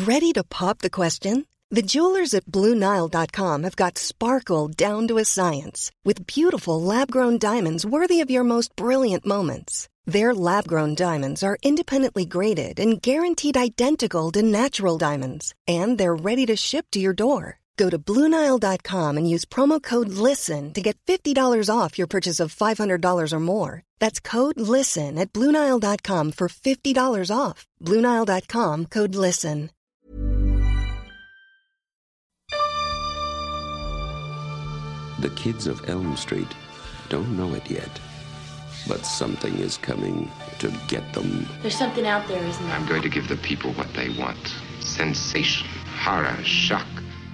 Ready to pop the question? The jewelers at BlueNile.com have got sparkle down to a science with beautiful lab-grown diamonds worthy of your most brilliant moments. Their lab-grown diamonds are independently graded and guaranteed identical to natural diamonds, and they're ready to ship to your door. Go to BlueNile.com and use promo code LISTEN to get $50 off your purchase of $500 or more. That's code LISTEN at BlueNile.com for $50 off. BlueNile.com, code LISTEN. The kids of Elm Street don't know it yet, but something is coming to get them. There's something out there, isn't there? I'm going to give the people what they want. Sensation, horror, shock.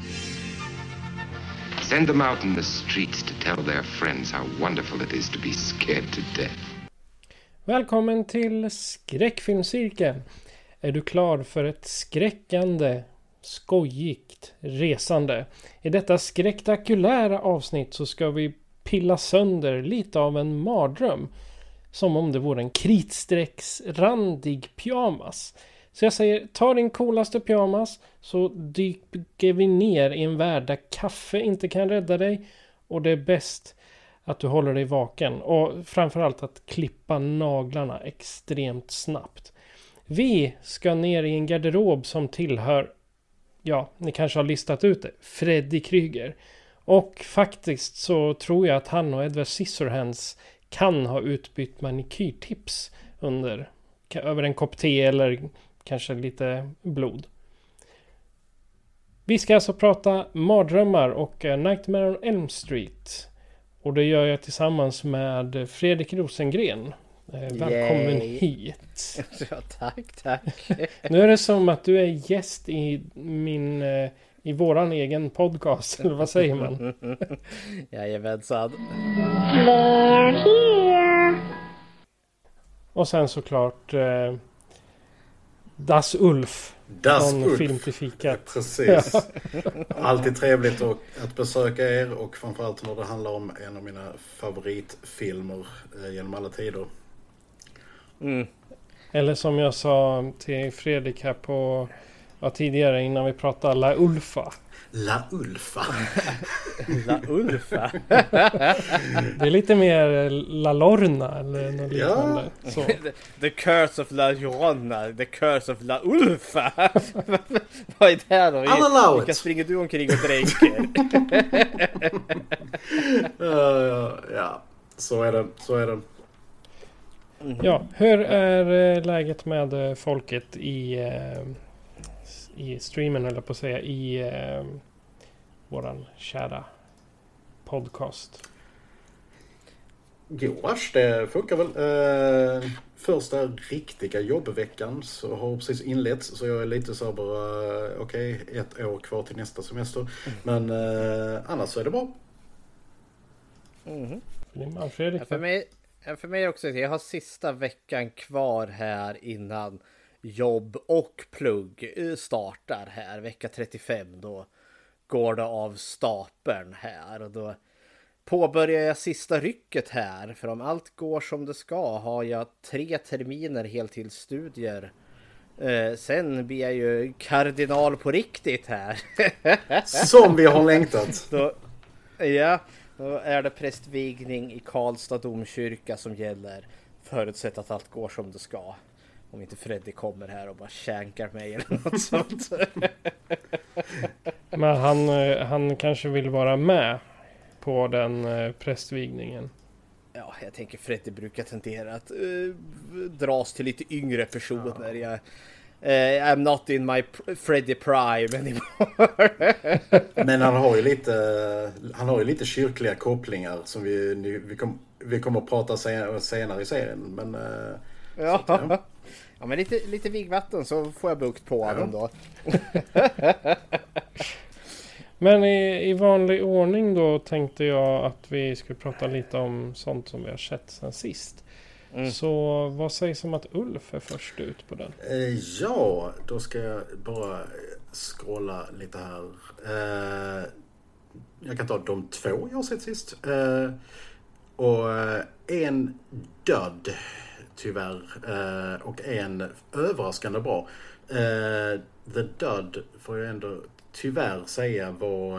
Send them out in the streets to tell their friends how wonderful it is to be scared to death. Välkommen till Skräckfilmscirkeln. Är du klar för ett skräckande, skojigt resande? I detta skräktakulära avsnitt så ska vi pilla sönder lite av en mardröm. Som om det vore en kritstrecksrandig pyjamas. Så jag säger, ta din coolaste pyjamas så dyker vi ner i en värld där kaffe inte kan rädda dig. Och det är bäst att du håller dig vaken. Och framförallt att klippa naglarna extremt snabbt. Vi ska ner i en garderob som tillhör, ja, ni kanske har listat ut det, Freddy Krueger. Och faktiskt så tror jag att han och Edward Scissorhands kan ha utbytt manikyrtips över en kopp te eller kanske lite blod. Vi ska alltså prata mardrömmar och Nightmare on Elm Street. Och det gör jag tillsammans med Fredrik Rosengren. Välkommen hit. Ja, tack. Nu är det som att du är gäst i våran egen podcast, eller vad säger man? Jajamensan. They're here. Och sen såklart Das Ulf. Das från Ulf. Film till fikat. Precis. Alltid trevligt att besöka er, och framförallt när det handlar om en av mina favoritfilmer genom alla tider. Mm. Eller som jag sa till Fredrik här tidigare innan vi pratade, La Ulfa. La Ulfa. La Ulfa. Det är lite mer La Lorna eller något liknande. Så. The Curse of La Llorona. The Curse of La Ulfa. Vad är det här då? Vilka springer du omkring och dränker? Ja, så är det. Ja, hur är läget med folket i streamen, eller på att säga, i våran kära podcast? Gosh, det funkar väl. Första riktiga jobbveckan så har precis inletts, så jag är lite så bara okej, 1 år kvar till nästa semester. Men annars så är det bra. Fredrik, för mig också, jag har sista veckan kvar här innan jobb och plugg startar här. Vecka 35, då går det av stapeln här. Och då påbörjar jag sista rycket här. För om allt går som det ska har jag 3 terminer heltidsstudier. Sen blir jag ju kardinal på riktigt här. Som vi har längtat. Då är det prästvigning i Karlstad domkyrka som gäller. Förutsatt att allt går som det ska. Om inte Freddy kommer här och bara känkar mig eller något sånt. Men han kanske vill vara med på den prästvigningen. Ja, jag tänker Freddy brukar tendera att dras till lite yngre personer. Ja. I'm not in my Freddy Prime anymore. Men han har ju lite kyrkliga kopplingar som vi kommer att prata senare i serien. Men ja. Ja, men lite vigvatten så får jag bukt på honom då. Men i vanlig ordning då tänkte jag att vi skulle prata lite om sånt som vi har sett sen sist. Så vad sägs om att Ulf är först ut på den? Ja, då ska jag bara scrolla lite här. Jag kan ta de 2 jag har sett sist. Och en död tyvärr, och en överraskande bra. The Dud får jag ändå tyvärr säga var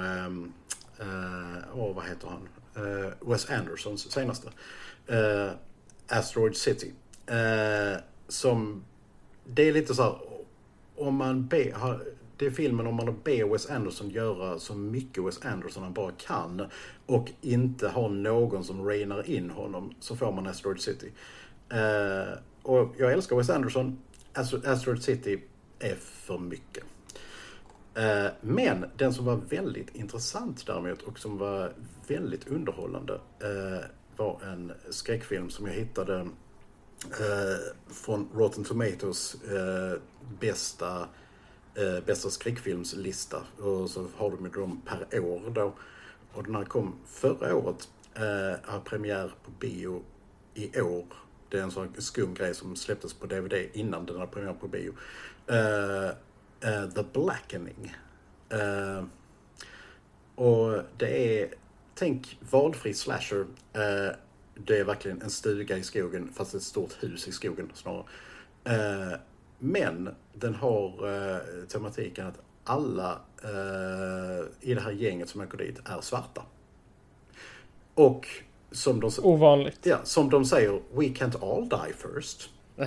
vad heter han? Wes Andersons senaste Asteroid City. Som det är lite så här, om man det är filmen om man ber Wes Anderson göra så mycket Wes Anderson han bara kan och inte har någon som reinar in honom, så får man Asteroid City. Och jag älskar Wes Anderson. Asteroid City är för mycket. Men den som var väldigt intressant däremot och som var väldigt underhållande var en skräckfilm som jag hittade från Rotten Tomatoes bästa skräckfilmslista, och så har de dem per år då, och den här kom förra året, har premiär på bio i år. Det är en sån skum grej som släpptes på DVD innan den har premiär på bio. The Blackening. Och det är, tänk valfri slasher. Det är verkligen en stuga i skogen, fast ett stort hus i skogen snarare. Men den har tematiken att alla i det här gänget som åker dit är svarta. Och som de, ovanligt. Ja, som de säger, we can't all die first.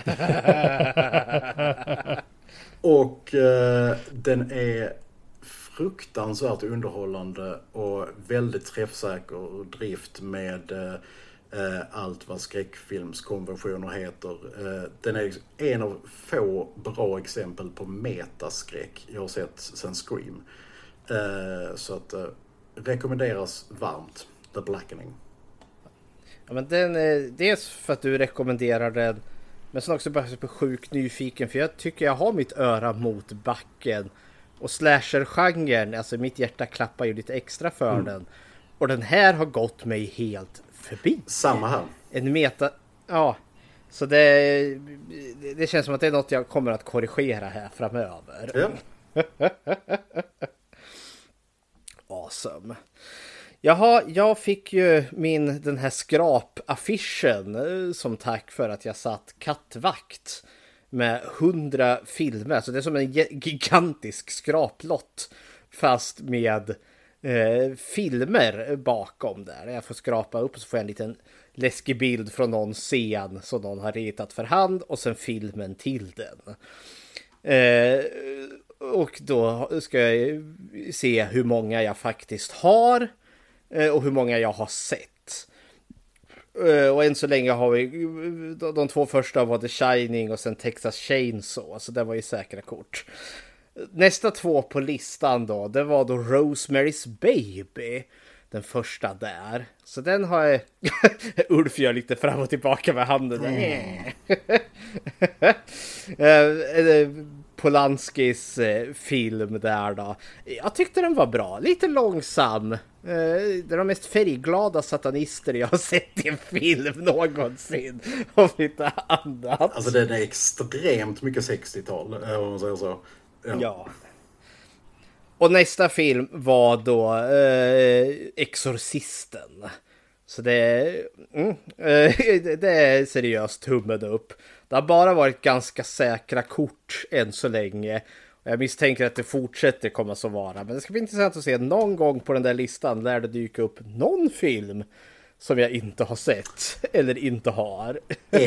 Och den är fruktansvärt underhållande och väldigt träffsäker drift med allt vad skräckfilmskonventioner heter. Den är en av få bra exempel på metaskräck jag har sett sen Scream. Så att rekommenderas varmt, The Blackening. Ja, men den dels för att du rekommenderar den, men sen också bara så sjukt nyfiken, för jag tycker jag har mitt öra mot backen, och slasher-genren, alltså mitt hjärta klappar ju lite extra för den, och den här har gått mig helt förbi. Samma här. En meta, ja, så det känns som att det är något jag kommer att korrigera här framöver. Ja. Awesome. Jaha, jag fick ju den här skrapaffischen som tack för att jag satt kattvakt med 100 filmer. Så det är som en gigantisk skraplott fast med filmer bakom där. Jag får skrapa upp och så får jag en liten läskig bild från någon scen som någon har ritat för hand och sen filmen till den. Och då ska jag se hur många jag faktiskt har och hur många jag har sett. Och än så länge har vi de två första var The Shining och sen Texas Chainsaw, så det var ju säkra kort. Nästa två på listan då, det var då Rosemary's Baby, den första där. Så den har jag Ulf gör lite fram och tillbaka med handen där. Polanskis film där då. Jag tyckte den var bra, lite långsam. Det är de mest färgglada satanister jag har sett i en film någonsin. Och lite annat. Alltså den är extremt mycket 60-tal, om man säger så. Ja. Och nästa film var då Exorcisten. Så det är seriöst tummen upp. Det har bara varit ganska säkra kort än så länge. Och jag misstänker att det fortsätter komma så vara. Men det ska bli intressant att se någon gång på den där listan lär det dyka upp någon film som jag inte har sett eller inte har.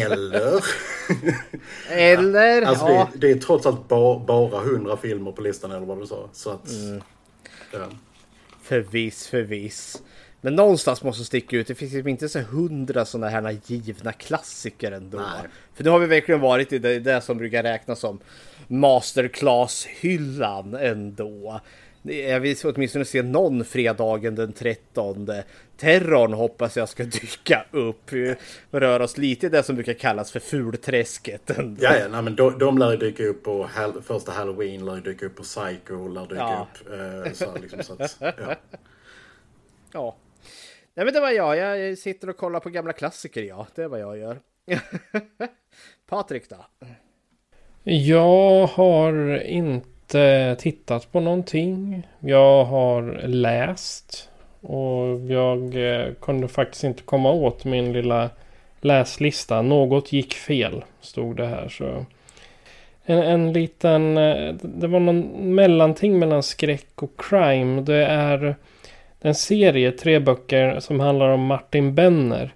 Eller alltså ja. det är trots allt bara 100 filmer på listan eller vad du sa. Så att, ja. Förvis. Men någonstans måste sticka ut. Det finns ju inte så 100 sådana här givna klassiker ändå. Nej. För nu har vi verkligen varit i det som brukar räknas som masterclass-hyllan ändå. Jag vill åtminstone se någon fredagen den 13. Terrorn hoppas jag ska dyka upp. Röra oss lite i det som brukar kallas för fulträsket ändå. Ja, nej, men de lär dyka upp på första Halloween, lär dyka upp på Psycho, lär dyka upp. Så liksom, så att, ja. Ja. Nej, men det var jag. Jag sitter och kollar på gamla klassiker, ja. Det är vad jag gör. Patrik då? Jag har inte tittat på någonting. Jag har läst. Och jag kunde faktiskt inte komma åt min lilla läslista. Något gick fel, stod det här. Så en liten... Det var någon mellanting mellan skräck och crime. Det är en serie, 3 böcker som handlar om Martin Benner.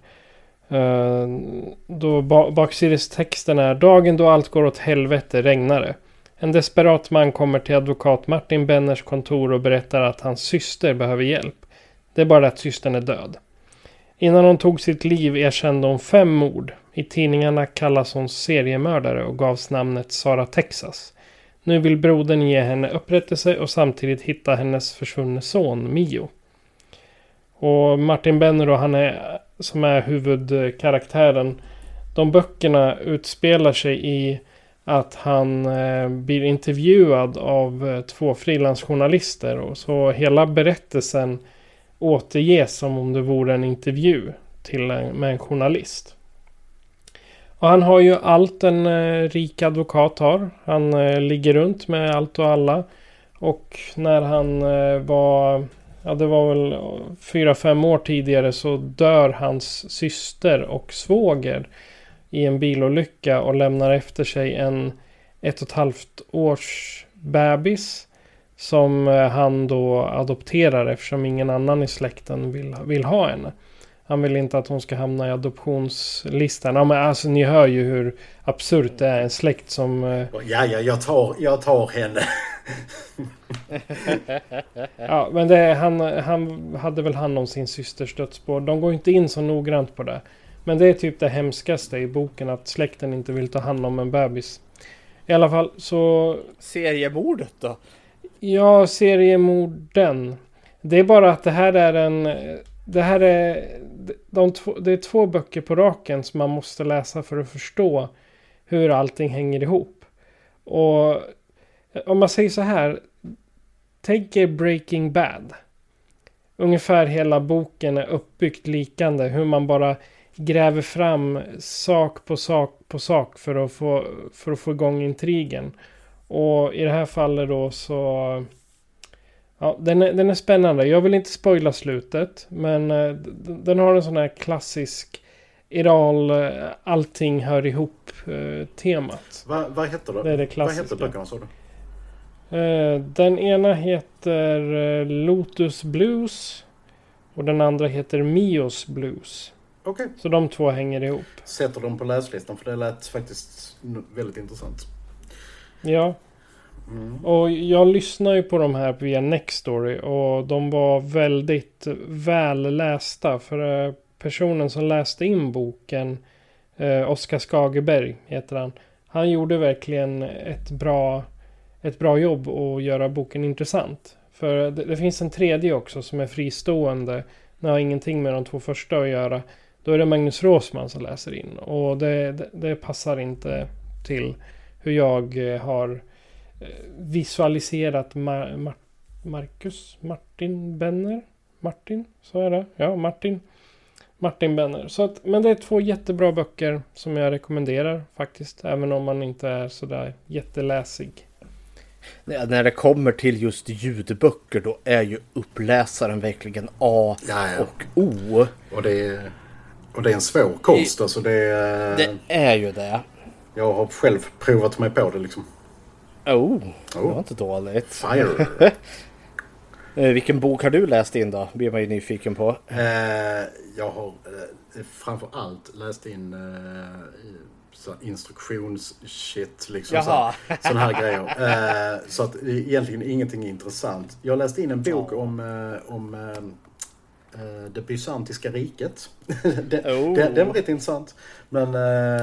Då baksidestexten är: dagen då allt går åt helvete regnar det. En desperat man kommer till advokat Martin Benners kontor och berättar att hans syster behöver hjälp. Det är bara att systern är död. Innan hon tog sitt liv erkände hon 5 mord. I tidningarna kallas hon seriemördare och gavs namnet Sara Texas. Nu vill brodern ge henne upprättelse och samtidigt hitta hennes försvunne son Mio. Och Martin Benner då, han är, som är huvudkaraktären. De böckerna utspelar sig i att han blir intervjuad av 2 frilansjournalister. Och så hela berättelsen återges som om det vore en intervju med en journalist. Och han har ju allt en rik advokat har. Han ligger runt med allt och alla. Och när han var... Ja, det var väl 4-5 år tidigare så dör hans syster och svåger i en bilolycka och lämnar efter sig en 1,5 års bebis som han då adopterar eftersom ingen annan i släkten vill ha henne. Han vill inte att hon ska hamna i adoptionslistan. Ja, men alltså ni hör ju hur absurt det är, en släkt som... Ja, jag tar henne. Ja, men han hade väl hand om sin systers dödsspår. De går inte in så noggrant på det. Men det är typ det hemskaste i boken, att släkten inte vill ta hand om en bebis. I alla fall så... Seriemordet då? Ja, seriemorden. Det är bara att det här är det är 2 böcker på raken som man måste läsa för att förstå hur allting hänger ihop. Och om man säger så här, tänk er Breaking Bad. Ungefär hela boken är uppbyggt likande, hur man bara gräver fram sak på sak på sak för att få igång intrigen. Och i det här fallet då så... Ja, den är spännande. Jag vill inte spoila slutet, men den har en sån här klassisk allting hör ihop temat. Vad heter det? Det är det klassiska. Vad heter böckerna, sa du? Den ena heter Lotus Blues och den andra heter Mios Blues. Okej. Så de 2 hänger ihop. Sätter dem på läslistan, för det lät faktiskt väldigt intressant. Ja. Och jag lyssnar ju på de här via Nextory och de var väldigt väl lästa, för personen som läste in boken, Oskar Skagerberg heter han. Han gjorde verkligen ett bra jobb att göra boken intressant. För det finns en tredje också som är fristående. Den har ingenting med de 2 första att göra. Då är det Magnus Råsman som läser in. Och det passar inte till hur jag har visualiserat Martin Benner. Martin, så är det. Ja, Martin Benner. Så att, men det är 2 jättebra böcker som jag rekommenderar faktiskt. Även om man inte är sådär jätteläsig. När det kommer till just ljudböcker, då är ju uppläsaren verkligen A och O. Och det är en svår konst. Alltså det är ju det. Jag har själv provat mig på det liksom. Det var inte dåligt. Fire. Vilken bok har du läst in då? Blir man ju nyfiken på. Jag har framför allt läst in instruktionsshit liksom, sån här grejer. Så att egentligen ingenting intressant. Jag läste in en bok om det bysantiska riket. Den var rätt intressant. Men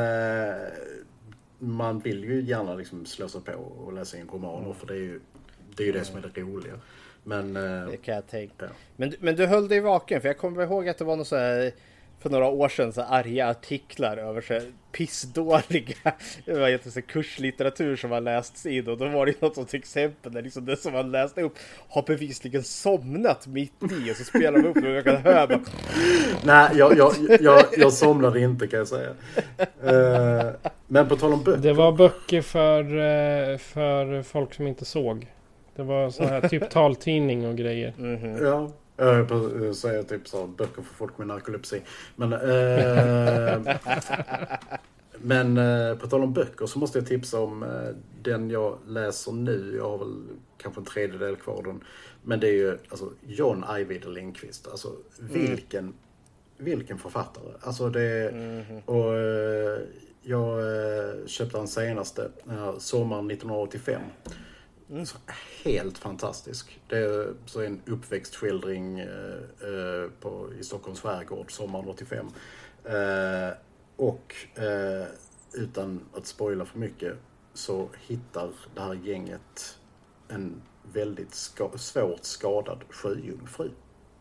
man vill ju gärna liksom slå sig på och läsa in romaner, för det är ju det som är det roliga. Men det kan jag tänka. Men du höll dig vaken, för jag kommer ihåg att det var något så här för några år sedan så arga artiklar över så pissdåliga kurslitteratur som har lästs in, och då var det något som till exempel där liksom det som man läste upp har bevisligen somnat mitt i, och så spelar man upp och jag kan höra. Nej, jag somnade inte, kan jag säga. Men på tal om böcker. Det var böcker för folk som inte såg. Det var så här typ taltidning och grejer. Mm-hmm. Ja. Jag säger typ så böcker för folk med narkolepsi. Men Men på tal om böcker så måste jag tipsa om den jag läser nu. Jag har väl kanske en tredjedel kvar den. Men det är ju alltså, John Ajvide Lindqvist. Alltså vilken författare. Alltså det och jag köpte den senaste sommaren 1985. Så helt fantastisk. Det är så en uppväxtskildring i Stockholms skärgård sommaren 85. Och utan att spoila för mycket så hittar det här gänget en väldigt svårt skadad sjöjungfru.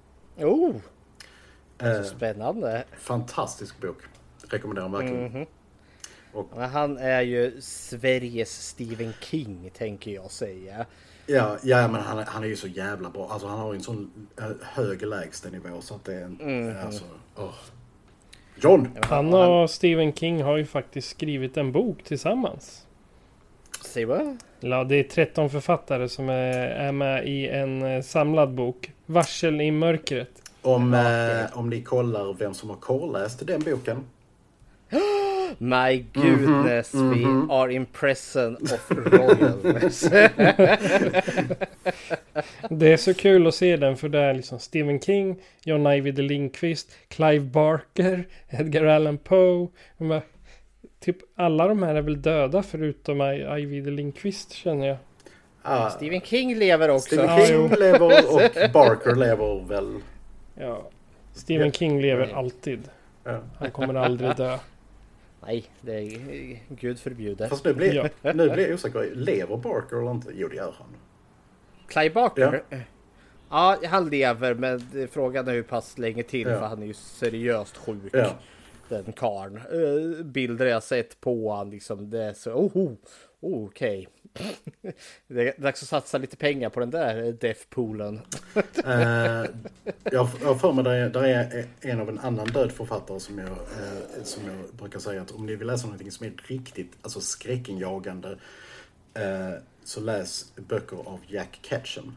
Så spännande. Fantastisk bok. Rekommenderar verkligen. Och, men han är ju Sveriges Stephen King, tänker jag säga. Ja, men han är ju så jävla bra. Alltså han har ju en sån hög lägstanivå så att det är alltså, John! Han och Stephen King har ju faktiskt skrivit en bok tillsammans. Säg vad? Ja, det är 13 författare som är med i en samlad bok. Varsel i mörkret. Om ni kollar vem som har korrläst den boken. My goodness, we are in presence of royalness. Det är så kul att se den, för det är liksom Stephen King, John Ajvide Lindqvist, Clive Barker, Edgar Allan Poe. Typ alla de här är väl döda förutom Ajvide Lindqvist, känner jag. Stephen King lever också. Stephen King lever och Barker lever väl. Ja, Stephen King lever alltid. Han kommer aldrig dö. Nej, det är Gud förbjuder. Fast nu blir jag osäker. Lever Barker eller inte? Jo, det gör han. Clive Barker? Ja, han lever, men frågan är hur pass länge till, för han är ju seriöst sjuk. Den karn. Bilder jag sett på han, liksom, det är så, okej. Det är dags att satsa lite pengar på den där deathpoolen. Jag har för mig där är en av en annan död författare som jag brukar säga att om ni vill läsa någonting som är riktigt alltså skräckinjagande, så läs böcker av Jack Ketchum.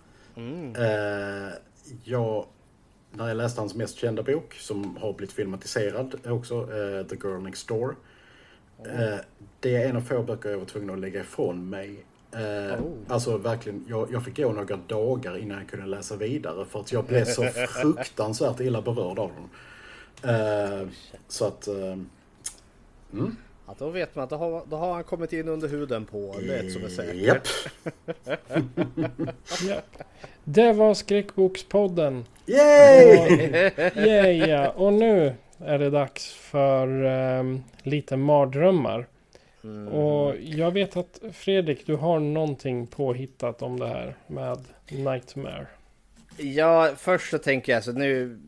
När jag läste hans mest kända bok som har blivit filmatiserad också, The Girl Next Door. Det är en av få böcker jag var tvungen att lägga ifrån mig. Alltså verkligen, jag fick gå några dagar innan jag kunde läsa vidare för att jag blev så fruktansvärt illa berörd av den. Så att... Ja, då vet man att då har han kommit in under huden på det som är säkert. Japp. Det var Skräckbokspodden. Yay! Och nu är det dags för lite mardrömmar. Och jag vet att Fredrik, du har någonting påhittat om det här med Nightmare. Ja, först så tänker jag så nu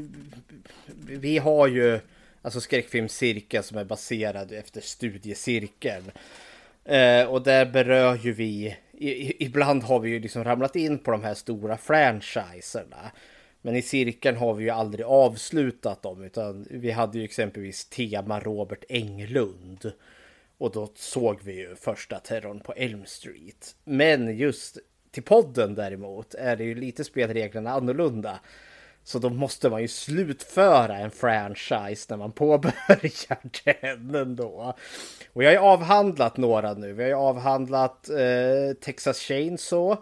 vi har ju alltså skräckfilmscirkeln som är baserad efter studiecirkeln. Och där berör ju vi ibland har vi ju liksom ramlat in på de här stora franchiserna. Men i cirkeln har vi ju aldrig avslutat dem, utan vi hade ju exempelvis tema Robert Englund. Och då såg vi ju första terrorn på Elm Street. Men just till podden däremot är det ju lite spelreglerna annorlunda. Så då måste man ju slutföra en franchise när man påbörjar den ändå. Och jag har ju avhandlat några nu. Vi har ju avhandlat Texas Chainsaw.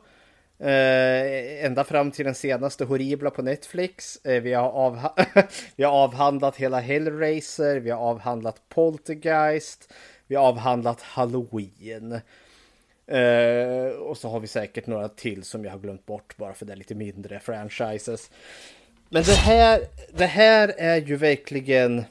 Ända fram till den senaste horribla på Netflix. Vi har avhandlat hela Hellraiser. Vi har avhandlat Poltergeist. Vi har avhandlat Halloween. Och så har vi säkert några till som jag har glömt bort bara för det är lite mindre franchises. Men det här är ju verkligen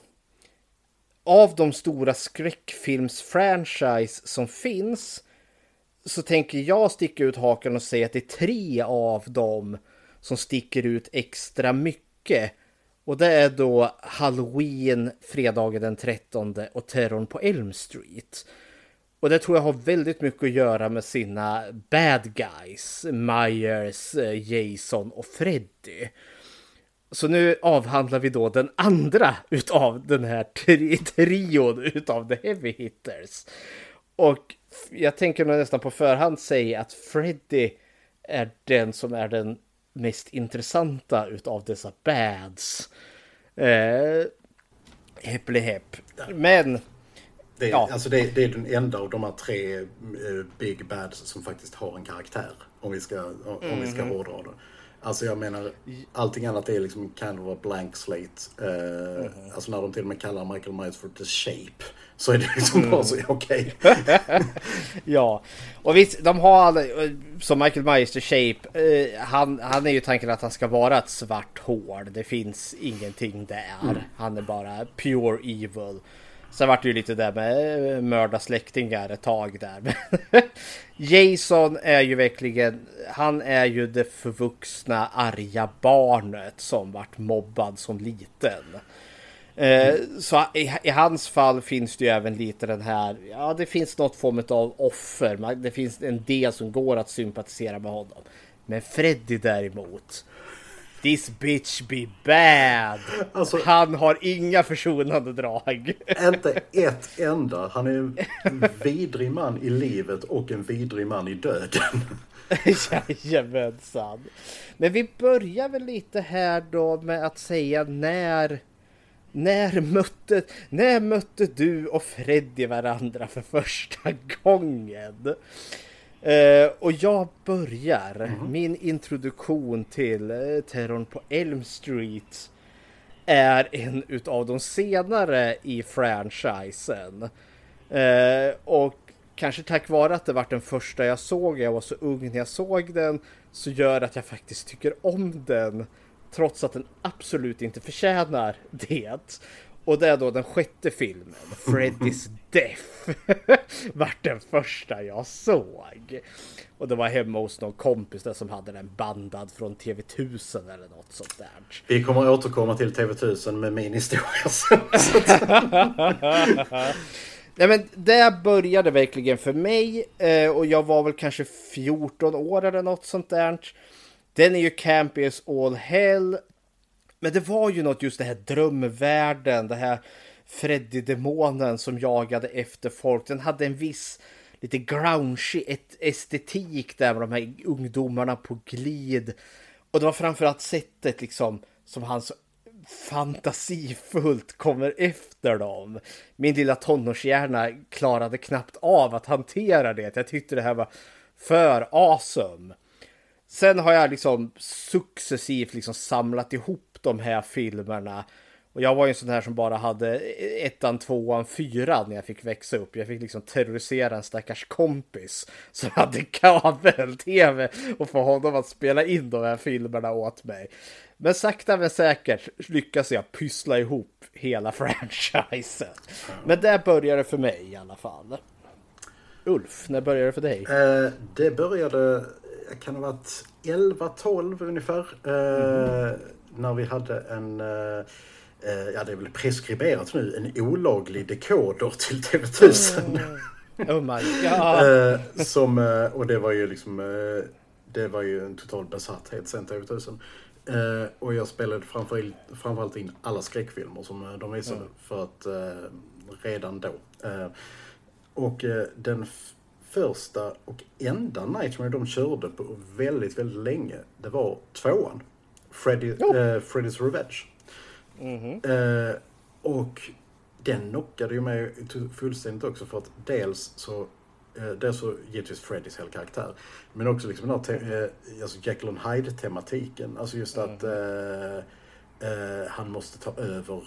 av de stora skräckfilmsfranchise som finns, så tänker jag sticka ut hakan och säga att det är 3 av dem som sticker ut extra mycket. Och det är då Halloween, fredagen den 13 och terrorn på Elm Street. Och det tror jag har väldigt mycket att göra med sina bad guys, Myers, Jason och Freddy. Så nu avhandlar vi då den andra utav den här trion utav the heavy hitters. Och jag tänker nog nästan på förhand säga att Freddy är den som är den mest intressanta utav dessa bads. Häpple. Men Alltså det är den enda av de här 3 Big Bads som faktiskt har en karaktär. Om vi ska hårdra det. Alltså jag menar, allting annat är liksom kind of a blank slate. Alltså när de till och med kallar Michael Myers för The Shape, så är det liksom bara så okej. Ja, och visst, de har som Michael Myers The Shape, han är ju tanken att han ska vara ett svart hål. Det finns ingenting där. Han är bara pure evil. Sen var det ju lite där med mörda släktingar ett tag där. Jason är ju verkligen, han är ju det förvuxna arga barnet som vart mobbad som liten. Så i hans fall finns det ju även lite den här, det finns något form av offer. Det finns en del som går att sympatisera med honom. Men Freddy däremot, this bitch be bad. Alltså, han har inga försonande drag. Inte ett enda. Han är en vidrig man i livet och en vidrig man i döden. Jajamensan. Men vi börjar väl lite här då med att säga när mötte du och Freddy varandra för första gången? Och jag börjar. Min introduktion till terrorn på Elm Street är en utav de senare i franchisen. Och kanske tack vare att det var den första jag såg, jag var så ung när jag såg den, så gör att jag faktiskt tycker om den, trots att den absolut inte förtjänar det. Och det är då den 6:e filmen, Freddy's Death, var den första jag såg. Och det var hemma hos någon kompis där som hade den bandad från TV1000 eller något sånt där. Vi kommer att återkomma till TV1000 med min historia. Nej, men det började verkligen för mig, och jag var väl kanske 14 år eller något sånt där. Den är ju campy as all hell. Men det var ju något, just det här drömvärlden, det här Freddy-demonen som jagade efter folk. Den hade en viss lite grungy estetik där med de här ungdomarna på glid. Och det var framförallt sättet liksom som han så fantasifullt kommer efter dem. Min lilla tonårshjärna klarade knappt av att hantera det. Jag tyckte det här var för awesome. Sen har jag liksom successivt liksom samlat ihop de här filmerna. Och jag var ju en sån här som bara hade 1, 2, 4 när jag fick växa upp. Jag fick liksom terrorisera en stackars kompis som hade kabel-tv och få honom att spela in de här filmerna åt mig. Men sakta men säkert lyckas jag pyssla ihop hela franchisen. Men där började det för mig i alla fall. Ulf, när började det för dig? Det började, kan ha varit 11-12 ungefär. När vi hade en, det är väl preskriberat nu, en olaglig dekoder till TV1000. Oh my god. Och det var ju liksom, det var ju en total besatthet sen TV1000. Och jag spelade framförallt in alla skräckfilmer som de visade för att redan då. Och den första och enda Nightmare de körde på väldigt, väldigt länge, det var 2:an. Freddy's Revenge. Och den knockade ju mig fullständigt också, för att dels så givetvis Freddys hela karaktär, men också liksom den här alltså Jekyll and Hyde-tematiken, alltså just att han måste ta över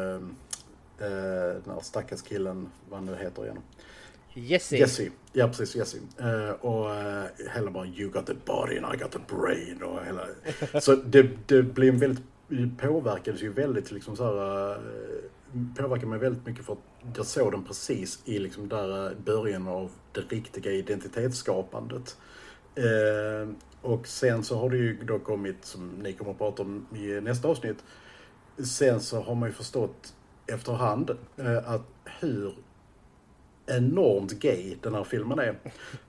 den här stackars killen, vad nu heter igen. Jesse. Ja, precis, Jesse. Och hela bara, you got the body and I got the brain. Och hela. Så det blev väldigt, påverkades ju väldigt liksom så här, påverkade mig väldigt mycket, för att jag såg den precis i liksom där början av det riktiga identitetsskapandet. Och sen så har det ju då kommit, som ni kommer att prata om i nästa avsnitt, sen så har man ju förstått efterhand att hur enormt gay den här filmen är.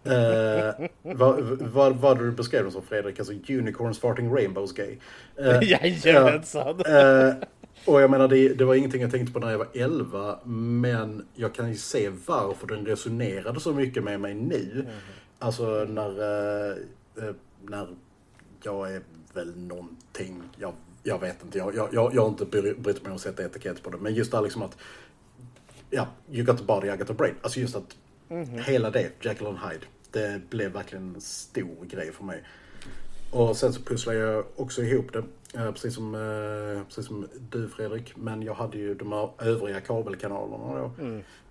Vad du beskrev den som, Fredrik? Alltså unicorns farting rainbows gay. Jajamensan. Och jag menar, det var ingenting jag tänkte på när jag var 11, men jag kan ju se varför den resonerade så mycket med mig nu. Alltså när jag är väl någonting, jag vet inte, jag har inte brytt mig om att sätta etikett på det, men just där liksom att You got the body, I got the brain. Alltså just att hela det, Jekyll and Hyde, det blev verkligen en stor grej för mig. Och sen så pusslade jag också ihop det, precis som du Fredrik, men jag hade ju de här övriga kabelkanalerna då.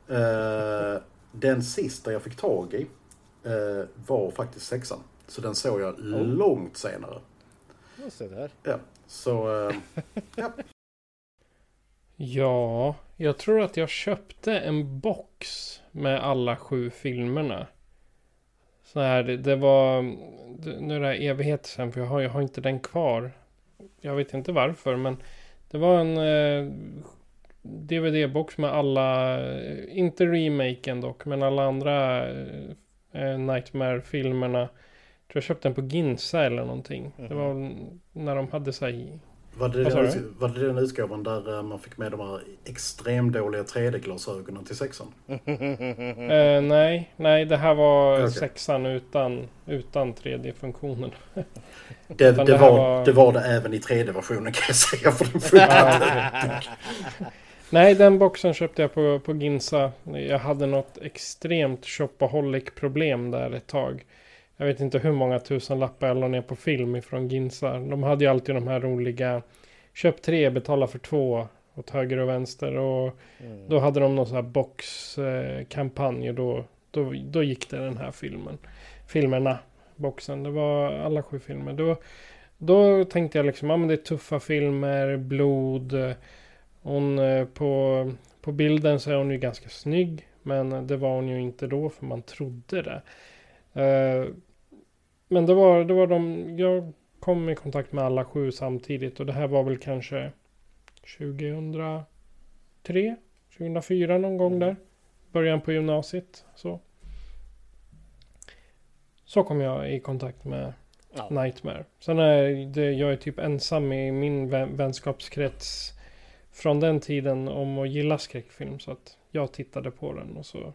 Den sista jag fick tag i var faktiskt 6:an. Så den såg jag långt senare. Så där. Ja, så ja. Ja, jag tror att jag köpte en box med alla 7 filmerna. Så här, det var... Nu är det evighet sen, för jag har inte den kvar. Jag vet inte varför, men det var en DVD-box med alla... Inte remaken dock, men alla andra Nightmare-filmerna. Jag tror jag köpte den på Ginza eller någonting. Det var när de hade så här... Var det den utgåvan där man fick med de här extremt dåliga 3D-glasögonen till 6:an? Nej, det här var 6:an utan 3D-funktionen. Det var det även i 3D-versionen kan jag säga. För den Nej, den boxen köpte jag på Ginza. Jag hade något extremt shopaholic-problem där ett tag. Jag vet inte hur många tusenlappar jag la ner på film ifrån Ginza. De hade ju alltid de här roliga köp 3, betala för 2 åt höger och vänster. Och då hade de någon sån här boxkampanj och då gick det den här boxen. Det var alla 7 filmer. Då tänkte jag liksom, men det är tuffa filmer, blod. Hon på bilden så är hon ju ganska snygg. Men det var hon ju inte då, för man trodde det. Men det var jag kom i kontakt med alla 7 samtidigt, och det här var väl kanske 2003, 2004 någon gång där. Början på gymnasiet. Så kom jag i kontakt med Nightmare. Sen jag är typ ensam i min vänskapskrets från den tiden om att gilla skräckfilm, så att jag tittade på den och så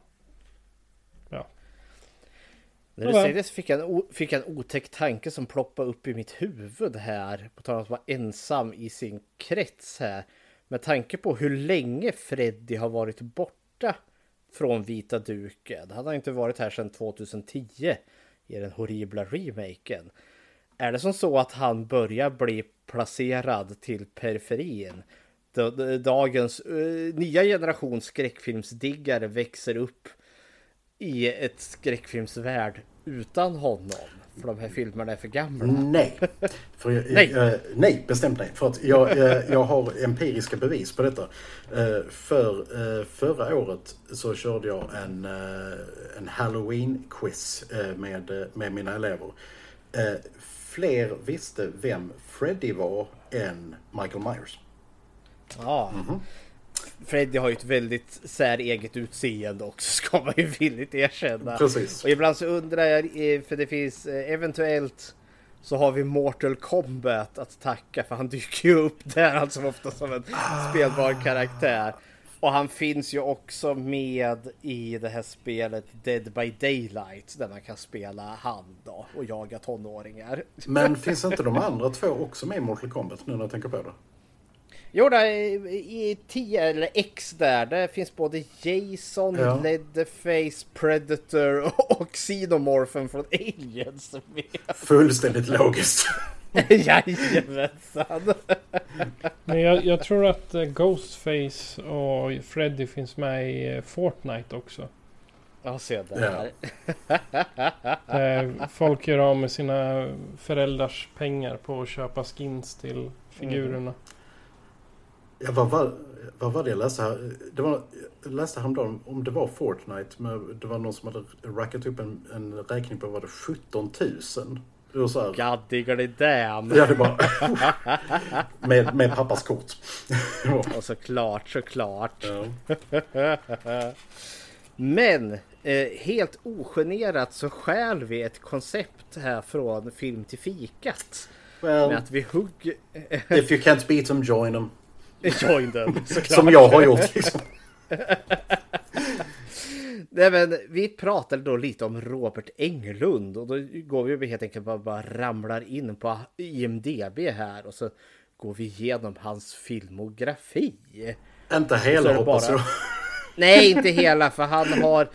När du säger det så fick jag en otäck tanke som ploppade upp i mitt huvud här. På tal om att vara ensam i sin krets här. Med tanke på hur länge Freddy har varit borta från vita duken. Han har inte varit här sedan 2010 i den horribla remaken. Är det som så att han börjar bli placerad till periferin? Dagens nya generation skräckfilmsdiggare växer upp i ett skräckfilmsvärld utan honom, för de här filmerna är för gamla. Nej, nej, bestämt nej. För att jag har empiriska bevis på detta. Förra året så körde jag en Halloween-quiz med mina elever. Fler visste vem Freddy var än Michael Myers. Ja. Freddy har ju ett väldigt säreget utseende också, ska man ju villigt erkänna. Precis. Och ibland så undrar jag, för det finns eventuellt så har vi Mortal Kombat att tacka, för han dyker ju upp där alltså ofta som en spelbar karaktär. Och han finns ju också med i det här spelet Dead by Daylight, där man kan spela han då och jaga tonåringar. Men finns inte de andra 2 också med i Mortal Kombat nu när jag tänker på det? Jo, där i 10 eller X där finns både Jason, Leatherface, Predator och Xenomorphen från Aliens med. Fullständigt logiskt. Jajamensan. Men jag tror att Ghostface och Freddy finns med i Fortnite också. Ja, se där. Folk gör av med sina föräldrars pengar på att köpa skins till figurerna. Ja, vad var det jag läste här? Jag läste häromdagen om det var Fortnite, men det var någon som hade rackat upp en räkning på, var det 17 000? Gaddiggly damn. Ja, det bara med pappas kort. Och såklart. Ja. Men helt ogenerat så stjäl vi ett koncept här från Film till fikat. Well, med att vi hugger... If you can't beat them, join them. Join them, såklart. Som jag har gjort liksom. Nej, men vi pratade då lite om Robert Englund, och då går vi helt enkelt bara ramlar in på IMDb här och så går vi igenom hans filmografi. Inte hela, hoppas jag. Nej, inte hela, för han har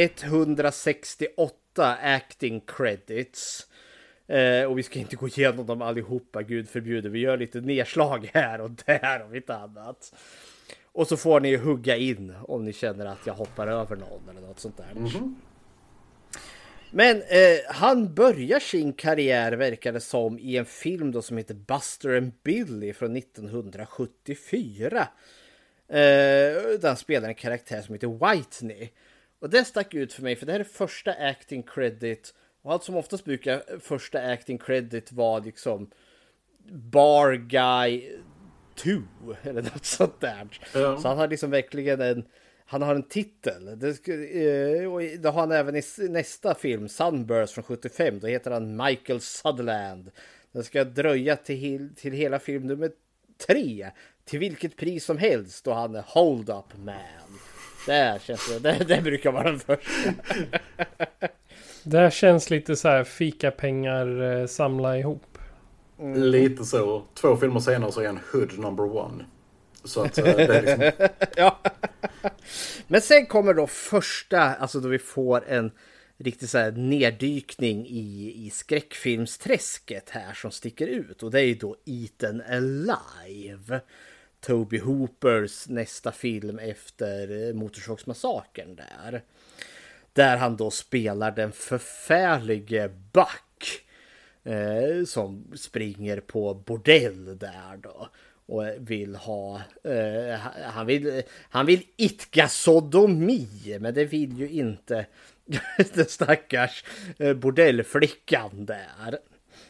168 acting credits. Och vi ska inte gå igenom dem allihopa, gud förbjuder. Vi gör lite nedslag här och där och lite annat. Och så får ni hugga in om ni känner att jag hoppar över någon eller något sånt där. Mm-hmm. Men han börjar sin karriär, verkar det som, i en film då som heter Buster and Billy från 1974. Där han spelar en karaktär som heter Whitney. Och det stack ut för mig, för det här är första acting credit. Och allt som oftast brukar första acting credit vara liksom Bar Guy 2 eller något sånt där. Ja. Så han har liksom verkligen han har en titel. Och det har han även i nästa film, Sunburst från 75. Då heter han Michael Sutherland. Den ska dröja till hela film nummer 3. Till vilket pris som helst. Då han är Hold Up Man. Där känns det brukar vara den första. Det här känns lite så här fika-pengar samla ihop. Lite så. 2 filmer senare så är en Hood number 1. Så att det är liksom... Ja. Men sen kommer då första, alltså då vi får en riktigt så här neddykning i skräckfilmsträsket här som sticker ut. Och det är ju då Eaten Alive. Toby Hoopers nästa film efter Motorsågsmassakern där. Där han då spelar den förfärlige Buck som springer på bordell där då. Och vill ha han vill idka sodomi, men det vill ju inte den stackars bordellflickan där.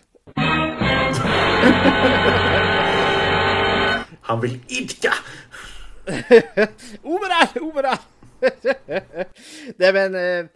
Han vill idka. Overall. Nej, men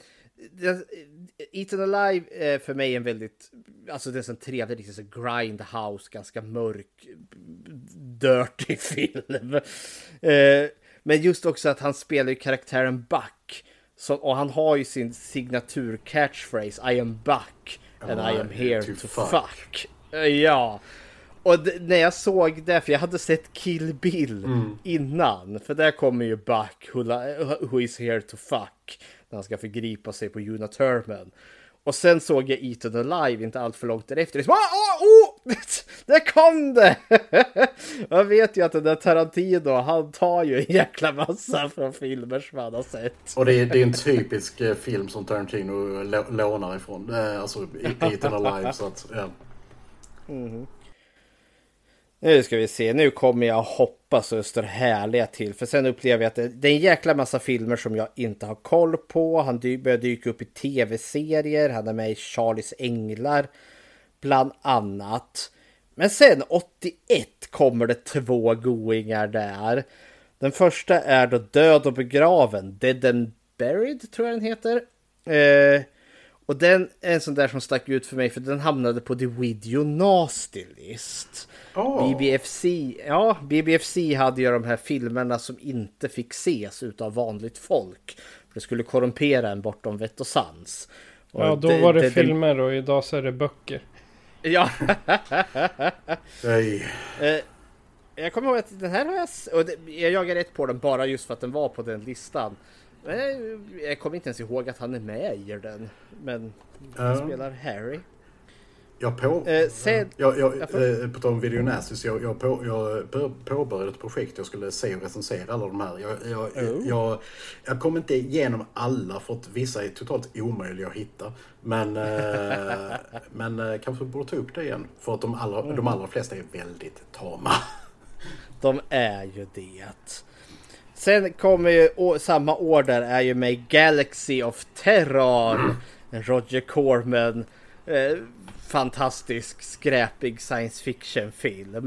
Eaten Alive för mig är en väldigt, alltså det är en trevlig riktigt så grindhouse, ganska mörk, dirty film. Men just också att han spelar ju karaktären Buck. Och han har ju sin signatur catchphrase, I am Buck and I am here to fuck. Ja. Och när jag såg det, för jag hade sett Kill Bill innan. För där kommer ju Buck, who is here to fuck, när han ska förgripa sig på Una Thurman. Och sen såg jag Eaten Alive inte allt för långt därefter. Det där kom det! Jag vet ju att den där Tarantino, han tar ju en jäkla massa från filmer som han har sett. Och det är en typisk film som Tarantino lånar ifrån. Alltså Eaten Alive, så att, ja. Mm. Nu ska vi se, nu kommer jag hoppa så det står härliga till. För sen upplever jag att det är en jäkla massa filmer som jag inte har koll på. Han börjar dyka upp i tv-serier, han är med i Charlies Änglar bland annat. Men sen 81 kommer det 2 goingar där. Den första är då Död och begraven, Dead and Buried tror jag den heter. Och den är en sån där som stack ut för mig, för den hamnade på The Video Nasty List. BBFC hade ju de här filmerna som inte fick ses utav vanligt folk. För det skulle korrumpera en bortom vett och sans. Och ja, då var det filmer och idag så är det böcker. Ja. Nej. Jag kommer ihåg att den här har jag jagar rätt på den bara just för att den var på den listan. Jag kommer inte ens ihåg att han är med i den. Men han spelar Harry. På tal om Video Nasty, jag påbörjade ett projekt. Jag skulle se och recensera alla de här. Jag kom inte igenom alla, för att vissa är totalt omöjliga att hitta. Men kanske borde ta upp det igen. För att de allra flesta är väldigt tama. De är ju det. Sen kommer ju samma år där är ju med Galaxy of Terror. En Roger Corman fantastisk skräpig science fiction film.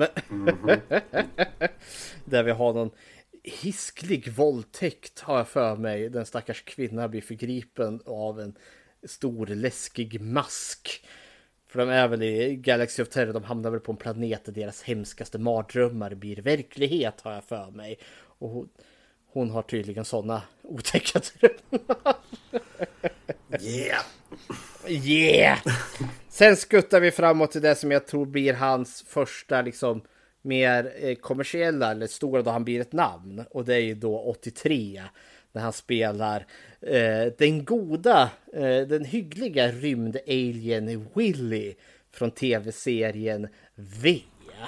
Där vi har någon hisklig våldtäkt, har jag för mig. Den stackars kvinnan blir förgripen av en stor läskig mask. För de är väl i Galaxy of Terror, de hamnar väl på en planet där deras hemskaste mardrömmar blir verklighet, har jag för mig. Och hon har tydligen sådana otäcka drömmar. Yeah! Sen skuttar vi framåt till det som jag tror blir hans första liksom mer kommersiella eller stora, då han blir ett namn. Och det är ju då 83. när han spelar den hyggliga rymd-alien Willy från tv-serien V.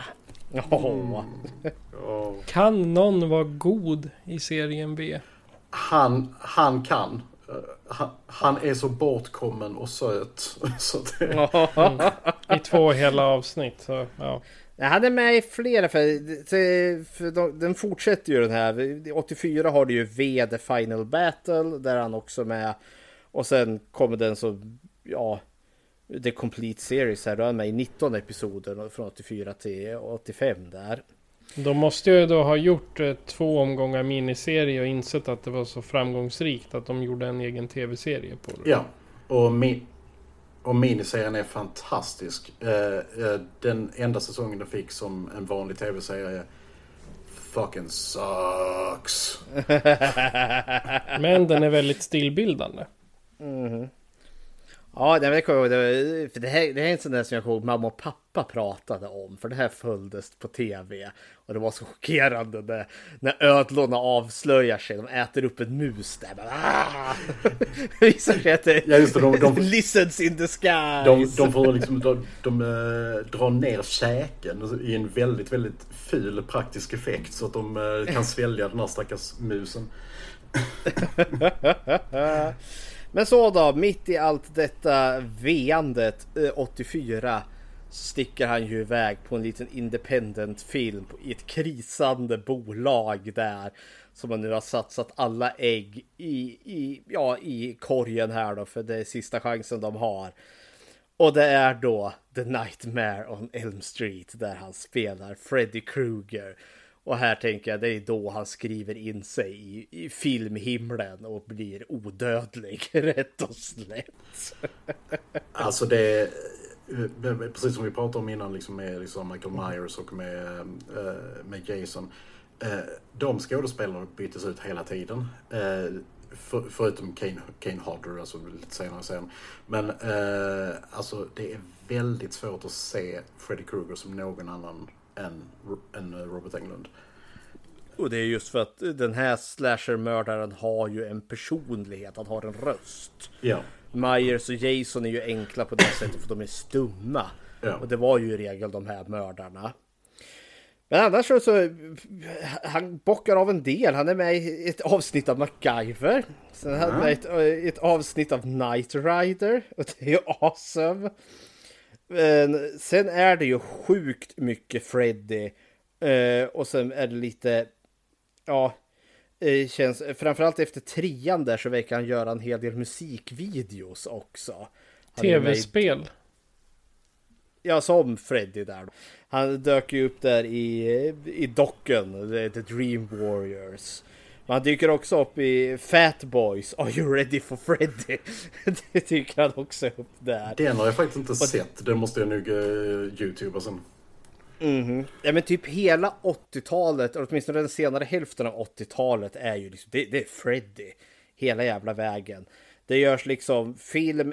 Kan någon vara god i serien V? Han kan. Han är så bortkommen och söt. Så det... I 2 hela avsnitt. Så, ja. Han är med i flera, för den fortsätter ju den här. 84 har du ju V, The Final Battle, där han också är med. Och sen kommer den så, The Complete Series här. Då är han med i 19 episoder från 84 till 85 där. De måste ju då ha gjort 2 omgångar miniserie och insett att det var så framgångsrikt att de gjorde en egen tv-serie på det. Ja, och miniserien är fantastisk. Den enda säsongen den fick som en vanlig tv-serie fucking sucks. Men den är väldigt stilbildande. Mm. Ja, det här är en sån där som jag ihåg mamma och pappa pratade om. För det här följdes på tv. Och det var så chockerande när ödlorna avslöjar sig. De äter upp en mus där. Visar sig att det är lizards in the sky. De får liksom, de drar ner käken i en väldigt, väldigt ful praktisk effekt. Så att de kan svälja den här stackars musen. Men så då, mitt i allt detta veandet 84 sticker han ju iväg på en liten independent film i ett krisande bolag där som man nu har satsat alla ägg i korgen här då, för det är sista chansen de har. Och det är då The Nightmare on Elm Street där han spelar Freddy Krueger. Och här tänker jag, det är då han skriver in sig i filmhimlen och blir odödlig, rätt och slätt. Alltså det, precis som vi pratade om innan liksom med liksom Michael Myers och med Jason. De skådespelarna byttes ut hela tiden. Förutom Kane Hodder, alltså lite senare sen. Men alltså det är väldigt svårt att se Freddy Krueger som någon annan än Robert Englund. Och det är just för att den här slasher-mördaren har ju en personlighet, han har en röst. Ja. Myers och Jason är ju enkla på det sättet för de är stumma. Ja. Och det var ju i regel de här mördarna. Men annars så han bockar av en del. Han är med i ett avsnitt av MacGyver. Sen är han med i ett avsnitt av Knight Rider. Och det är ju awesome. Men sen är det ju sjukt mycket Freddy. Och sen är det lite... Ja, känns... Framförallt efter 3:an där så verkar han göra en hel del musikvideos också. TV-spel. Ja, som Freddy där. Han dök ju upp där i docken, The Dream Warriors. Men han dyker också upp i Fat Boys, Are You Ready for Freddy? Det dyker han också upp där. Den har jag faktiskt inte sett. Den måste jag nog YouTubea sen. Mm-hmm. Ja, men typ hela 80-talet, eller åtminstone den senare hälften av 80-talet är ju liksom, det är Freddy. Hela jävla vägen. Det görs liksom film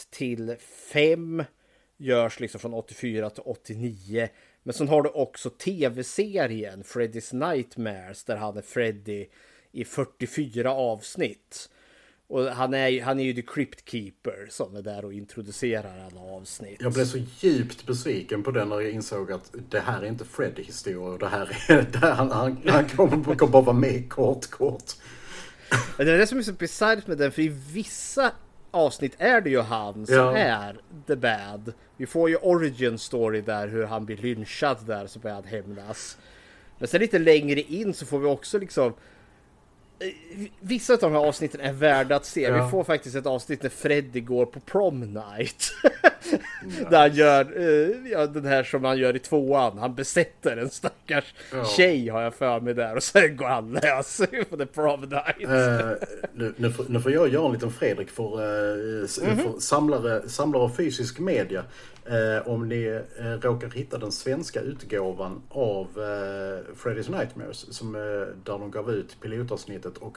1-5 görs liksom från 84 till 89. Men sen har du också tv-serien Freddy's Nightmares där han är Freddy i 44 avsnitt. Och han är ju The Crypt Keeper som är där och introducerar alla avsnitt. Jag blev så djupt besviken på den när jag insåg att det här är inte Freddy-historia. Det här är han kommer bara vara med kort. Det är det som är så bisarrt med den, för i vissa avsnitt är det ju han som är the bad. Vi får ju origin story där hur han blir lynchad där så börjar han hämnas. Men sen lite längre in så får vi också liksom vissa av de här avsnitten är värda att se. Ja. Vi får faktiskt ett avsnitt när Freddy går på prom night. Där han gör den här som han gör i 2:an. Han besätter en stackars tjej har jag för mig där. Och sen går han lös på the prom night. Nu får jag göra en liten Fredrik för samlare av fysisk media. Om ni råkar hitta den svenska utgåvan av Freddy's Nightmares som där de gav ut pilotavsnittet och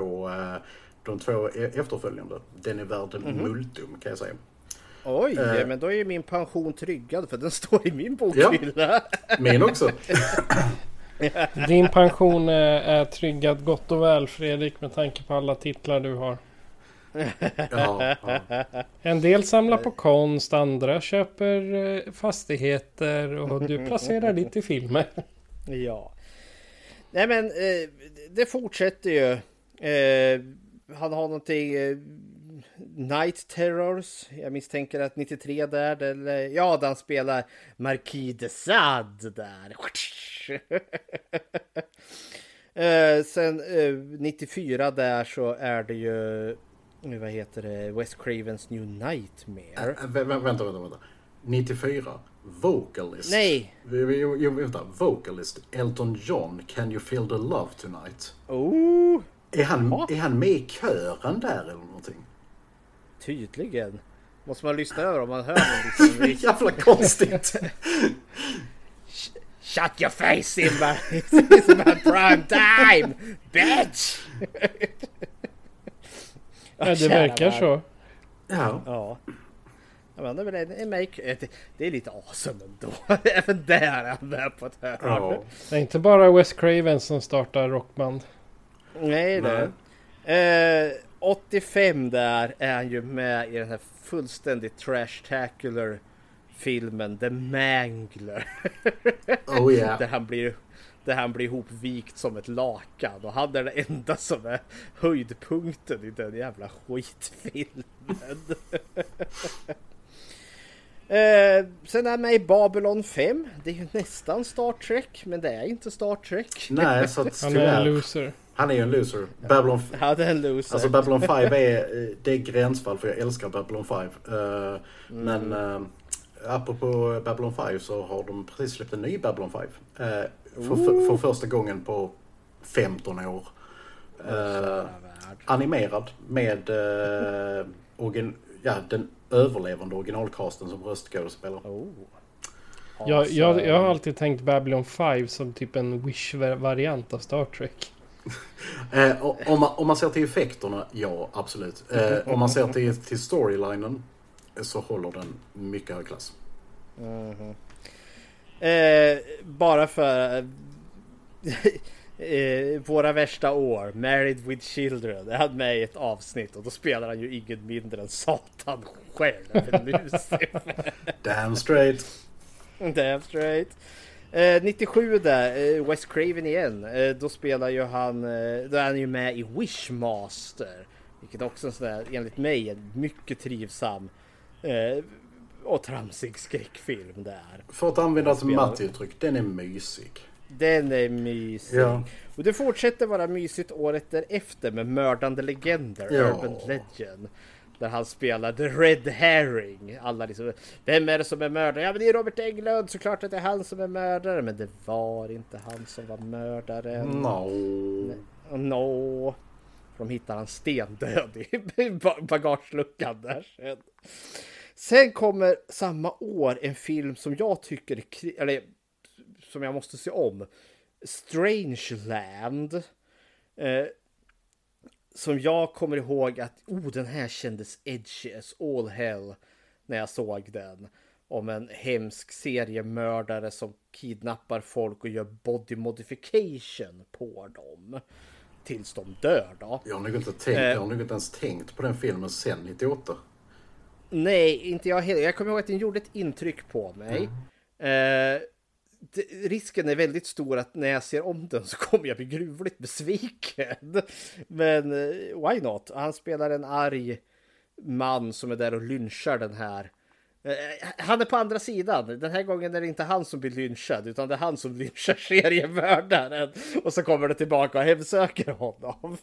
de två efterföljande. Den är värd en multum kan jag säga. Oj, men då är min pension tryggad för den står i min bokhylla. Ja, min också. Din pension är tryggad gott och väl, Fredrik, med tanke på alla titlar du har. Ja. En del samlar på konst, andra köper fastigheter och du placerar ditt i filmer. Ja. Nej men det fortsätter ju. Han har någonting Night Terrors. Jag misstänker att 93 där eller där han spelar Marquis de Sade där. Sen 94 där så är det ju vad heter det? Wes Cravens New Nightmare. Vänta. 94. Vocalist. Nej. Vänta. Vocalist. Elton John. Can you feel the love tonight? Oh. Är han med i kören där eller någonting? Tydligen. Måste man lyssna över om man hör någon liksom. Jävla konstigt. Shut your face, Simba. It's about prime time, bitch. Ja, det verkar så. Ja. Men det är väl en make. Det är lite awesome ändå. Även där är han med på ett hörn. Ja. Det är inte bara Wes Craven som startar rockband. Nej det. 85 där är han ju med i den här fullständigt trashtacular filmen The Mangler. Oh yeah. där han blir ihopvikt som ett lakan. Och han är det enda som är höjdpunkten i den jävla skitfilmen. Sen är han med i Babylon 5. Det är ju nästan Star Trek, men det är inte Star Trek. Nej, så att Han är en loser. Han är ju en loser. Babylon... Ja, det är en loser. Alltså Babylon 5 det är gränsfall, för jag älskar Babylon 5. Men apropå Babylon 5 så har de precis släppt en ny Babylon 5. För första gången på 15 år. Animerad med den överlevande originalcasten som röstskådespelare. Jag har alltid tänkt Babylon 5 som typ en Wish-variant av Star Trek. Om man ser till effekterna, ja absolut. Om man ser till storylinen så håller den mycket hög klass. Bara för våra värsta år, Married with Children, jag hade med i ett avsnitt och då spelar han ju ingen mindre än Satan själv. Damn straight. 97 där, Wes Craven igen. Då spelar ju han, då är han ju med i Wishmaster, vilket också är en sån där, enligt mig, en mycket trivsam och tramsig skräckfilm där. För att använda ett mattuttryck, den är mysig. Den är mysig. Ja. Och det fortsätter vara mysigt året därefter med Mördande Legender, Urban Legend. Där han spelar The Red Herring. Alla liksom, vem är det som är mördare? Ja, men det är Robert Englund, såklart att det är han som är mördare. Men det var inte han som var mördaren. No. De hittar han stendöd i bagageluckan där sen. Sen kommer samma år en film som jag tycker eller som jag måste se om. Strangeland. Som jag kommer ihåg att den här kändes edgy as all hell när jag såg den. Om en hemsk seriemördare som kidnappar folk och gör body modification på dem tills de dör då. Jag har nog inte ens tänkt på den filmen sen 98. Nej, inte jag heller. Jag kommer ihåg att den gjorde ett intryck på mig. Risken är väldigt stor att när jag ser om den så kommer jag bli gruvligt besviken. Men why not? Han spelar en arg man som är där och lynchar den här. Han är på andra sidan. Den här gången är det inte han som blir lynchad, utan det är han som lynchar seriemördaren. Och så kommer det tillbaka och hemsöker honom.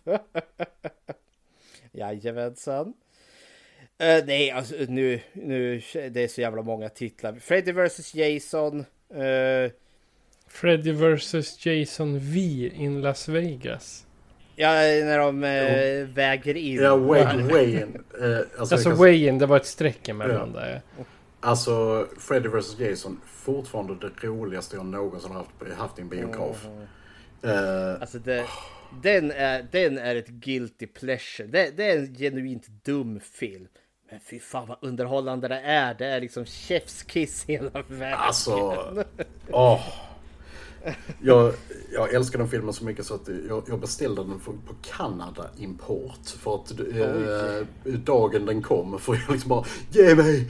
Jajamensan. Nej, alltså nu det är så jävla många titlar. Freddy vs. Jason. Freddy vs. Jason V in Las Vegas. Ja, när de väger in. Ja, Wayne. Alltså Wayne, det var ett streck emellan där. Alltså Freddy vs. Jason, fortfarande det roligaste jag någonsin haft i en biograf. Alltså den är ett guilty pleasure. Det är en genuint dum film. Men fy fan vad underhållande det är. Det är liksom chefskiss hela vägen. Alltså, Jag älskar den filmen så mycket så att jag beställde den på Kanada import. För att dagen den kom får jag liksom bara, ge mig!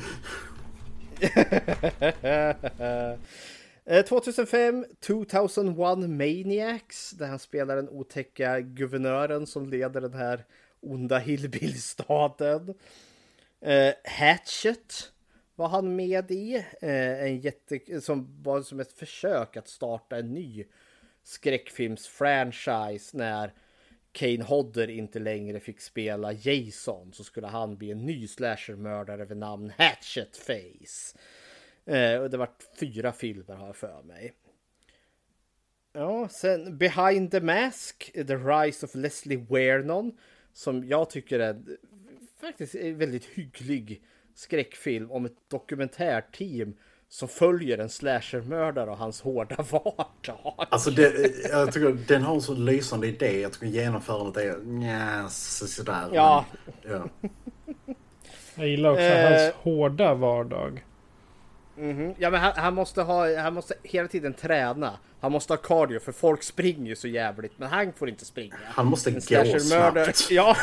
2005, 2001 Maniacs, där han spelar den otäcka guvernören som leder den här onda hillbilly-staden. Hatchet var han med i, som var som ett försök att starta en ny skräckfilms-franchise. När Kane Hodder inte längre fick spela Jason så skulle han bli en ny slashermördare vid namn Hatchet Face. Och det var 4 filmer har jag för mig. Ja, sen Behind the Mask, The Rise of Leslie Vernon, som jag tycker är faktiskt en väldigt hygglig skräckfilm om ett dokumentärteam som följer en slashermördare och hans hårda vardag. Alltså jag tycker den har en så lysande idé. Jag tycker genomförandet är sådär. Ja. Men, ja. Jag gillar också hans hårda vardag. Mm-hmm. Ja, men han måste hela tiden träna. Han måste ha cardio för folk springer ju så jävligt, men han får inte springa. Han måste gå snabbt. Ja.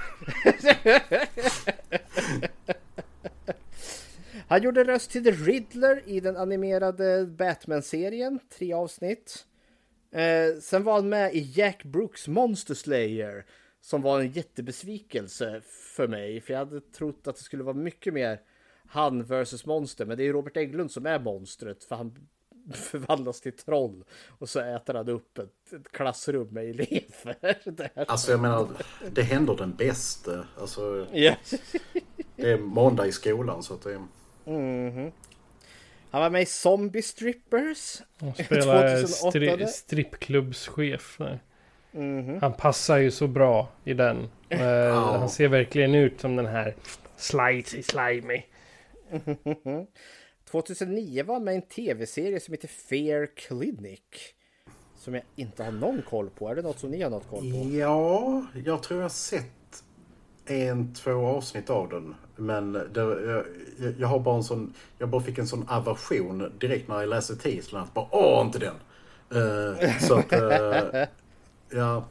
Han gjorde röst till The Riddler i den animerade Batman-serien, 3 avsnitt. Sen var han med i Jack Brooks Monster Slayer, som var en jättebesvikelse för mig, för jag hade trott att det skulle vara mycket mer han versus monster, men det är Robert Englund som är monstret, för han förvandlas till troll och så äter han upp ett klassrum med elever. Alltså jag menar, det händer den bästa. Alltså, yeah. Det är måndag i skolan så att det är... Mm-hmm. Han var med i Zombie Strippers. Han spelar strippklubbschef. Mm-hmm. Han passar ju så bra i den. Han ser verkligen ut som den här slimy. 2009 var med en tv-serie som heter Fair Clinic, som jag inte har någon koll på. Är det något som ni har något koll på? Ja, jag tror jag har sett 1-2 avsnitt av den. Men jag har bara jag bara fick en sån aversion direkt när jag läste titeln att bara, inte den. Så att, ja.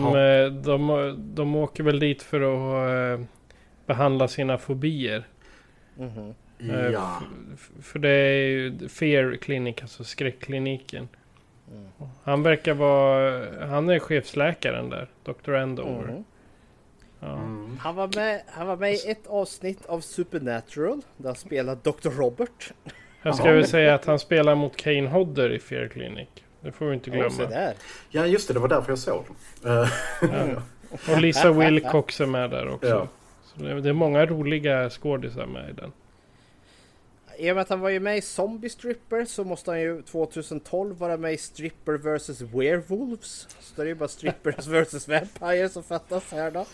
De åker väl dit för att behandla sina fobier. Mm-hmm. Ja. För det är ju Fear Clinic, alltså skräckkliniken. Han verkar vara, han är chefsläkaren där, Dr. Andover. Ja. Han var med i ett avsnitt av Supernatural där han spelar Dr. Robert. Jag ska väl säga att han spelar mot Kane Hodder i Fear Clinic. Det får vi inte glömma. Ja, just det var därför jag såg den. Ja. Och Lisa Wilcox är med där också. Ja. Så det är många roliga skådisar med i den. I och med att han var ju med i Zombie Stripper så måste han ju 2012 vara med i Stripper vs. Werewolves. Så det är ju bara Strippers vs. Vampires som fattas här då.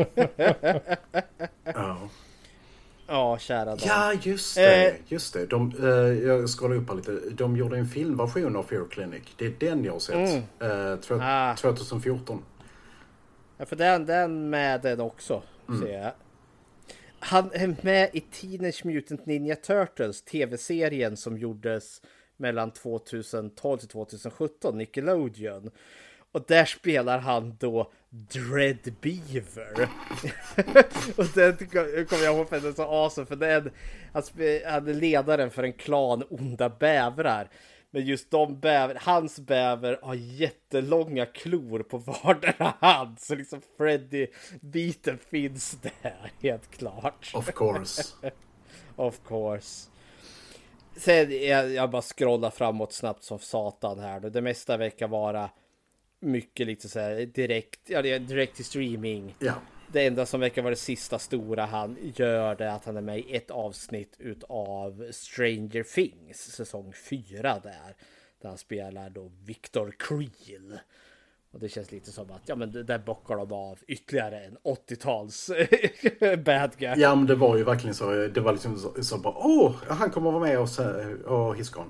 Ja, kära dag. Ja, just det. Jag scrollar upp här lite. De gjorde en filmversion av Fear Clinic. Det är den jag har sett. 2014. Ja, för den med den också, ser jag. Han är med i Teenage Mutant Ninja Turtles, tv-serien som gjordes mellan 2012 till 2017, Nickelodeon. Och där spelar han då Dread Beaver. Och den kommer jag ihåg för den är så awesome, för han är ledaren för en klan onda bävrar. Men just hans bäver har jättelånga klor på vardera hand. Så liksom Freddy-biten finns där, helt klart. Of course. Of course. Sen jag bara scrollar framåt snabbt som satan här. Det mesta verkar vara mycket lite så här direkt till streaming. Ja. Det enda som verkar vara det sista stora han gör det att han är med i ett avsnitt utav Stranger Things säsong 4 där han spelar då Victor Creel. Och det känns lite som att men där bockar de av ytterligare en 80-tals bad guy. Ja, men det var ju verkligen så. Det var liksom så bara, han kommer vara med och Hiscon.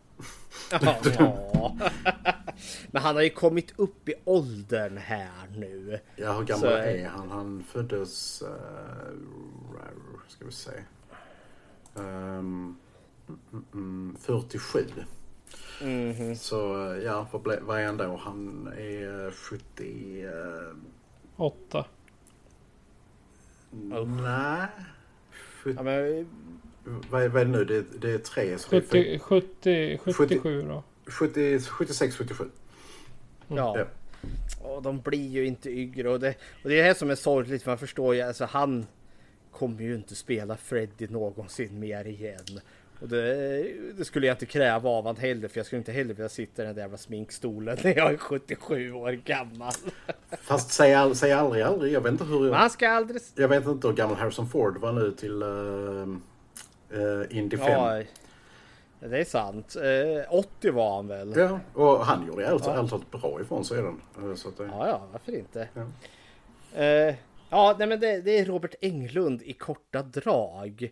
Ja. Men han har ju kommit upp i åldern här nu. Ja, hur gammal är han? Han föddes ska vi se 47. Så ja, vad är han då? Han är 8. Nej. Ja, men... Vad är det nu? Det är 3. 77 då. 76, 77. Ja. Och de blir ju inte yngre. Och det är det här som är sorgligt. För man förstår ju, alltså han kommer ju inte spela Freddy någonsin mer igen. Och det skulle jag inte kräva av han heller. För jag skulle inte heller vilja sitta i den där jävla sminkstolen när jag är 77 år gammal. Fast säg aldrig. Jag vet inte hur... Man ska aldrig... Jag vet inte hur gammal Harrison Ford var nu till Indy 5. Ja, det är sant. 80 var han väl? Ja, och han gjorde allt bra ifrån sig den. Så att, ja, varför inte? Ja. Nej, men det är Robert Englund i korta drag.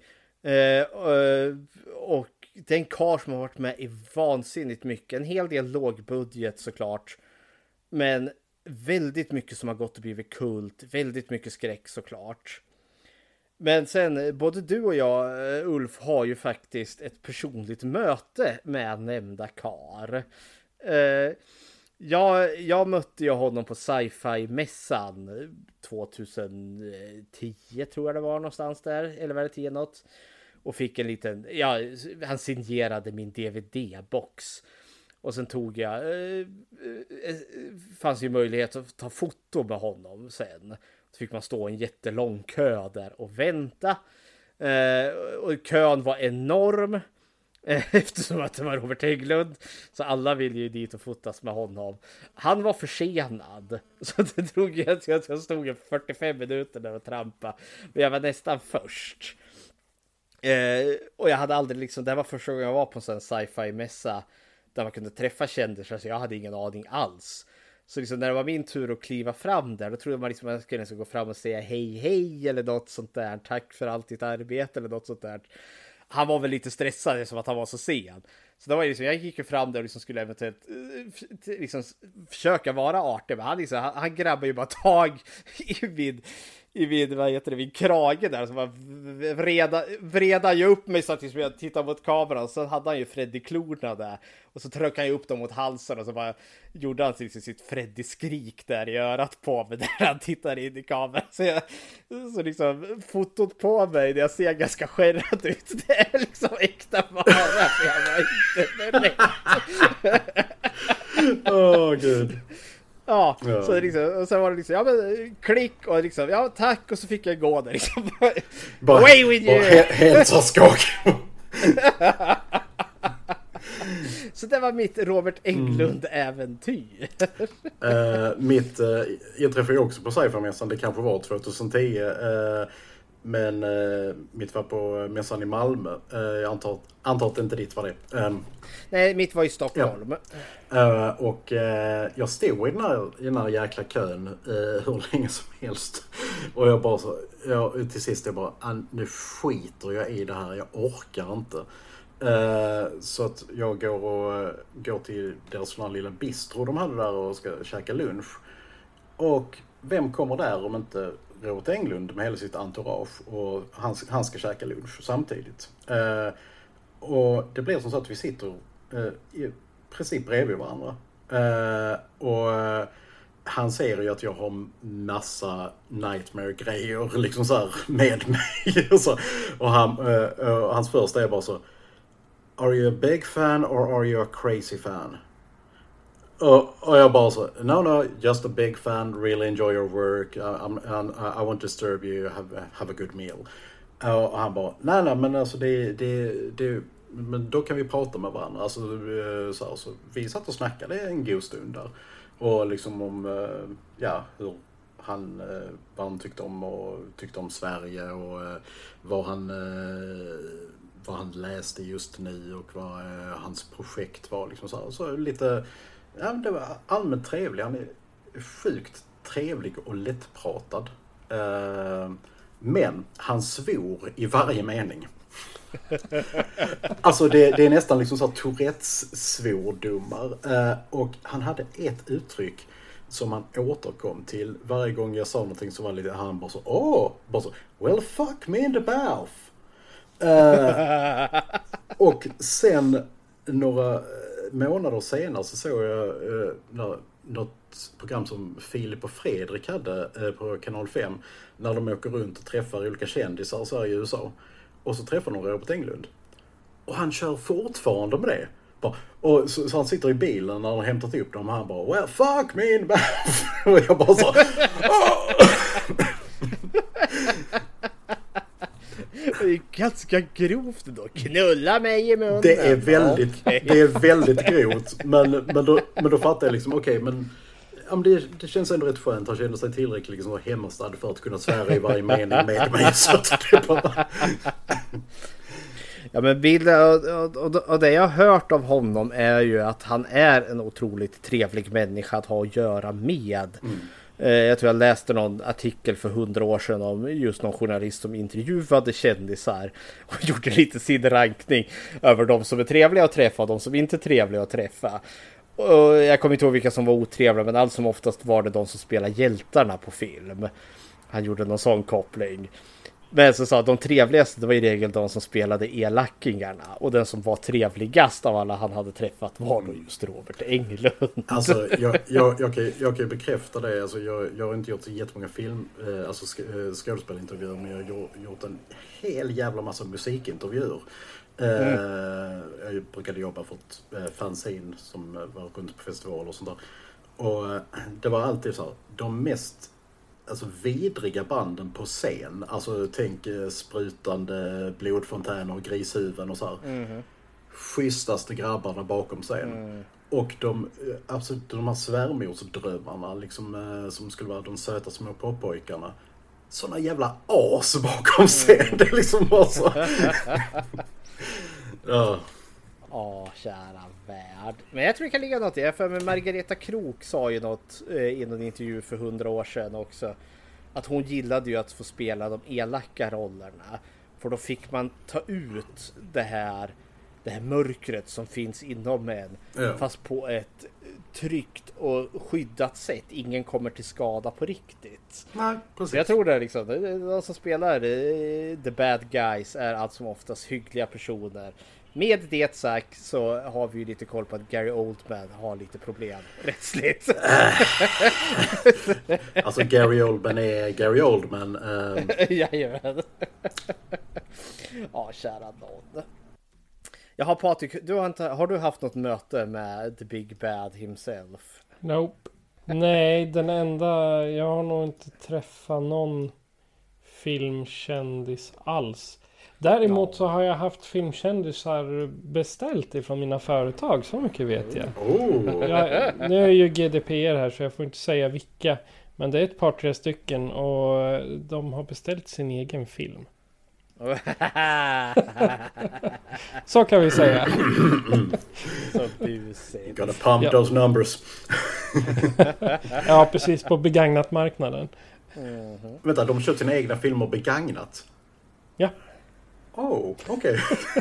Och det är en karl som har varit med i vansinnigt mycket. En hel del lågbudget såklart. Men väldigt mycket som har gått och blivit kult. Väldigt mycket skräck såklart. Men sen, både du och jag, Ulf, har ju faktiskt ett personligt möte med nämnda kar. Jag mötte ju honom på sci-fi-mässan 2010 tror jag det var någonstans där. Eller var det 10 något? Och fick en liten, han signerade min DVD-box. Och sen tog jag, fanns ju möjlighet att ta foto med honom sen. Så fick man stå en jättelång kö där och vänta. Och kön var enorm. Eftersom att det var Robert Englund. Så alla ville ju dit och fotas med honom. Han var försenad. Så det drog jag att jag stod i 45 minuter där och trampa. Men jag var nästan först. Och jag hade aldrig liksom, det var första gången jag var på en sån sci-fi-mässa. Där man kunde träffa kändisar. Så jag hade ingen aning alls. Så liksom när det var min tur att kliva fram där, då trodde man liksom att jag skulle gå fram och säga hej eller något sånt där. Tack för allt ditt arbete eller något sånt där. Han var väl lite stressad som att han var så sen. Så det var liksom, jag gick ju fram där och liksom skulle eventuellt liksom försöka vara artig. Men han grabbar ju bara tag i min krage där. Så vreda ju upp mig så att jag tittade mot kameran. Så hade han ju Freddy-klorna där. Och så tryckte han ju upp dem mot halsen. Och så bara gjorde han sitt Freddy-skrik där i örat på mig. Där han tittar in i kameran. Så liksom fotot på mig. Jag ser ganska skärrad ut. Det är liksom äkta vara. För jag var inte Åh, gud. Ja, så liksom, och sen var det liksom, ja men klick och liksom, ja tack, och så fick jag gå där liksom. Away with you! Helt så skak. Så det var mitt Robert Englund-äventyr. Mitt inträffade ju också på sci-fi-mässan, det kanske var 2010. Men mitt var på mässan i Malmö. Jag antar att det inte ditt var det. Nej, mitt var i Stockholm. Ja. Och jag stod i den här jäkla kön hur länge som helst. Och jag bara så, till sist jag bara, nu skiter jag i det här, jag orkar inte. Så att jag går till deras sån här lilla bistro de hade där och ska käka lunch. Och vem kommer där om inte Robert Englund med hela sitt entourage, och han ska käka lunch samtidigt. Och det blir som så att vi sitter i princip bredvid varandra. Och han ser ju att jag har massa nightmare-grejer liksom så här med mig. och hans första är bara så: Are you a big fan or are you a crazy fan? Och jag bara så, no, just a big fan, really enjoy your work, I won't disturb you, have a good meal. Och han bara, nej, men alltså men då kan vi prata med varandra. Alltså, så vi satt och snackade en god stund där. Och liksom om, hur vad han tyckte om Sverige och vad han läste just nu och vad hans projekt var. Liksom så lite... Ja, det var allmänt trevlig. Han är sjukt trevlig och lättpratad. Men han svor i varje mening. Alltså det är nästan liksom så Tourettes svordomar. Och han hade ett uttryck som han återkom till varje gång jag sa någonting som var lite, han bara så, well fuck me in the mouth. Och sen månader senare så såg jag något program som Filip och Fredrik hade på Kanal 5 när de åker runt och träffar olika kändisar så här i USA. Och så träffar de Robert Englund. Och han kör fortfarande med det. Och så han sitter i bilen när han hämtat upp dem och han bara well fuck me in och jag bara så Det är ganska grovt då. Knulla mig i munnen. Det är väldigt grovt. Men då fattar jag liksom okej, men det känns ändå rätt skönt. Han känner sig tillräckligt liksom hemmastad för att kunna svära i varje mening med mig. Så att det bara... Ja, men bilden och det jag har hört av honom är ju att han är en otroligt trevlig människa att ha att göra med. Jag tror jag läste någon artikel för 100 år sedan om just någon journalist som intervjuade kändisar och gjorde lite sin rankning över de som är trevliga att träffa och de som inte är trevliga att träffa. Och jag kommer inte ihåg vilka som var otrevliga, men allt som oftast var det de som spelar hjältarna på film. Han gjorde någon sån koppling. Men så sa de trevligaste, det var i regel de som spelade elackingarna. Och den som var trevligast av alla han hade träffat var då just Robert Englund. Alltså, jag kan bekräfta det. Alltså, jag har inte gjort så jättemånga skådespelintervjuer, men jag har gjort en hel jävla massa musikintervjuer. Jag brukade jobba för ett fanzine som var runt på festivaler och sånt där. Och det var alltid så här, de mest vidriga banden på scen. Alltså tänk sprutande blodfontäner och grishuven och så här. Schysstaste grabbarna bakom scen. Och de här svärmorsdrömmarna liksom, som skulle vara de söta små poppojkarna. Såna jävla as bakom scen. Det är liksom bara så. Ja. Kära värld. Men jag tror det kan ligga något i det. För Margareta Krok sa ju något i någon intervju för 100 år sedan också. Att hon gillade ju att få spela de elaka rollerna. För då fick man ta ut det här mörkret som finns inom en. Ja. Fast på ett tryggt och skyddat sätt. Ingen kommer till skada på riktigt. Nej, precis. Så jag tror det liksom. De som spelar the bad guys är allt som oftast hyggliga personer. Med det sagt så har vi ju lite koll på att Gary Oldman har lite problem rättsligt. Alltså Gary Oldman är Gary Oldman. Jajamän. Ja, kära någon. Jaha, Patrik, har du haft något möte med The Big Bad himself? Nope. Nej, jag har nog inte träffat någon filmkändis alls. Däremot så har jag haft filmkändisar beställt ifrån mina företag, så mycket vet jag. Nu är ju GDPR här så jag får inte säga vilka. Men det är ett par, 3 stycken och de har beställt sin egen film. Så kan vi säga. Så busigt. Gotta pump those numbers. Ja, precis, på begagnat marknaden. Vänta, de kör sina egna filmer begagnat? Ja. Okej.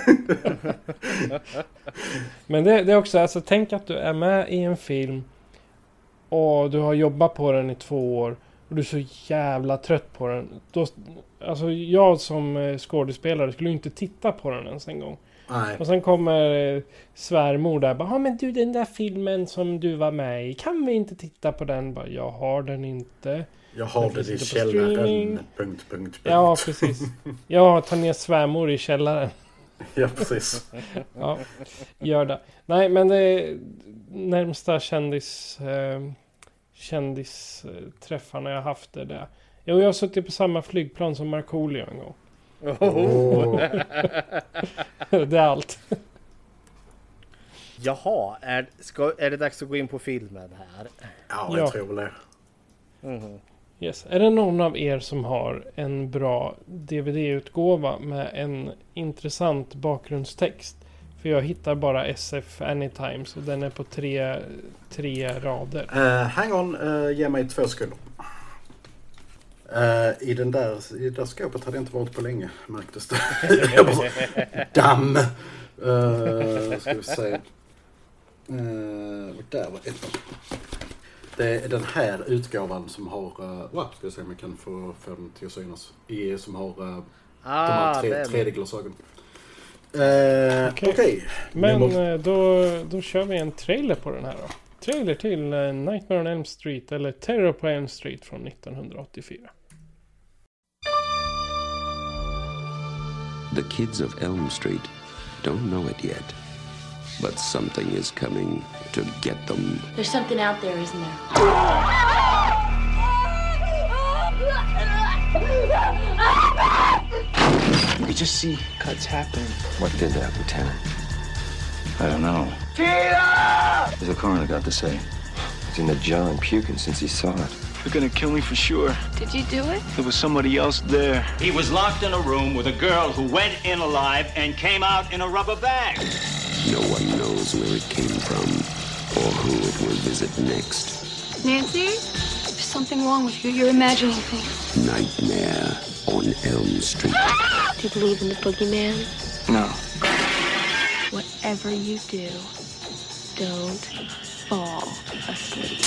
Men det är också, alltså tänk att du är med i en film och du har jobbat på den i 2 år och du är så jävla trött på den. Alltså jag som skådespelare skulle inte titta på den ens en gång. Nej. Och sen kommer svärmor där bara, men du, den där filmen som du var med i, kan vi inte titta på den? Bara, jag har den inte. Jag har det i källaren. Punkt. Ja, precis. Jag tar ner svärmor i källaren. Ja, precis. Ja, gör det. Nej, men det närmsta kändisträffarna jag haft är det. Jag har suttit på samma flygplan som Markoolio en gång. Det är allt. Jaha, är det dags att gå in på filmen här? Ja, jag tror väl det. Yes. Är det någon av er som har en bra DVD-utgåva med en intressant bakgrundstext? För jag hittar bara SF Anytime, så den är på 3 rader. Hang on, ge mig 2 sekunder. I det där skåpet hade jag inte varit på länge, märktes det. Jag bara så, damm! Ska vi se. Där var ett. Det är den här utgåvan som har... ska jag se om jag kan få den till att synas. Som har de här 3D-glasögon. Okej. Men då kör vi en trailer på den här då. Trailer till Nightmare on Elm Street eller Terror på Elm Street från 1984. The kids of Elm Street don't know it yet, but something is coming to get them. There's something out there, isn't there? We just see cuts happen. What did that, Lieutenant? I don't know. What's the coroner got to say? He's in the jar and puking since he saw it. They're gonna kill me for sure. Did you do it? There was somebody else there. He was locked in a room with a girl who went in alive and came out in a rubber bag. No one knows where it came from or who it will visit next. Nancy? There's something wrong with you. You're imagining things. Nightmare on Elm Street. Do you believe in the boogeyman? No. Whatever you do, don't fall asleep.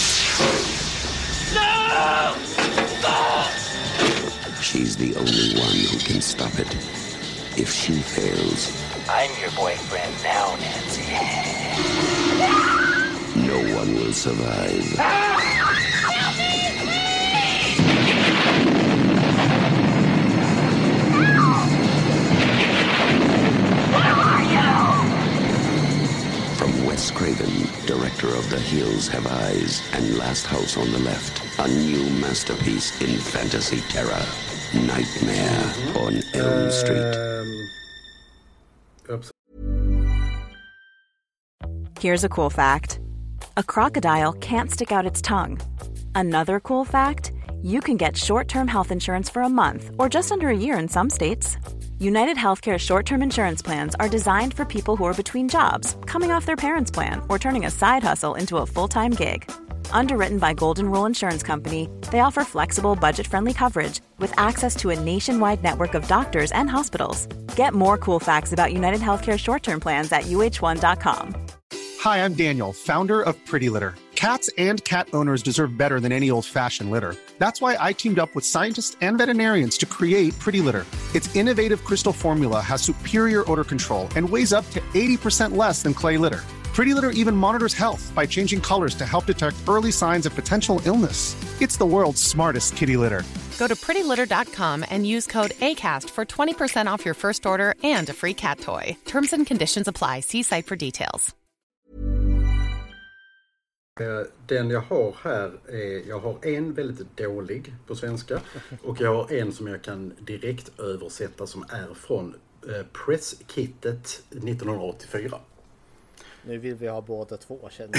No! She's the only one who can stop it. If she fails, I'm your boyfriend now, Nancy. no one will survive. From Wes Craven, director of The Hills Have Eyes and Last House on the Left, a new masterpiece in fantasy terror, Nightmare on Elm Street. Oops. Here's a cool fact. A crocodile can't stick out its tongue. Another cool fact, you can get short-term health insurance for a month or just under a year in some states. United Healthcare short-term insurance plans are designed for people who are between jobs, coming off their parents' plan, or turning a side hustle into a full-time gig. Underwritten by Golden Rule Insurance Company, they offer flexible, budget-friendly coverage with access to a nationwide network of doctors and hospitals. Get more cool facts about United Healthcare short-term plans at uh1.com. Hi, I'm Daniel, founder of Pretty Litter. Cats and cat owners deserve better than any old-fashioned litter. That's why I teamed up with scientists and veterinarians to create Pretty Litter. Its innovative crystal formula has superior odor control and weighs up to 80% less than clay litter. Pretty Litter even monitors health by changing colors to help detect early signs of potential illness. It's the world's smartest kitty litter. Go to prettylitter.com and use code ACAST for 20% off your first order and a free cat toy. Terms and conditions apply. See site for details. Den jag har här är, jag har en väldigt dålig på svenska och jag har en som jag kan direkt översätta som är från presskittet 1984. Nu vill vi ha båda två, känner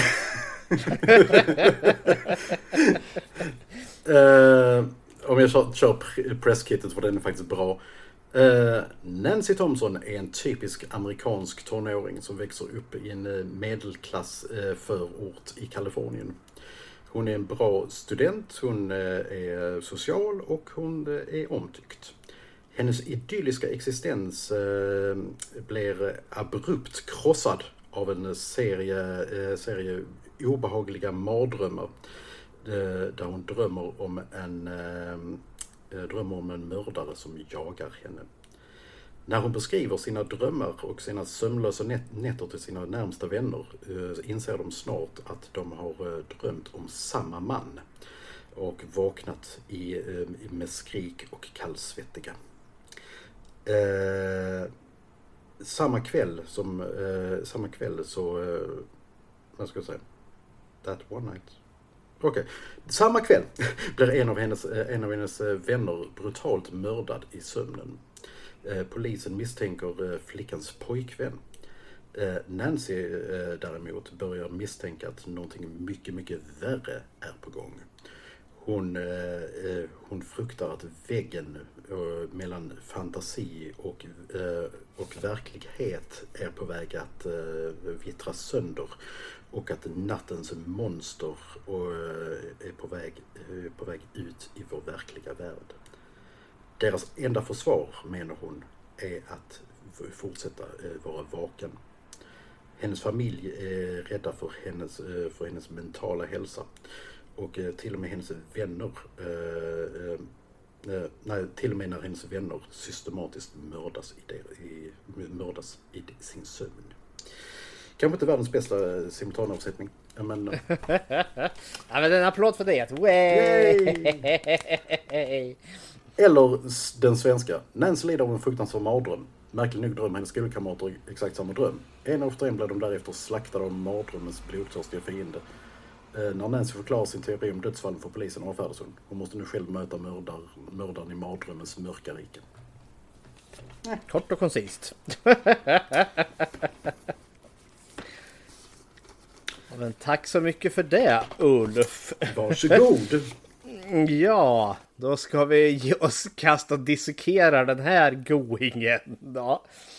jag. Om jag kör presskittet, för den är faktiskt bra. Nancy Thompson är en typisk amerikansk tonåring som växer upp i en medelklass förort i Kalifornien. Hon är en bra student, hon är social och hon är omtyckt. Hennes idylliska existens blir abrupt krossad av en serie obehagliga mardrömmar där hon drömmer om en mördare som jagar henne. När hon beskriver sina drömmar och sina sömnlösa nätter till sina närmsta vänner inser de snart att de har drömt om samma man och vaknat med skrik och kallsvettiga. Samma kväll så vad ska jag säga? That one night. Okej. Samma kväll blir en av hennes vänner brutalt mördad i sömnen. Polisen misstänker flickans pojkvän. Nancy däremot börjar misstänka att någonting mycket, mycket värre är på gång. Hon fruktar att väggen mellan fantasi och verklighet är på väg att vittra sönder och att nattens monster är på väg ut i vår verkliga värld. Deras enda försvar, menar hon, är att fortsätta vara vaken. Hennes familj är rädda för hennes mentala hälsa. Och till och med hennes vänner till och med när hennes vänner systematiskt mördas i sin sömn. Kanske inte världens bästa simultanöversättning. Men... ja, men en applåd för det. Eller den svenska. Nancy lider av en fruktansvärd mardröm. Märkligt nog drömmer hennes skolkamrater exakt samma dröm. En efter en blev de därefter slaktade av mardrömmens blodtörstiga fiende. När Nancy förklarar sin teori om dödsfallen för polisen avfärdas hon. Hon måste nu själv möta mördaren i mardrömmens mörka riken. Kort och koncist. Men tack så mycket för det, Ulf. Varsågod. Ja, då ska vi ge oss kasta och dissekera den här goingen. Ja.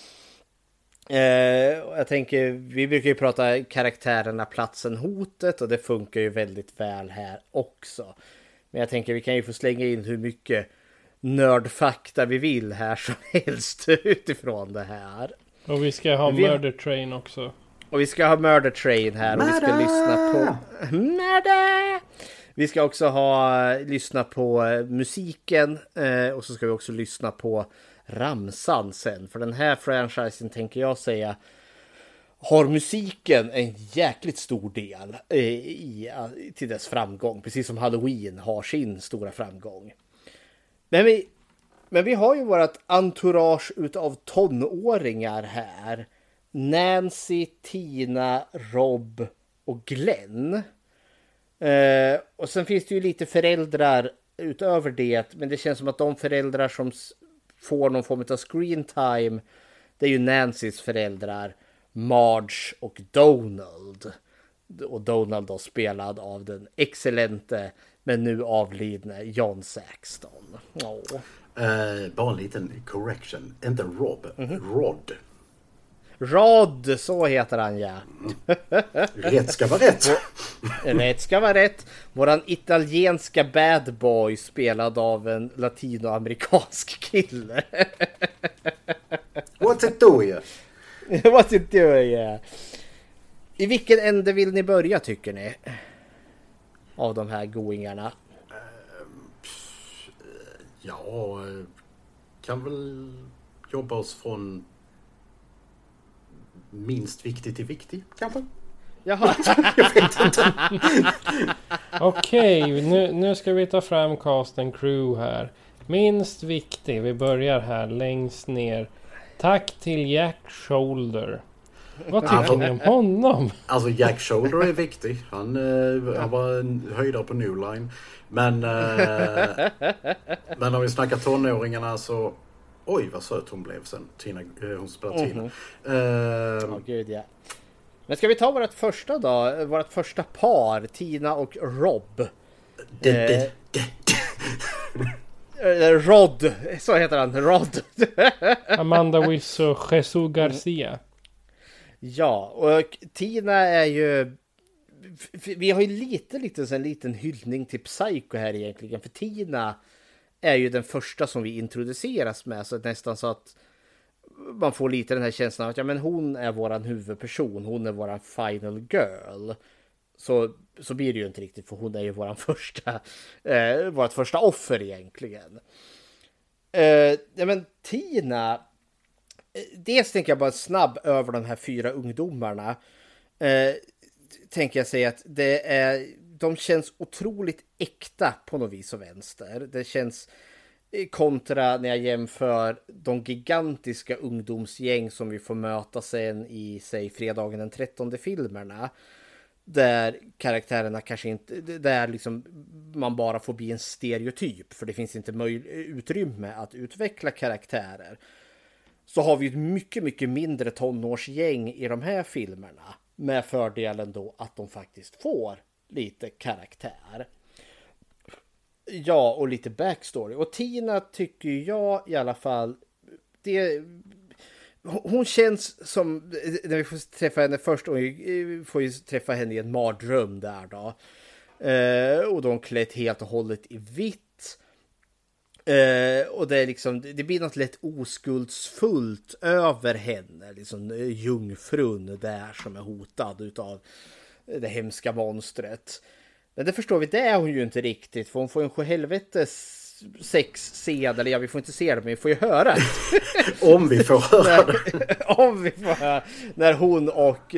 Jag tänker, vi brukar ju prata karaktärerna, platsen, hotet, och det funkar ju väldigt väl här också. Men jag tänker vi kan ju få slänga in hur mycket nördfakta vi vill här som helst utifrån det här. Och vi ska ha Murder Train också. Och vi ska ha Murder Train här. Och vi ska lyssna på... Murder! Vi ska också lyssna på musiken. Och så ska vi också lyssna på ramsan sen. För den här franchisen, tänker jag säga, har musiken en jäkligt stor del till dess framgång. Precis som Halloween har sin stora framgång. Men vi har ju vårt entourage utav tonåringar här. Nancy, Tina, Rob och Glenn. Och sen finns det ju lite föräldrar utöver det. Men det känns som att de föräldrar som får någon form av screen time, det är ju Nancys föräldrar, Marge och Donald. Och Donald då spelad av den excellente men nu avlidne John Saxton. Bara en liten correction. Inte Rob, Rod. Rod, så heter han, ja. Rätt ska vara rätt. Rätt ska vara rätt. Våran italienska bad boy spelad av en latinoamerikansk kille. What's it doing? What's it doing? I vilken ände vill ni börja, tycker ni? Av de här goingarna. Ja, kan väl jobba oss från minst viktig till viktig, kanske? Jaha. Jag vet inte. Okej, nu ska vi ta fram cast and crew här. Minst viktig, vi börjar här längst ner. Tack till Jack Shoulder. Vad tycker ni om honom? Alltså Jack Shoulder är viktig. Han var en höjdare på New Line. Men om vi snackar tonåringarna så... Oj, vad söt hon blev sen. Tina, hon spelar Tina. Gud, ja. Men ska vi ta vårt första då? Vårt första par, Tina och Rob. Rod, så heter han, Rod. Amanda Wiss och Jesus Garcia. Ja, och Tina är ju... Vi har ju en liten hyllning till Psycho här egentligen. För Tina är ju den första som vi introduceras med. Så nästan så att man får lite den här känslan av att ja, men hon är våran huvudperson. Hon är våran final girl. Så blir det ju inte riktigt, för hon är ju vårt första offer egentligen. Ja, men Tina, dels tänker jag bara snabb över de här 4 ungdomarna. Tänker jag säga att de känns otroligt äkta på något vis och vänster. Det känns kontra när jag jämför de gigantiska ungdomsgäng som vi får möta sen i, säg, fredagen den 13 filmerna. Där karaktärerna kanske inte, där liksom man bara får bli en stereotyp, för det finns inte utrymme att utveckla karaktärer. Så har vi ett mycket, mycket mindre tonårsgäng i de här filmerna, med fördelen då att de faktiskt får lite karaktär. Ja, och lite backstory. Och Tina tycker jag i alla fall, hon känns som, när vi får träffa henne först, och vi får ju träffa henne i en mardröm där då. Och de klätt helt och hållet i vitt. Och det är liksom, det blir något lätt oskuldsfullt över henne. Liksom jungfrun där som är hotad utav det hemska monstret. Men det förstår vi, det är hon ju inte riktigt. För hon får en sjuhelvetes sexscen, eller ja, vi får inte se det, men vi får ju höra det. Om vi får höra det. Om vi får höra. När hon och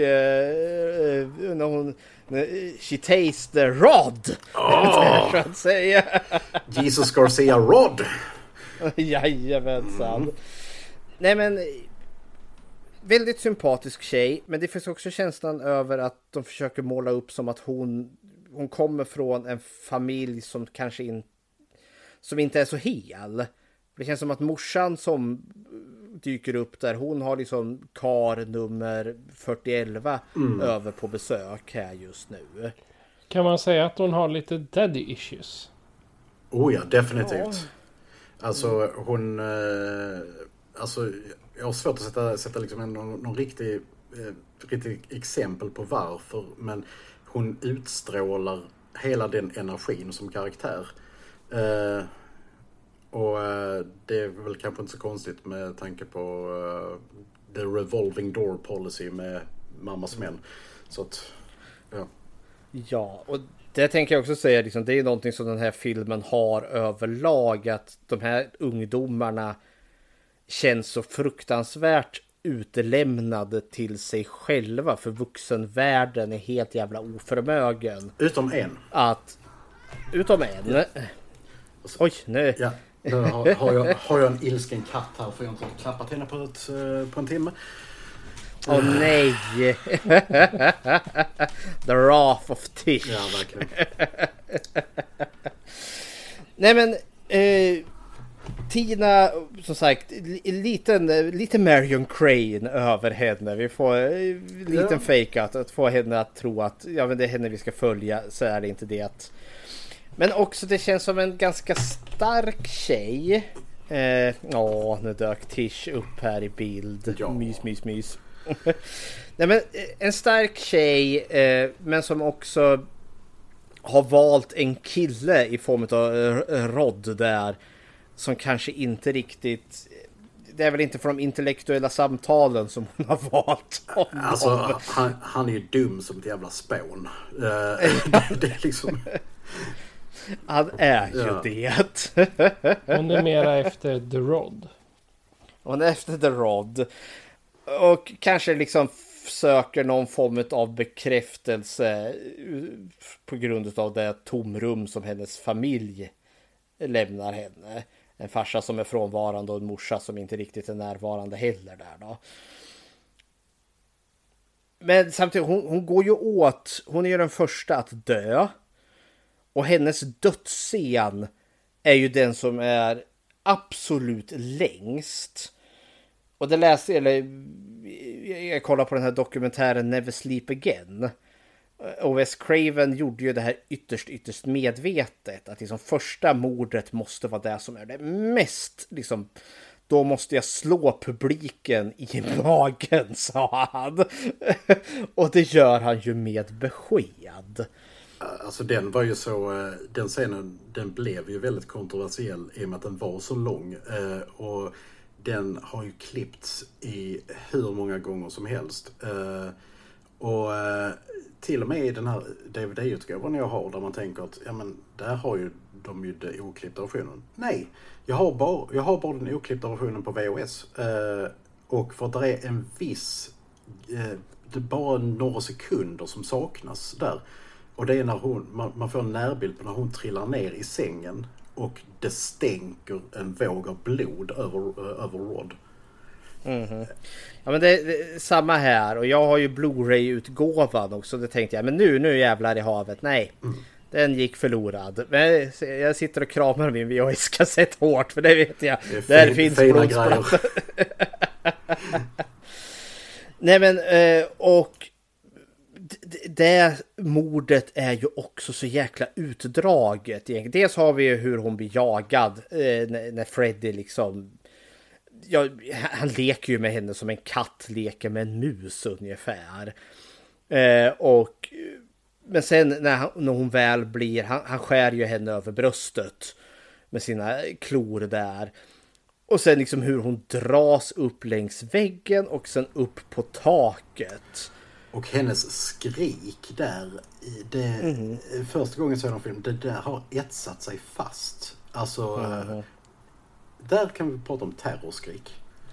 she tastes the rod. Så att säga. Jesus Garcia Rod. Jajamensan. Nej, men väldigt sympatisk tjej, men det finns också känslan över att de försöker måla upp som att hon kommer från en familj som kanske som inte är så hel. Det känns som att morsan som dyker upp där, hon har liksom kar nummer 4011 över på besök här just nu. Kan man säga att hon har lite daddy issues? Oh ja, definitivt. Alltså hon... Alltså jag har svårt att sätta liksom någon riktig exempel på varför, men hon utstrålar hela den energin som karaktär. Och det är väl kanske inte så konstigt med tanke på the revolving door policy med mammas män. Så att, ja. Ja, och det tänker jag också säga, liksom, det är någonting som den här filmen har överlag, att de här ungdomarna känns så fruktansvärt utelämnade till sig själva, för vuxenvärlden är helt jävla oförmögen. Utom en. Utom en. Ja. Oj, nej. Ja. Har jag en ilsken katt här, för jag inte klappat henne på en timme. Åh nej. The wrath of Tish. Ja, verkligen. Nej, men Tina, som sagt, lite Marion Crane över henne. Vi får en liten fake att få henne att tro att men det är henne vi ska följa, så är det inte det. Men också det känns som en ganska stark tjej. Nu dök Tish upp här i bild. Ja. Mys. Nej, men en stark tjej, men som också har valt en kille i form av Rod där, som kanske inte riktigt, det är väl inte för de intellektuella samtalen som hon har valt honom. Alltså han är ju dum som ett jävla spån. Det är liksom... Han är ju det. Hon är mera efter The Rod. Hon är efter The Rod. Och kanske liksom söker någon form av bekräftelse på grund av det tomrum som hennes familj lämnar henne. En farsa som är frånvarande och en morsa som inte riktigt är närvarande heller där då. Men samtidigt, hon går ju åt, hon är ju den första att dö. Och hennes dödsscen är ju den som är absolut längst. Och det läste, jag kollar på den här dokumentären Never Sleep Again. Och Wes Craven gjorde ju det här ytterst medvetet. Att liksom första mordet måste vara det som är det mest liksom, då måste jag slå publiken i magen, sa han. Och det gör han ju med besked. Alltså den var ju så, den scenen, den blev ju väldigt kontroversiell i och med att den var så lång. Och den har ju klippts i hur många gånger som helst. Och till och med i den här DVD-utgåvan jag har, där man tänker att ja, men där har ju de ju den oklippta versionen. Nej, jag har bara den oklippta versionen på VHS. Och för att det är en viss, det är bara några sekunder som saknas där. Och det är när man får en närbild på när hon trillar ner i sängen och det stänker en våg av blod över Rod. Mm-hmm. Ja, men det är samma här, och jag har ju Blu-ray-utgåvan också. Det tänkte jag, men nu jävlar i havet. Nej, den gick förlorad. Men jag sitter och kramar min VHS-kassett hårt, för det vet jag. Där finns blodsplattor. Nej, men och det mordet är ju också så jäkla utdraget. Dels har vi ju hur hon blir jagad när Freddy liksom, ja, han leker ju med henne som en katt leker med en mus ungefär. Men sen när hon väl blir, han skär ju henne över bröstet med sina klor där. Och sen liksom hur hon dras upp längs väggen och sen upp på taket. Och hennes skrik där, första gången jag såg den film, det där har etsat sig fast. Alltså, där kan vi prata om terrorskrik.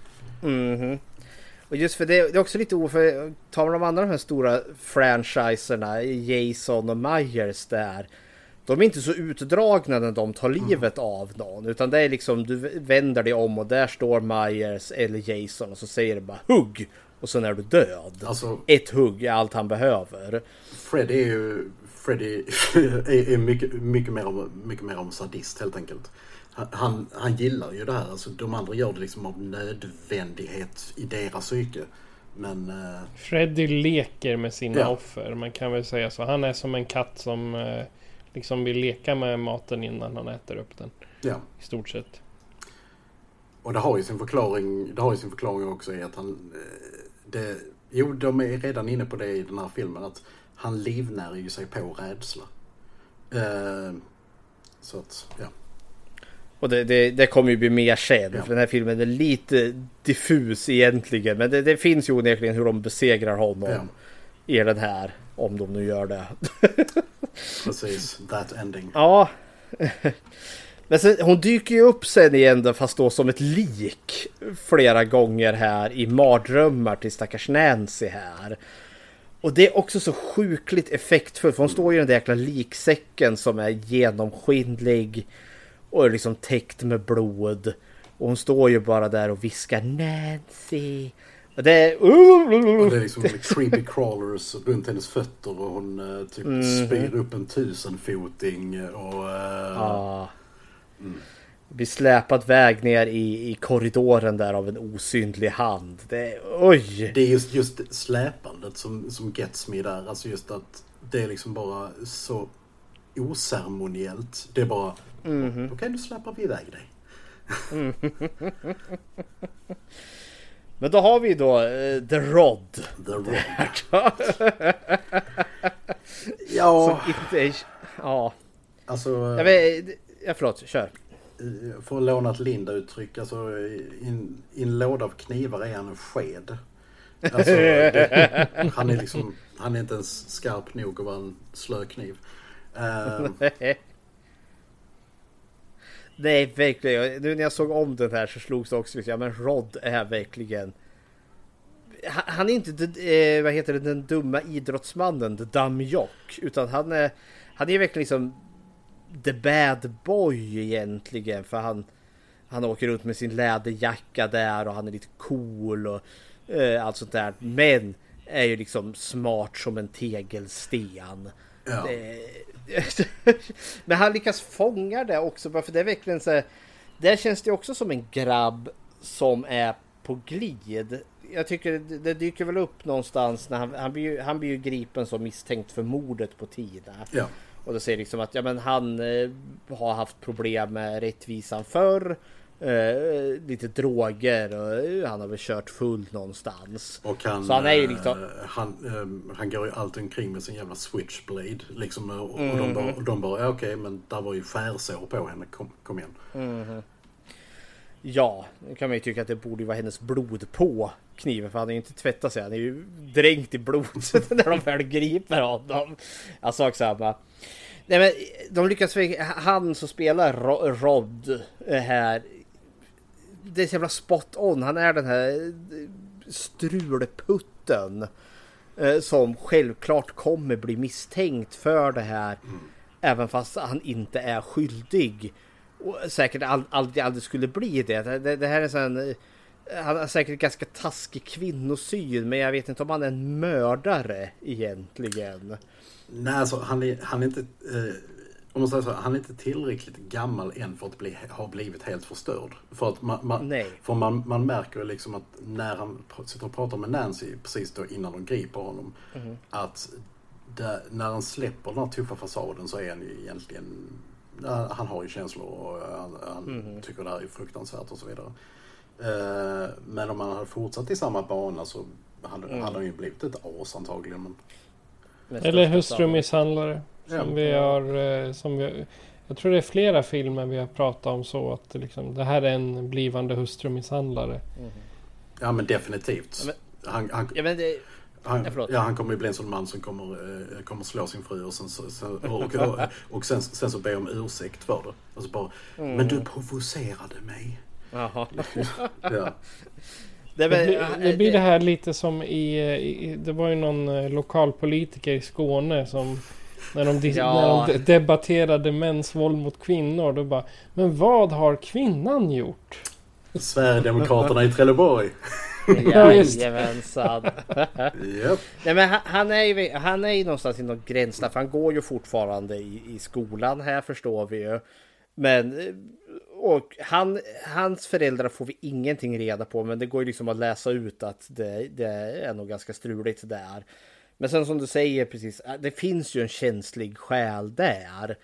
Och just för det är också lite för tar man de andra de här stora franchiserna, Jason och Myers där, de är inte så utdragna när de tar livet av någon, utan det är liksom du vänder dig om och där står Myers eller Jason och så säger det bara hugg och sen är du död. Alltså, ett hugg är allt han behöver. Freddy är mycket mer om sadist helt enkelt. Han gillar ju det här. Alltså, de andra gör det liksom av nödvändighet i deras psyke. Men Freddy leker med sina offer. Man kan väl säga så. Han är som en katt som liksom vill leka med maten innan han äter upp den. Ja. I stort sett. Och det har ju sin förklaring också i att de är redan inne på det i den här filmen, att han livnär ju sig på rädsla. Så att, ja. Och det kommer ju bli mer sen, för den här filmen är lite diffus egentligen, men det finns ju onekligen hur de besegrar honom i den här, om de nu gör det. Precis, that ending. Ja. Men sen, hon dyker ju upp sen igen fast då som ett lik flera gånger här i mardrömmar till stackars Nancy här. Och det är också så sjukligt effektfullt, för hon står ju i den där jäkla liksäcken som är genomskinlig och är liksom täckt med blod. Och hon står ju bara där och viskar Nancy. Och det är... Och det är liksom creepy crawlers runt hennes fötter och hon typ spyr upp en 1000-foting och... blir släpat väg ner i korridoren där av en osynlig hand. Oj! Det är just släpandet som gets me där. Alltså just att det är liksom bara så oceremoniellt. Det är bara okej, nu släpar vi iväg dig. Men då har vi då The Rod. The Rod. Ja. Som inte är... Ja. Alltså... Förlåt, kör. För att låna ett Linda-uttryck, alltså i en låda av knivar är han en sked. Alltså, han är inte ens skarp nog att vara en slökniv. Nej, verkligen. Nu när jag såg om den här så slogs det också, men Rod är verkligen... Han är inte den dumma idrottsmannen, the dumb jock, utan han är verkligen liksom the bad boy egentligen, för han åker runt med sin läderjacka där och han är lite cool och allt sånt där, men är ju liksom smart som en tegelsten. Ja. Men han lyckas fånga det också, för det är verkligen så här, där känns det också som en grabb som är på glid. Jag tycker det dyker väl upp någonstans när han blir ju gripen som misstänkt för mordet på Tina. Ja. Och då säger liksom att han har haft problem med rättvisan förr, lite droger och han har väl kört full någonstans. Och så han är ju liksom... han går ju alltid omkring med sin jävla switchblade liksom, och de bara okej, men där var ju skärsår på henne, kom igen. Ja, nu kan man ju tycka att det borde vara hennes blod på kniven, för han är ju inte tvättat sig, han är ju dränkt i blod när de väl griper honom. Jag sa samma. Nej, men de lyckas, han som spelar Rod här, det är så jävla spot on. Han är den här strulputten som självklart kommer bli misstänkt för det här, även fast han inte är skyldig. Och säkert aldrig skulle bli det. Det här är sån... Han har säkert ganska taskig kvinnosyn, men jag vet inte om han är en mördare egentligen. Nej, alltså han är inte... om man säger så, han är inte tillräckligt gammal än för att ha blivit helt förstörd. För att man märker liksom att när han sitter och pratar med Nancy precis då innan de griper honom, att när han släpper den här tuffa fasaden så är han ju egentligen... Han har ju känslor och han tycker det här är fruktansvärt och så vidare. Men om man hade fortsatt i samma bana så hade han ju blivit ett as antagligen. Eller hustrumisshandlare. Jag tror det är flera filmer vi har pratat om så att liksom, det här är en blivande hustrumisshandlare. Ja, men definitivt. Han kommer ju bli en sån man som kommer slå sin fru och sen så be om ursäkt för det. Alltså bara, men du provocerade mig. Jaha. Ja. Det blir det här lite som det var ju någon lokalpolitiker i Skåne som när de debatterade mäns våld mot kvinnor, då bara, men vad har kvinnan gjort? Sverigedemokraterna i Trelleborg. Jajamensan. Yep. Nej, men han är ju någonstans i någon gräns där, för han går ju fortfarande i skolan här, förstår vi ju. Men och hans föräldrar får vi ingenting reda på, men det går ju liksom att läsa ut att det är nog ganska struligt där. Men sen som du säger precis, det finns ju en känslig själ där.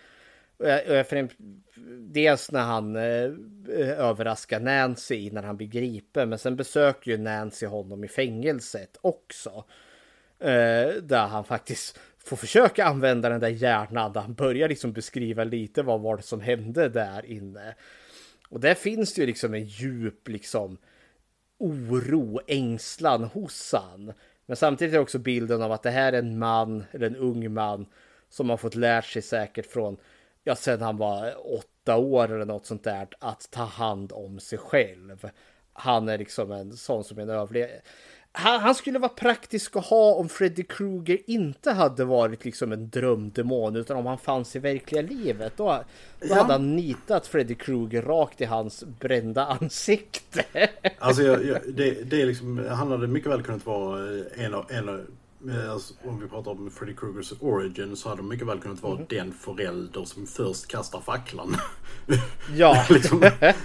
Dels när han överraskar Nancy när han blir gripen, men sen besöker ju Nancy honom i fängelset också. Där han faktiskt får försöka använda den där hjärnan, där han börjar liksom beskriva lite vad var det som hände där inne. Och där finns det ju liksom en djup liksom oro, ängslan hos han. Men samtidigt är det också bilden av att det här är en man, eller en ung man, som har fått lärt sig säkert från, sen han var 8 år eller något sånt där, att ta hand om sig själv. Han är liksom en sån som en överlevare. Han skulle vara praktisk att ha om Freddy Krueger inte hade varit liksom en drömdemon, utan om han fanns i verkliga livet. Då hade han nitat Freddy Krueger rakt i hans brända ansikte. Alltså det är liksom, han hade mycket väl kunnat vara alltså, om vi pratar om Freddy Kruegers origin, så hade det mycket väl kunnat vara den förälder som först kastar facklan. Ja. Liksom.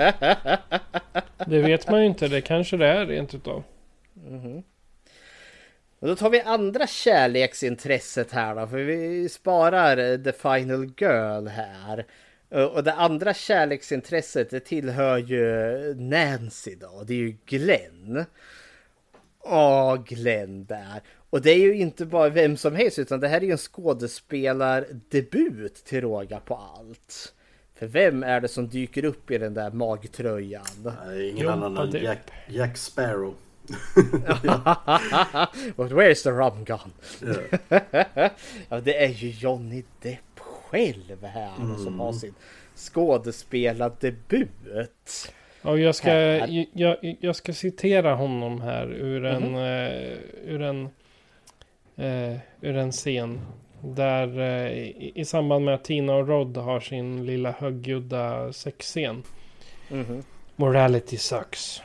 Det vet man ju inte, det kanske det är rent utav. Och då tar vi andra kärleksintresset här då, för vi sparar The Final Girl här. Och det andra kärleksintresset, det tillhör ju Nancy då, det är ju Glenn. Glenn där. Och det är ju inte bara vem som helst, utan det här är ju en skådespelardebut till råga på allt. För vem är det som dyker upp i den där magtröjan? Ingen annan än Jack Sparrow. But where's the rum gun? Ja, det är ju Johnny Depp själv här som har sin skådespelardebut. Och jag ska citera honom här ur en scen där i samband med att Tina och Rod har sin lilla högljudda sexscen. Morality sucks.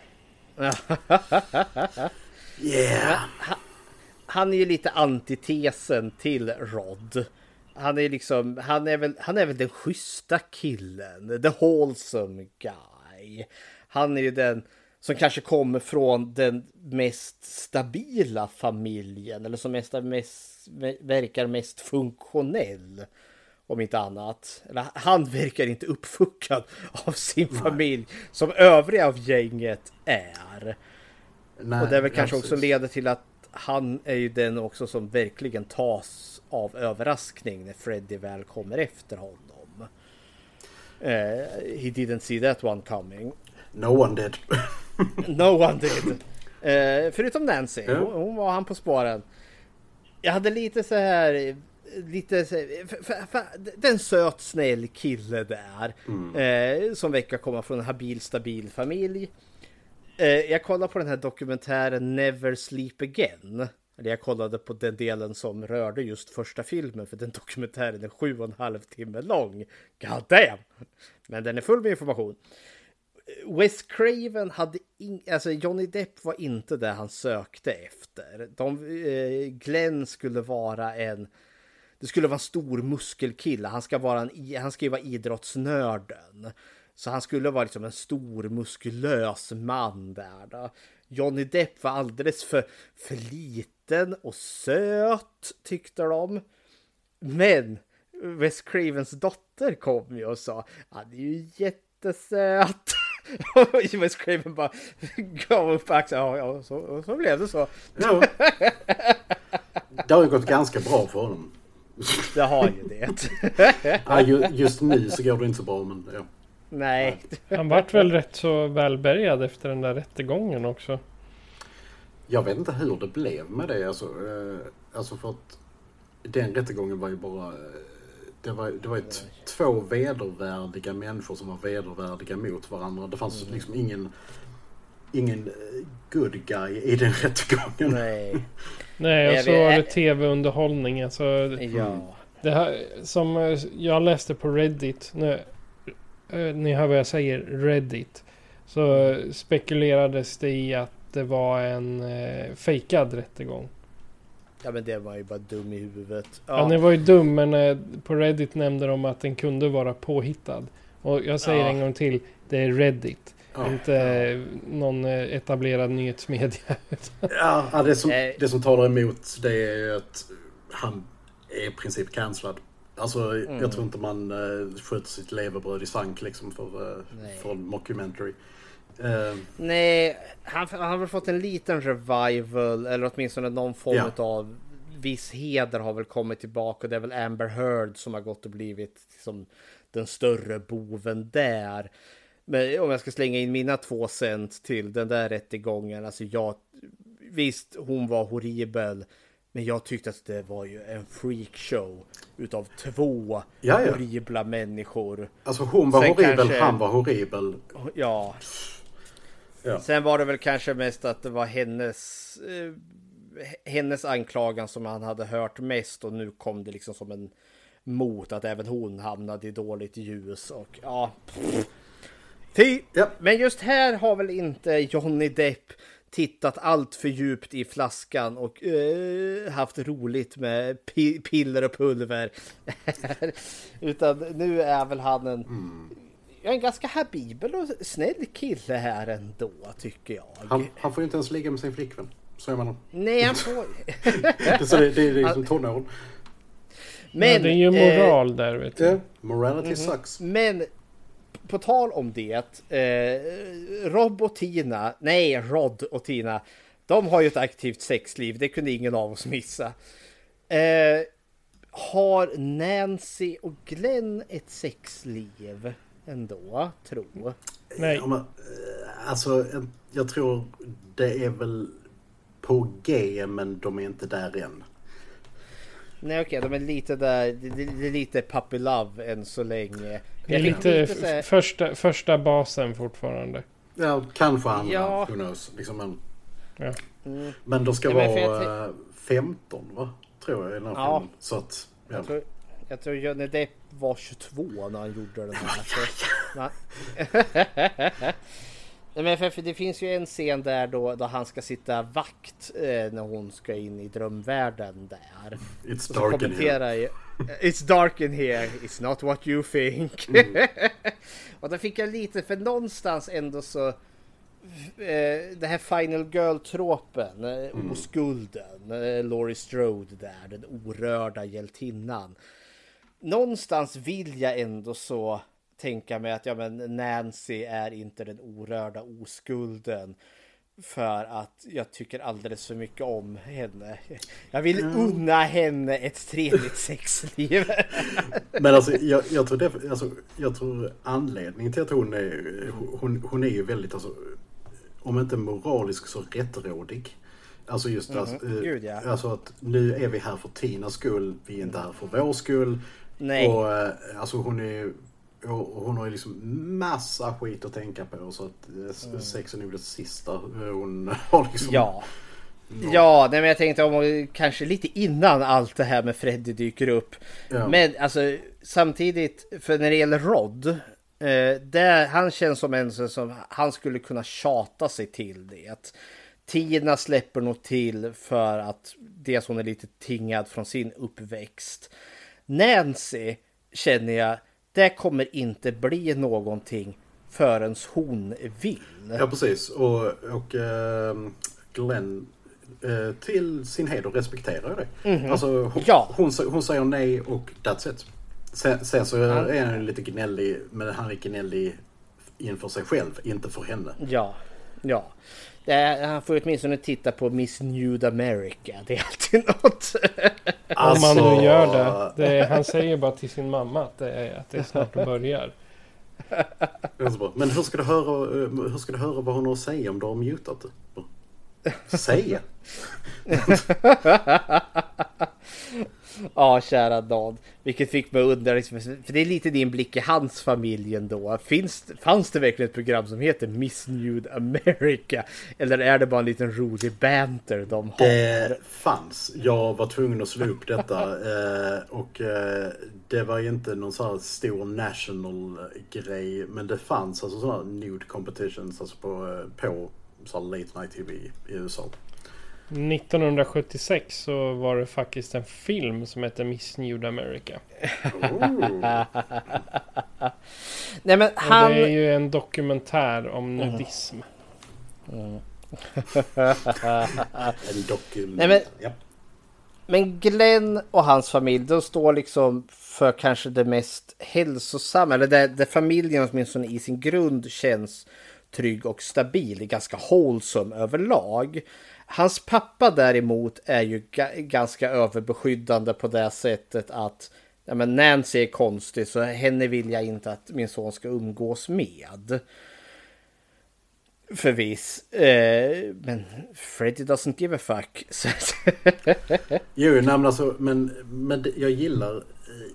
Yeah. Han är ju lite antitesen till Rod. Han är väl den schyssta killen, the wholesome guy. Han är ju den som kanske kommer från den mest stabila familjen, eller som verkar mest funktionell, om inte annat. Eller, han verkar inte uppfuckad av sin familj som övriga av gänget är. Nej, och det är väl kanske också leder till att han är ju den också som verkligen tas av överraskning när Freddy väl kommer efter honom. He didn't see that one coming. No one did. No one did. Förutom Nancy. Hon var han på spåren. Jag hade lite så här... den söt snäll kille där som verkar komma från en habil stabil familj. Jag kollade på den här dokumentären Never Sleep Again. Eller jag kollade på den delen som rörde just första filmen, för den dokumentären är 7,5 timmar lång. God damn! Men den är full med information. Wes Craven hade alltså Johnny Depp var inte det han sökte efter. Glenn skulle vara det skulle vara en stor muskelkille. Han ska vara idrottsnörden. Så han skulle vara liksom en stor muskulös man där då. Johnny Depp var alldeles för liten och söt, tyckte de. Men Wes Cravens dotter kom ju och sa, det är ju jättesöt. Och Wes Craven bara gav upp axeln. Ja, så blev det så. Ja. Det har ju gått ganska bra för honom. Det har ju det. Just nu så går det inte så bra, men ja. Nej. Han vart väl rätt så välbärgad efter den där rättegången också. Jag vet inte hur det blev med det. Alltså för att den rättegången var ju bara... Det var ju två vedervärdiga människor som var vedervärdiga mot varandra. Det fanns liksom ingen good guy i den rättegången. Nej, och så var det tv-underhållning. Alltså, det här, som jag läste på Reddit, ni hör vad jag säger, Reddit, så spekulerades det i att det var en fejkad rättegång. Ja, men det var ju bara dum i huvudet. Ja, den var ju dum, men på Reddit nämnde de att den kunde vara påhittad. Och jag säger en gång till, det är Reddit. Inte någon etablerad nyhetsmedia. Det som talar emot det är ju att han är i princip cancellad. Alltså, jag tror inte man sköter sitt levebröd i svank liksom för mockumentary. Nej, han har väl fått en liten revival, eller åtminstone någon form av viss heder har väl kommit tillbaka. Det är väl Amber Heard som har gått och blivit liksom den större boven där. Men om jag ska slänga in mina 2 cent till den där rättegången, alltså visst, hon var horribel, men jag tyckte att det var ju en freakshow utav 2 horribla människor. Alltså hon var horribel, han var horribel. Ja. Sen var det väl kanske mest att det var hennes anklagan som han hade hört mest, och nu kom det liksom som en mot att även hon hamnade i dåligt ljus och Men just här har väl inte Johnny Depp tittat allt för djupt i flaskan och haft roligt med piller och pulver. Utan nu är väl han en ganska habibel och snäll kille här ändå, tycker jag. Han får ju inte ens ligga med sin flickvän, säger man. Nej, han får... det är liksom tonåren. Men det är ju moral där, vet du. Morality sucks. Men på tal om det, Rod och Tina, de har ju ett aktivt sexliv. Det kunde ingen av oss missa. Har Nancy och Glenn ett sexliv ändå, tror? Nej. Alltså, jag tror det är väl på G, men de är inte där än. Nej, okej, de är lite där. Det är lite puppy love än så länge. Det är lite första basen fortfarande. Ja, kanske andra. Who knows? Liksom men de ska vara 15, va? Tror jag i den här filmen. Så att, jag tror Johnny Depp var 22 när han gjorde den här. Men för det finns ju en scen där då han ska sitta vakt när hon ska in i drömvärlden där. It's dark in here. It's dark in here. It's not what you think. Och då fick jag lite, för någonstans ändå så det här Final Girl-tråpen, oskulden, Laurie Strode där, den orörda hjältinnan. Någonstans vill jag ändå så tänka mig att Nancy är inte den orörda oskulden, för att jag tycker alldeles för mycket om henne. Jag vill unna henne ett trevligt sexliv. Men alltså, jag tror anledningen till att hon är ju väldigt, alltså, om inte moralisk så rättrådig. Alltså just alltså att nu är vi här för Tinas skull, vi är inte här för vår skull. Nej. Och alltså hon har ju liksom massa skit att tänka på, så att sex är nog det sista hon har liksom. Ja, nej, men jag tänkte om kanske lite innan allt det här med Freddy dyker upp. Ja. Men alltså samtidigt, för när det gäller Rod, han känns som en som han skulle kunna tjata sig till det. Tina släpper nog till för att dels hon är lite tingad från sin uppväxt. Nancy känner jag, det kommer inte bli någonting förrän hon vill. Ja, precis. Och Glenn till sin heder respekterar det. Mm-hmm. Alltså, hon säger nej och that's it. Sen så är han lite gnällig, men han är gnällig inför sig själv, inte för henne. Ja. Han får åtminstone titta på Miss Nude America. Det är alltid något. Om man nu gör det. Han säger bara till sin mamma att det snart börjar. Men hur ska du höra vad hon har att säga om du har mutat det? Säg! Ja, kära Dan. Vilket fick mig undra, liksom, för det är lite din blick i hans familj ändå. Fanns det verkligen ett program som heter Miss Nude America? Eller är det bara en liten rolig banter de har? Det fanns. Jag var tvungen att slå upp detta. Och det var inte någon sån här stor national grej. Men det fanns alltså sådana nude competitions alltså på så late night TV i USA. 1976 så var det faktiskt en film som heter Miss Nude America. Nej, men han... Och det är ju en dokumentär om nudism. En dokumentär. Men Glenn och hans familj, de står liksom för kanske det mest hälsosamma, eller där familjen åtminstone i sin grund känns trygg och stabil, ganska wholesome överlag. Hans pappa däremot är ju ganska överbeskyddande på det sättet att Nancy är konstig, så henne vill jag inte att min son ska umgås med. Förvis. Men Freddy doesn't give a fuck. Jo, nej, alltså, men jag gillar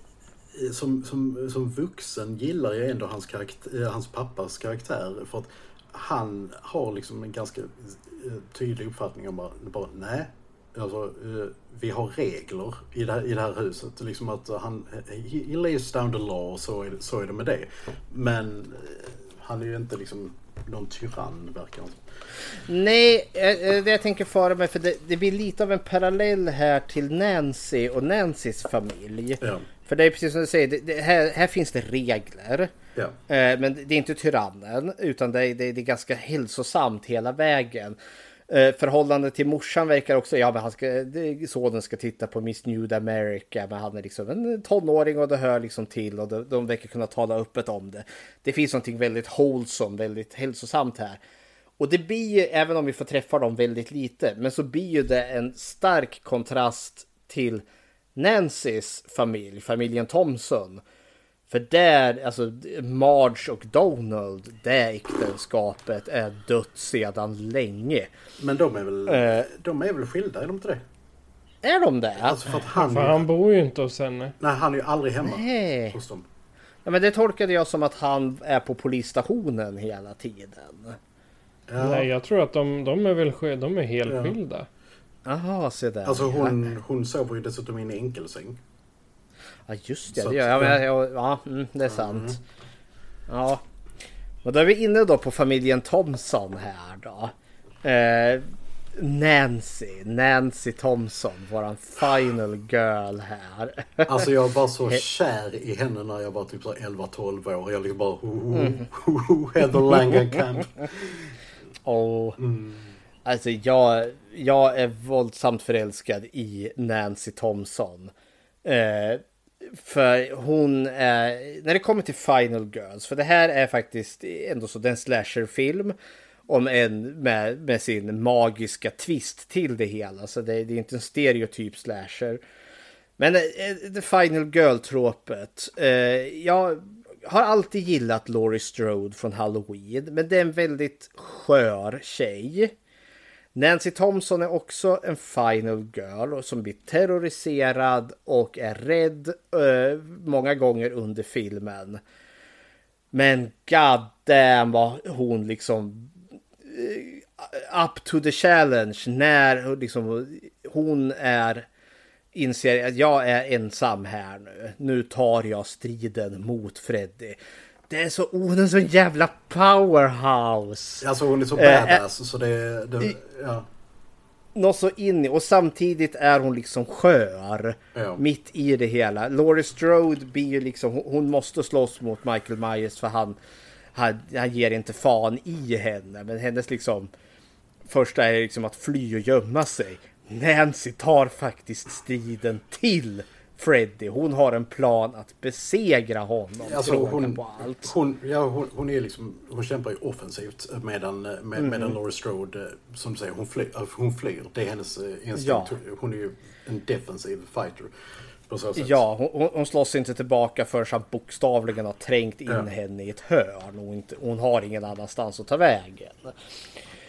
som vuxen gillar jag ändå hans pappas karaktär, för att han har liksom en ganska tydlig uppfattning om bara nej, alltså vi har regler i det här huset, liksom att he lays down the law, så är det med det, men han är ju inte liksom någon tyrann, verkar han. Nej, det jag tänker föra mig, för det blir lite av en parallell här till Nancy och Nancys familj. Ja. För det är precis som du säger, här finns det regler. Ja. Men det är inte tyrannen, utan det är ganska hälsosamt hela vägen. Förhållandet till morsan verkar också, sonen ska titta på Miss Nude America, men han är liksom en tonåring och det hör liksom till, och de verkar kunna tala öppet om det. Det finns någonting väldigt wholesome, väldigt hälsosamt här. Och det blir ju, även om vi får träffa dem väldigt lite, men så blir ju det en stark kontrast till Nancys familj, familjen Thompson. För där, alltså Marge och Donald, det äktenskapet är dött sedan länge. Men de är väl skilda, är de inte det? Är de det? Alltså för att han bor ju inte hos henne. Nej, han är ju aldrig hemma hos dem. Ja, men det tolkade jag som att han är på polisstationen hela tiden. Ja. Nej, jag tror att de är helt skilda. Jaha, se där. Alltså hon sover ju dessutom i en enkelsäng. Ja, just det. Det är sant. Ja. Och då är vi inne då på familjen Thompson här då. Nancy Thompson, våran final girl här. Alltså jag var så kär i henne när jag var typ så 11-12 år. Jag liksom bara Heather Langenkamp. Alltså jag är våldsamt förälskad i Nancy Thompson. För hon är, när det kommer till Final Girls, för det här är faktiskt ändå så den slasherfilm, om en med sin magiska twist till det hela, så det är inte en stereotyp slasher. Men the Final Girl-tråpet, jag har alltid gillat Laurie Strode från Halloween, men det är en väldigt skör tjej. Nancy Thompson är också en final girl som blir terroriserad och är rädd många gånger under filmen. Men god damn vad hon liksom up to the challenge när liksom hon inser att jag är ensam här nu. Nu tar jag striden mot Freddy. Hon är så en jävla powerhouse. Alltså hon är så badass så ja. Något så in, och samtidigt är hon liksom skör mitt i det hela. Laurie Strode blir ju liksom, hon måste slåss mot Michael Myers för han ger inte fan i henne, men hennes liksom första är liksom att fly och gömma sig. Nancy tar faktiskt striden till Freddy. Hon har en plan att besegra honom. Alltså hon är liksom, hon kämpar ju offensivt medan Laurie Strode, som du säger, hon flyr. Det är hennes instinkt. Ja. Hon är ju en defensiv fighter på så sätt. Ja, hon slåss inte tillbaka för han bokstavligen har trängt in henne i ett hörn och hon har ingen annanstans att ta vägen.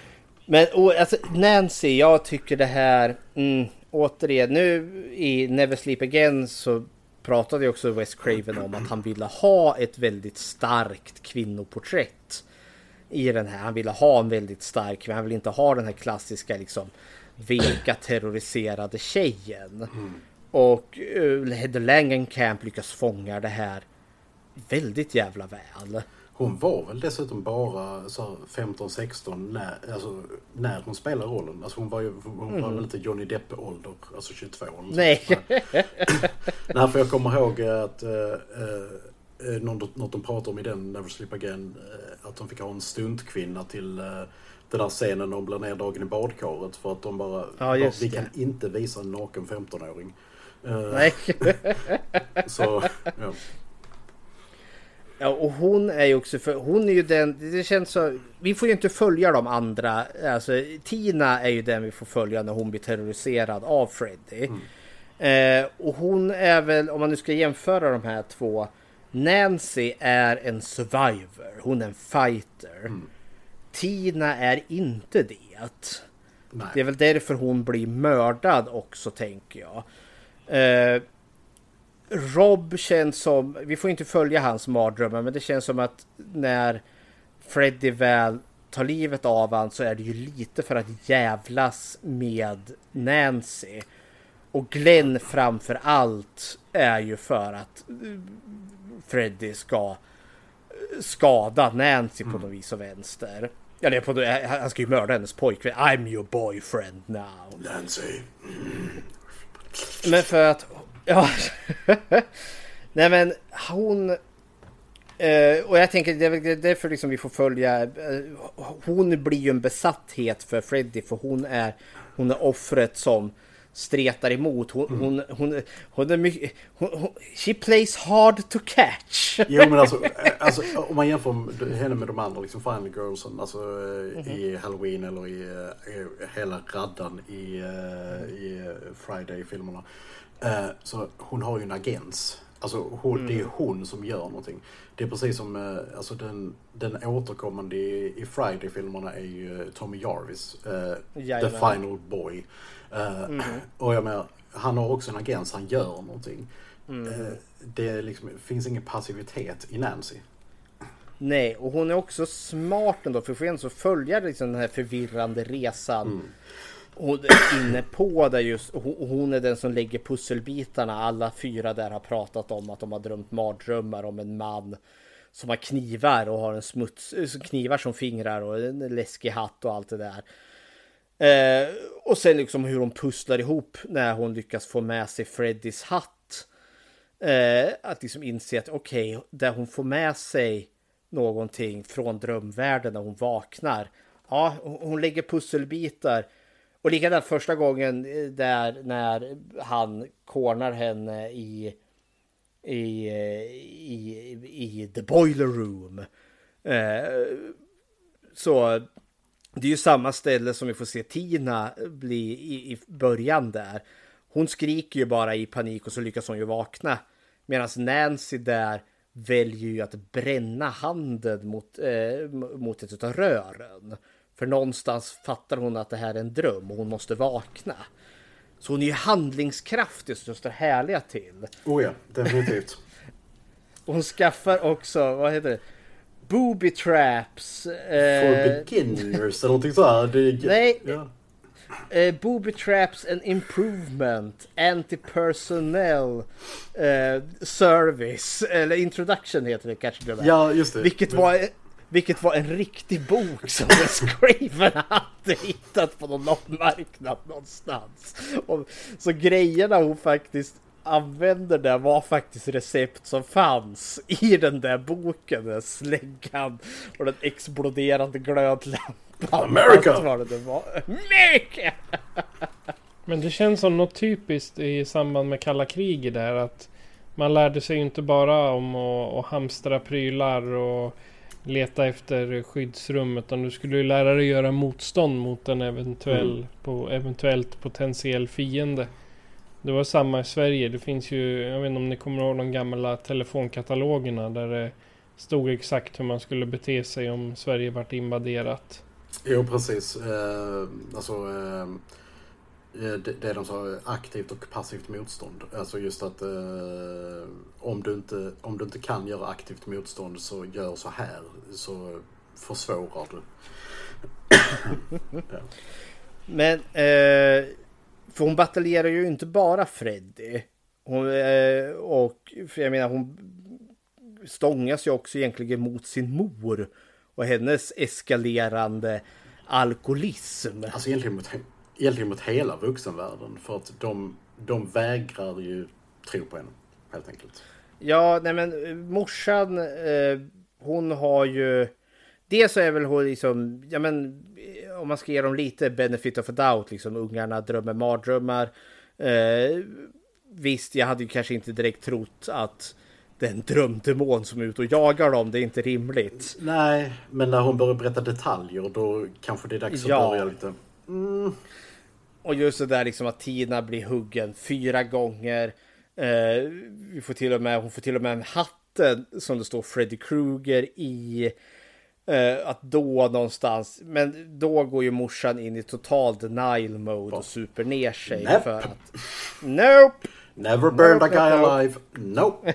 Men alltså, Nancy, jag tycker det här... återigen, nu i Never Sleep Again så pratade ju också Wes Craven om att han ville ha ett väldigt starkt kvinnoporträtt i den här. Han ville ha en väldigt stark, han vill inte ha den här klassiska liksom veka terroriserade tjejen. Och Heather Langenkamp lyckas fånga det här väldigt jävla väl. Hon var väl dessutom bara 15-16 när hon spelade rollen. Alltså hon var väl inte Johnny Depp-ålder, alltså 22. Nej. Nej, för jag kommer ihåg att något de pratade om i den Never Sleep Again, att de fick ha en stuntkvinna till den där scenen när de blir neddragen i badkaret för att de bara vi kan inte visa en naken 15-åring. Nej. Så, ja. Ja, och hon är ju också hon är ju den, det känns så, vi får ju inte följa de andra, alltså Tina är ju den vi får följa när hon blir terroriserad av Freddy. Och hon är väl, om man nu ska jämföra de här två, Nancy är en survivor, hon är en fighter. Tina är inte det. Nej. Det är väl därför hon blir mördad också, tänker jag. Rob känns som, vi får inte följa hans mardrömmar, men det känns som att när Freddy väl tar livet av han så är det ju lite för att jävlas med Nancy. Och Glenn framför allt är ju för att Freddy ska skada Nancy på något vis och vänster. Han ska ju mörda hennes pojkvän. I'm your boyfriend now. Nancy. Men för att nej, men hon och jag tänker det är därför liksom vi får följa, hon blir ju en besatthet för Freddy, för hon är offret som stretar emot. Hon är mycket, she plays hard to catch. Jo, men alltså om man jämför henne med de andra liksom Final Girlsen, alltså i Halloween eller i hela raddan i Friday-filmerna, så hon har ju en agens. Alltså det är hon som gör någonting. Det är precis som alltså den återkommande i Friday-filmerna är ju Tommy Jarvis, the final boy. Och jag menar, han har också en agens, han gör någonting. Det liksom, finns ingen passivitet i Nancy. Nej, och hon är också smart ändå, för får så följa liksom den här förvirrande resan. Hon är inne på det just, hon är den som lägger pusselbitarna. Alla fyra där har pratat om att de har drömt mardrömmar om en man som har knivar och har knivar som fingrar och en läskig hatt och allt det där. Och sen liksom hur hon pusslar ihop när hon lyckas få med sig Freddys hatt. Att liksom inse att okej, där hon får med sig någonting från drömvärlden när hon vaknar. Ja, hon lägger pusselbitar. Och likadant första gången där när han cornar henne i the boiler room. Så det är ju samma ställe som vi får se Tina bli i början där. Hon skriker ju bara i panik och så lyckas hon ju vakna. Medan Nancy där väljer ju att bränna handen mot ett av rören. För någonstans fattar hon att det här är en dröm och hon måste vakna. Så hon är ju handlingskraftig, så det står härliga till. Oh ja, definitivt. Hon skaffar också, vad heter det? Booby traps. For beginners eller någonting så här. Nej. Ja. Booby traps and improvement. Anti-personnel service. Eller introduction heter det kanske. Ja, just det. Vilket var en riktig bok som Wes Craven hade hittat på någon marknad någonstans. Så grejerna hon faktiskt använder där var faktiskt recept som fanns i den där boken. Den släggan och den exploderande glödlampan. America! America! Men det känns som något typiskt i samband med kalla kriget där, att man lärde sig inte bara om att hamstra prylar och leta efter skyddsrum, utan du skulle ju lära dig göra motstånd mot en eventuellt potentiell fiende. Det var samma i Sverige. Det finns ju, jag vet inte om ni kommer ihåg de gamla telefonkatalogerna där det stod exakt hur man skulle bete sig om Sverige vart invaderat. Jo, precis. Det de sa, aktivt och passivt motstånd. Alltså just att om du inte kan göra aktivt motstånd så gör så här, så försvårar du. Ja. Men för hon bataljerar ju inte bara Freddy. Och för jag menar, hon stångas ju också egentligen mot sin mor och hennes eskalerande alkoholism. Alltså egentligen mot hela vuxenvärlden, för att de vägrar ju tro på henne, helt enkelt. Ja, nej men morsan, hon har ju... Det så är väl hon liksom, ja men om man ska ge dem lite benefit of a doubt, liksom ungarna drömmer mardrömmar. Visst, jag hade ju kanske inte direkt trott att den drömdemon som är ute och jagar dem, det är inte rimligt. Nej, men när hon börjar berätta detaljer, då kanske det är dags att börja lite... Och just det där liksom att Tina blir huggen 4 gånger. Hon får till och med en hatten som det står Freddy Krueger i. Att då någonstans, men då går ju morsan in i total denial mode och super ner sig. Nope. För att nope, never burned a guy alive. Nope.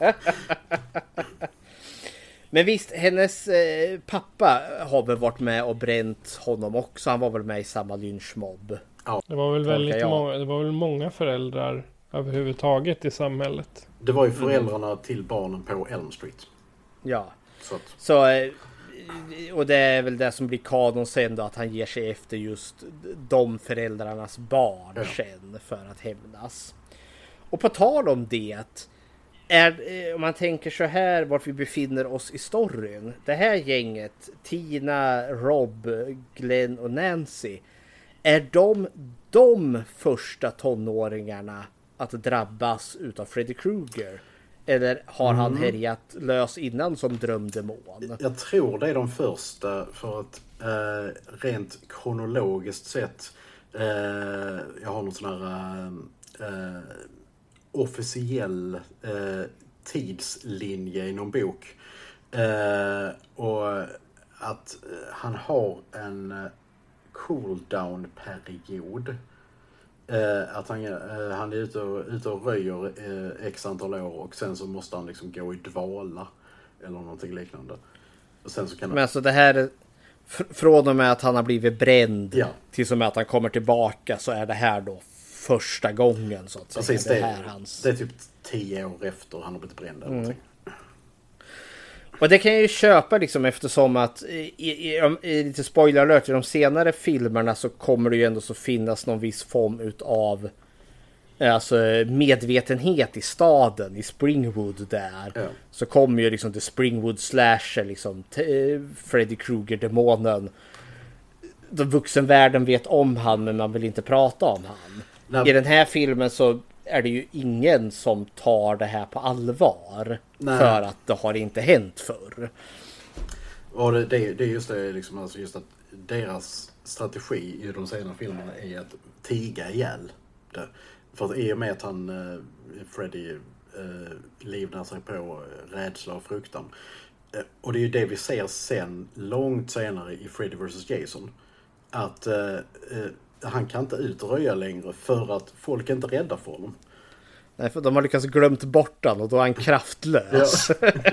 Men visst, hennes pappa har väl varit med och bränt honom också. Han var väl med i samma lynchmobb. Ja. Det var väl många föräldrar överhuvudtaget i samhället. Det var ju föräldrarna till barnen på Elm Street. Ja. Så och det är väl det som blir kanon sen då, att han ger sig efter just de föräldrarnas barn sen för att hämnas. Och på tal om det, om man tänker så här vart vi befinner oss i storyn. Det här gänget, Tina, Rob, Glenn och Nancy, är de första tonåringarna att drabbas utav Freddy Krueger? Eller har han härjat lös innan som drömdemon? Jag tror det är de första, för att rent kronologiskt sett, jag har någon sån här officiell tidslinje i någon bok. Och att han har en cooldown-period. Att han är ute och röjer x antal år, och sen så måste han liksom gå i dvala eller någonting liknande. Och sen så kan Men alltså det här, från och med att han har blivit bränd till som att han kommer tillbaka, så är det här då första gången så att säga. Precis, det är typ 10 år efter han har blivit bränd eller någonting. Och det kan jag ju köpa liksom, eftersom att i lite spoiler alert, i de senare filmerna så kommer det ju ändå så finnas någon viss form utav alltså medvetenhet i staden, i Springwood där. Ja. Så kommer ju liksom The Springwood Slasher, liksom Freddy Krueger-demonen. De vuxenvärlden vet om han, men man vill inte prata om han. I den här filmen så är det ju ingen som tar det här på allvar. Nej. För att det har inte hänt förr. Och det är just det liksom, alltså just att deras strategi i de senare filmerna är att tiga ihjäl det. För att i och med att Freddy livnar sig på rädsla och fruktan. Och det är ju det vi ser sen, långt senare i Freddy vs. Jason. Att han kan inte utröja längre för att folk är inte rädda för honom. Nej, för de har lyckats glömt bort han och då är han kraftlös.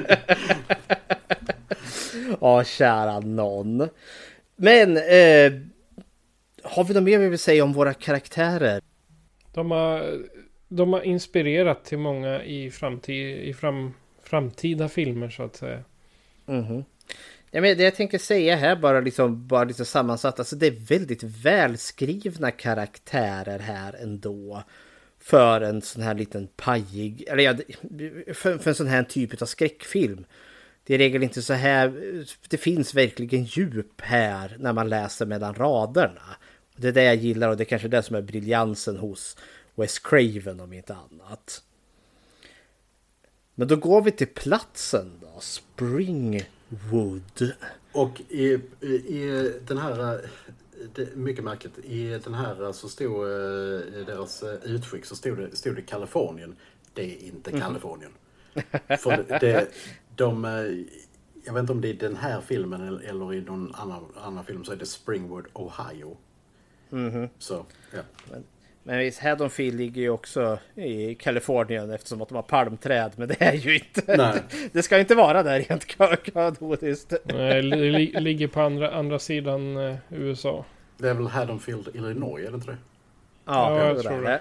Ja, kära någon. Men har vi något mer vi vill säga om våra karaktärer? De har inspirerat till många i framtida filmer så att säga. Mhm. Ja, men det jag tänker säga här bara lite sammansatt, alltså det är väldigt välskrivna karaktärer här ändå för en sån här liten pajig, eller ja, för en sån här typ av skräckfilm. Det är i regel inte så här, det finns verkligen djup här när man läser mellan raderna. Det är det jag gillar, och det är kanske det som är briljansen hos Wes Craven om inte annat. Men då går vi till platsen då, Springwood. Och i den här, mycket märkligt, i den här så stod deras utskick så stod det Kalifornien. Det är inte Kalifornien. För jag vet inte om det är den här filmen eller i någon annan film, så är det Springwood, Ohio. Så, ja. Men visst, Haddonfield ligger ju också i Kalifornien eftersom att de har palmträd, men det är ju inte. Nej. Det ska inte vara där rent kaotiskt. Nej, det ligger på andra sidan USA. Det är väl Haddonfield, Illinois, är det inte det? Ja, jag tror det.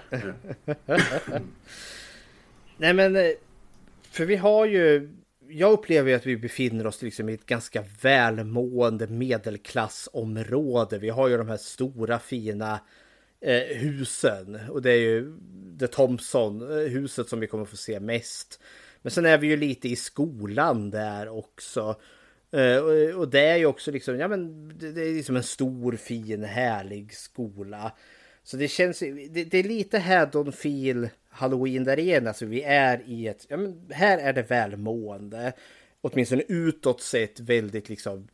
Nej, men för vi har ju, jag upplever ju att vi befinner oss liksom i ett ganska välmående medelklassområde. Vi har ju de här stora fina husen, och det är ju The Thompson-huset som vi kommer få se mest. Men sen är vi ju lite i skolan där också. Och det är ju också liksom, ja men det är liksom en stor, fin, härlig skola. Så det känns, det är lite Haddonfield Halloween där igen. Alltså vi är i ett, ja men här är det välmående. Åtminstone utåt sett väldigt liksom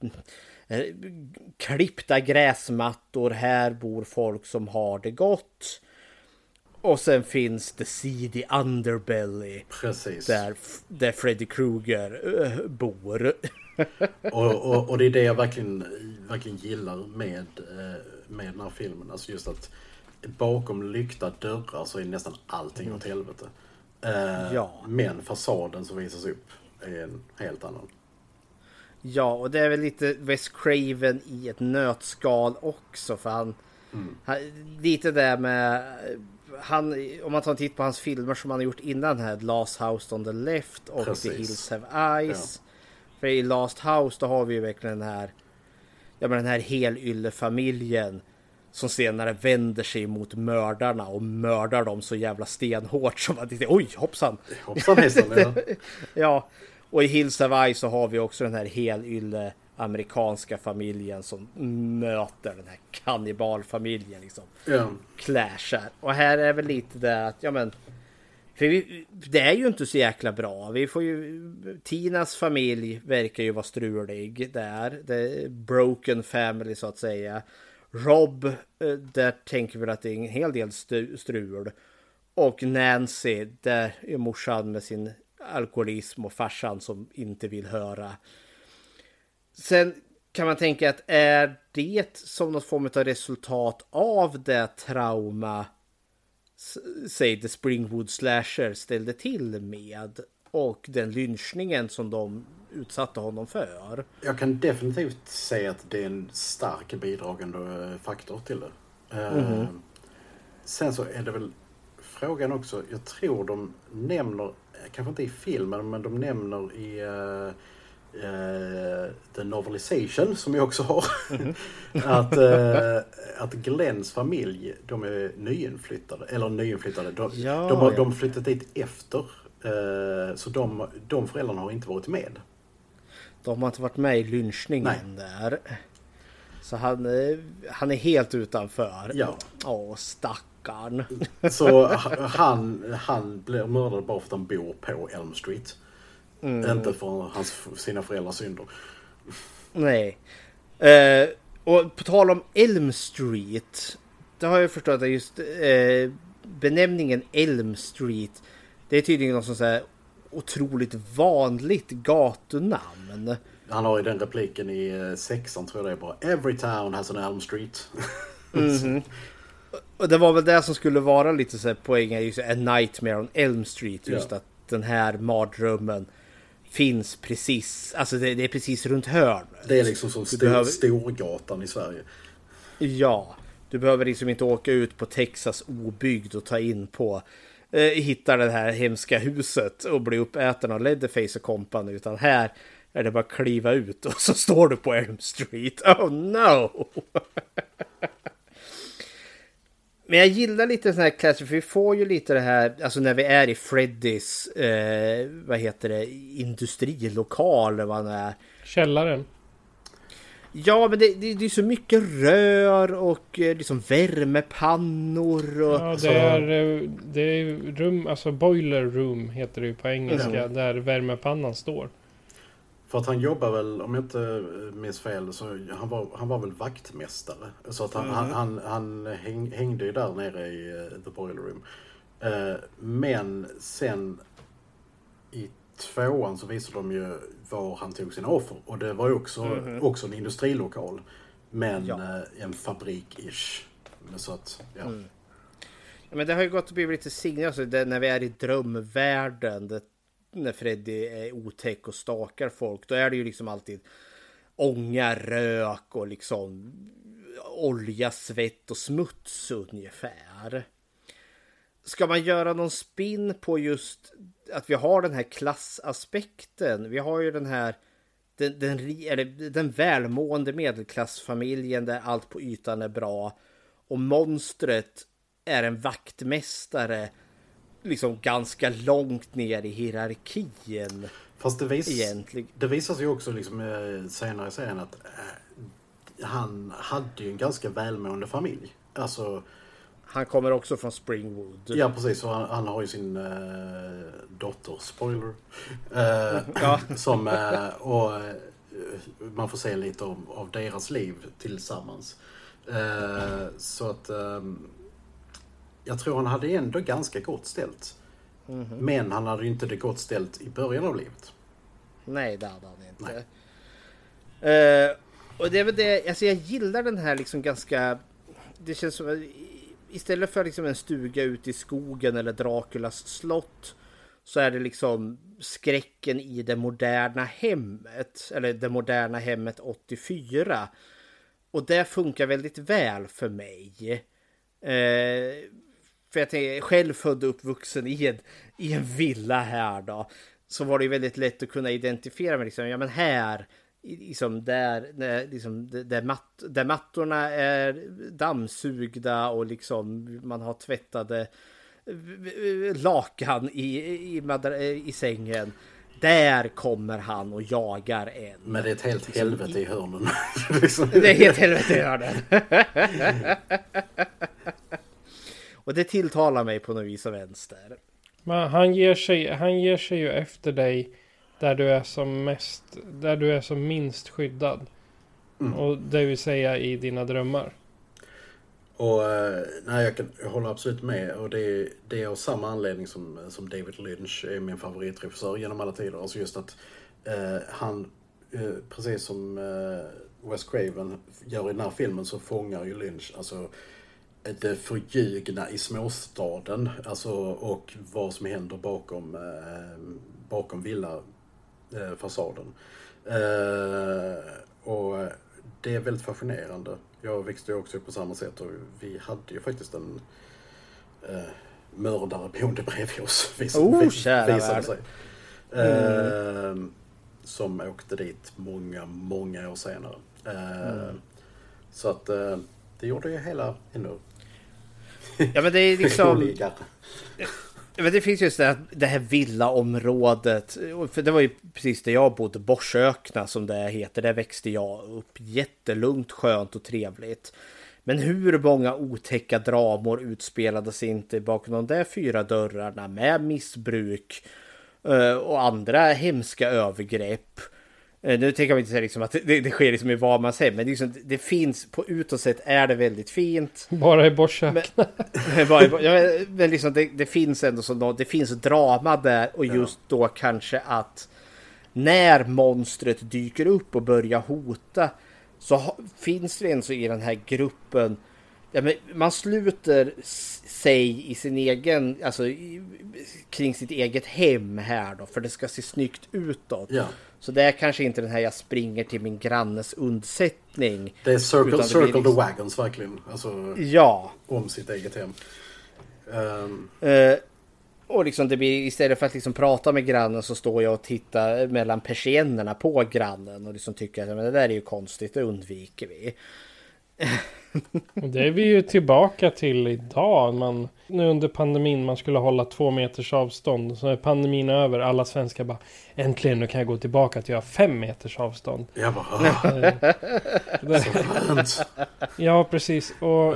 klippta gräsmattor. Här bor folk som har det gott. Och sen finns the seedy underbelly. Precis. Där Freddy Krueger bor. och det är det jag verkligen gillar med den här filmen. Alltså just att bakom lyckta dörrar så är nästan allting åt helvete. Men fasaden som visas upp är en helt annan. Ja, och det är väl lite Wes Craven i ett nötskal också, för han lite där med om man tar en titt på hans filmer som han har gjort innan här, Last House on the Left och Precis. The Hills Have Eyes. Ja. För i Last House då har vi ju verkligen den här helyllefamiljen som senare vänder sig mot mördarna och mördar dem så jävla stenhårt som att det oj, hoppsan. Hoppsan hejsan, ja. Ja, och i Hills Have Eyes så har vi också den här helylle amerikanska familjen som möter den här kannibalfamiljen liksom. Clashar. Och här är väl lite där att, ja men för det är ju inte så jäkla bra. Vi får ju, Tinas familj verkar ju vara strulig där. Det är broken family så att säga. Rob, där tänker vi att det är en hel del strul. Och Nancy, där är morsan med sin alkoholism och farsan som inte vill höra. Sen kan man tänka att är det som något form av resultat av det trauma säg The Springwood Slasher ställde till med och den lynchningen som de utsatte honom för? Jag kan definitivt säga att det är en stark bidragande faktor till det. Sen så är det väl frågan också, jag tror de nämner, kanske inte i filmen, men de nämner i The Novelization som jag också har att Glenns familj, de är nyinflyttade. De flyttat dit efter, så de föräldrarna har inte varit med. De har inte varit med i lynchningen där. Så han är helt utanför. Ja. Åh, stackarn. Så han blir mördad bara för att han bor på Elm Street. Inte för sina föräldrars synder. Nej. Och på tal om Elm Street, det har jag förstått att just benämningen Elm Street, det är tydligen något sånt här otroligt vanligt gatunamn. Han har ju den repliken i 6:an, tror jag det är bara Every town has an Elm Street. Och det var väl det som skulle vara lite så här poängen, just A Nightmare on Elm Street, just att den här mardrömmen finns precis, alltså det är precis runt hörnet. Det är liksom som Storgatan i Sverige. Ja, du behöver liksom inte åka ut på Texas obygd och ta in på hitta det här hemska huset och bli uppäten av Leatherface och company, utan här är det bara kliva ut och så står du på Elm Street. Oh no! Men jag gillar lite sån här klass, för vi får ju lite det här, alltså när vi är i Freddys, industrilokal, vad han är. Källaren. Ja, men det är så mycket rör och liksom värmepannor. Och, ja, det är rum, alltså boiler room heter det ju på engelska, där värmepannan står. För att han jobbar väl, om jag inte minns fel, så han var väl vaktmästare. Så att han hängde ju där nere i The Boiler Room. Men sen i 2:an så visar de ju var han tog sina offer. Och det var ju också en industrilokal. Men en fabrik-ish. Så att, ja. Men det har ju gått att bli lite signal. Alltså, när vi är i drömvärlden. När Freddy är otäck och stakar folk. Då är det ju liksom alltid ånga, rök och liksom olja, svett och smuts ungefär. Ska man göra någon spin på just att vi har den här klassaspekten? Vi har ju den här den välmående medelklassfamiljen där allt på ytan är bra och monstret är en vaktmästare liksom ganska långt ner i hierarkin. Fast det visar sig också liksom senare i serien att han hade ju en ganska välmående familj. Alltså, han kommer också från Springwood. Ja, precis. Han har ju sin dotter, spoiler. Som, och man får se lite av deras liv tillsammans. Så att jag tror han hade ändå ganska gott ställt. Men han hade ju inte det gott ställt i början av livet. Nej, det hade han inte. Och det är väl det, alltså jag gillar den här liksom ganska, det känns som istället för liksom en stuga ute i skogen eller Draculas slott så är det liksom skräcken i det moderna hemmet eller det moderna hemmet 84. Och det funkar väldigt väl för mig. För jag tänker, själv född och uppvuxen i en villa här då, så var det ju väldigt lätt att kunna identifiera mig liksom, ja men här liksom där mattorna är dammsugda och liksom man har tvättade lakan i sängen. Där kommer han och jagar en. Men det är ett helt helvete i hörnen. Det är helt helvete i hörnen. Och det tilltalar mig på något vis av vänster. Men han ger sig ju efter dig där du är som minst skyddad. Och det vill säga i dina drömmar. Och nej, jag håller absolut med. Och det är av samma anledning som David Lynch är min favoritregissör genom alla tider. Alltså just att han, precis som Wes Craven gör i den här filmen, så fångar ju Lynch alltså det förljugna i småstaden. Alltså, och vad som händer bakom villafasaden. Och det är väldigt fascinerande. Jag växte ju också upp på samma sätt och vi hade ju faktiskt en mördare boende bredvid oss. Visade sig. Som åkte dit många år senare. Så att det gjorde ju hela ännu. Ja, men det är liksom men det finns just det här villaområdet, för det var ju precis där jag bodde, Borsökna som det heter, där växte jag upp, jättelugnt, skönt och trevligt. Men hur många otäcka dramor utspelades inte bakom de där 4 dörrarna med missbruk och andra hemska övergrepp. Nu tänker man inte säga liksom att det sker liksom i vad man säger, men liksom, det finns på utåt sett är det väldigt fint. Bara i Borsökna. Men liksom det finns ändå så, det finns drama där och just då kanske att när monstret dyker upp och börjar hota så finns det en så i den här gruppen. Ja, men man sluter sig i sin egen, alltså kring sitt eget hem här då, för det ska se snyggt utåt. Ja. Så det är kanske inte den här jag springer till min grannes undsättning. Det är circle liksom the wagons verkligen. Alltså, ja. Om sitt eget hem. Och liksom det blir, istället för att liksom prata med grannen så står jag och tittar mellan persiennerna på grannen och liksom tycker att men det där är ju konstigt, det undviker vi. Och det är vi ju tillbaka till idag. Nu under pandemin man skulle hålla 2 meters avstånd. Så är pandemin över. Alla svenskar bara äntligen nu kan jag gå tillbaka till att ha 5 meters avstånd. Jag bara så skönt. Ja, precis. Och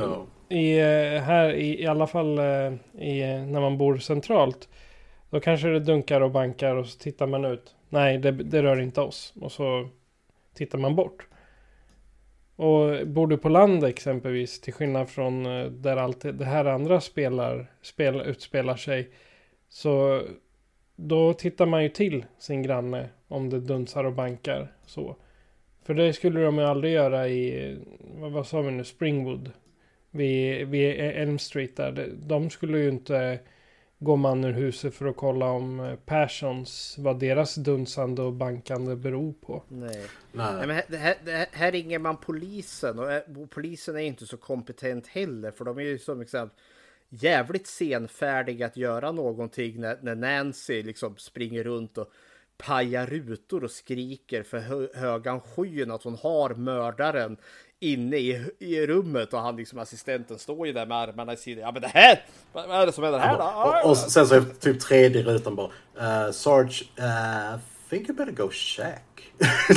i alla fall när man bor centralt, då kanske det dunkar och bankar och så tittar man ut. Nej, det rör inte oss. Och så tittar man bort. Och bor du på land exempelvis, till skillnad från där allt det här andra utspelar sig, så då tittar man ju till sin granne om det dunsar och bankar så. För det skulle de ju aldrig göra i, vad sa vi nu, Springwood. Vid Elm Street där. De skulle ju inte gå man ur huset för att kolla om Persons, vad deras dunsande och bankande beror på. Nej. Men här ringer man polisen, och polisen är inte så kompetent heller, för de är ju som exempel jävligt senfärdiga att göra någonting när Nancy liksom springer runt och pajar rutor och skriker för högan skyn att hon har mördaren inne i rummet, och han liksom, assistenten står ju där med armarna i sidan. Ja, men det här, vad är det som händer här då? Och sen så är typ tredje rutan bara Sarge, think you better go shack.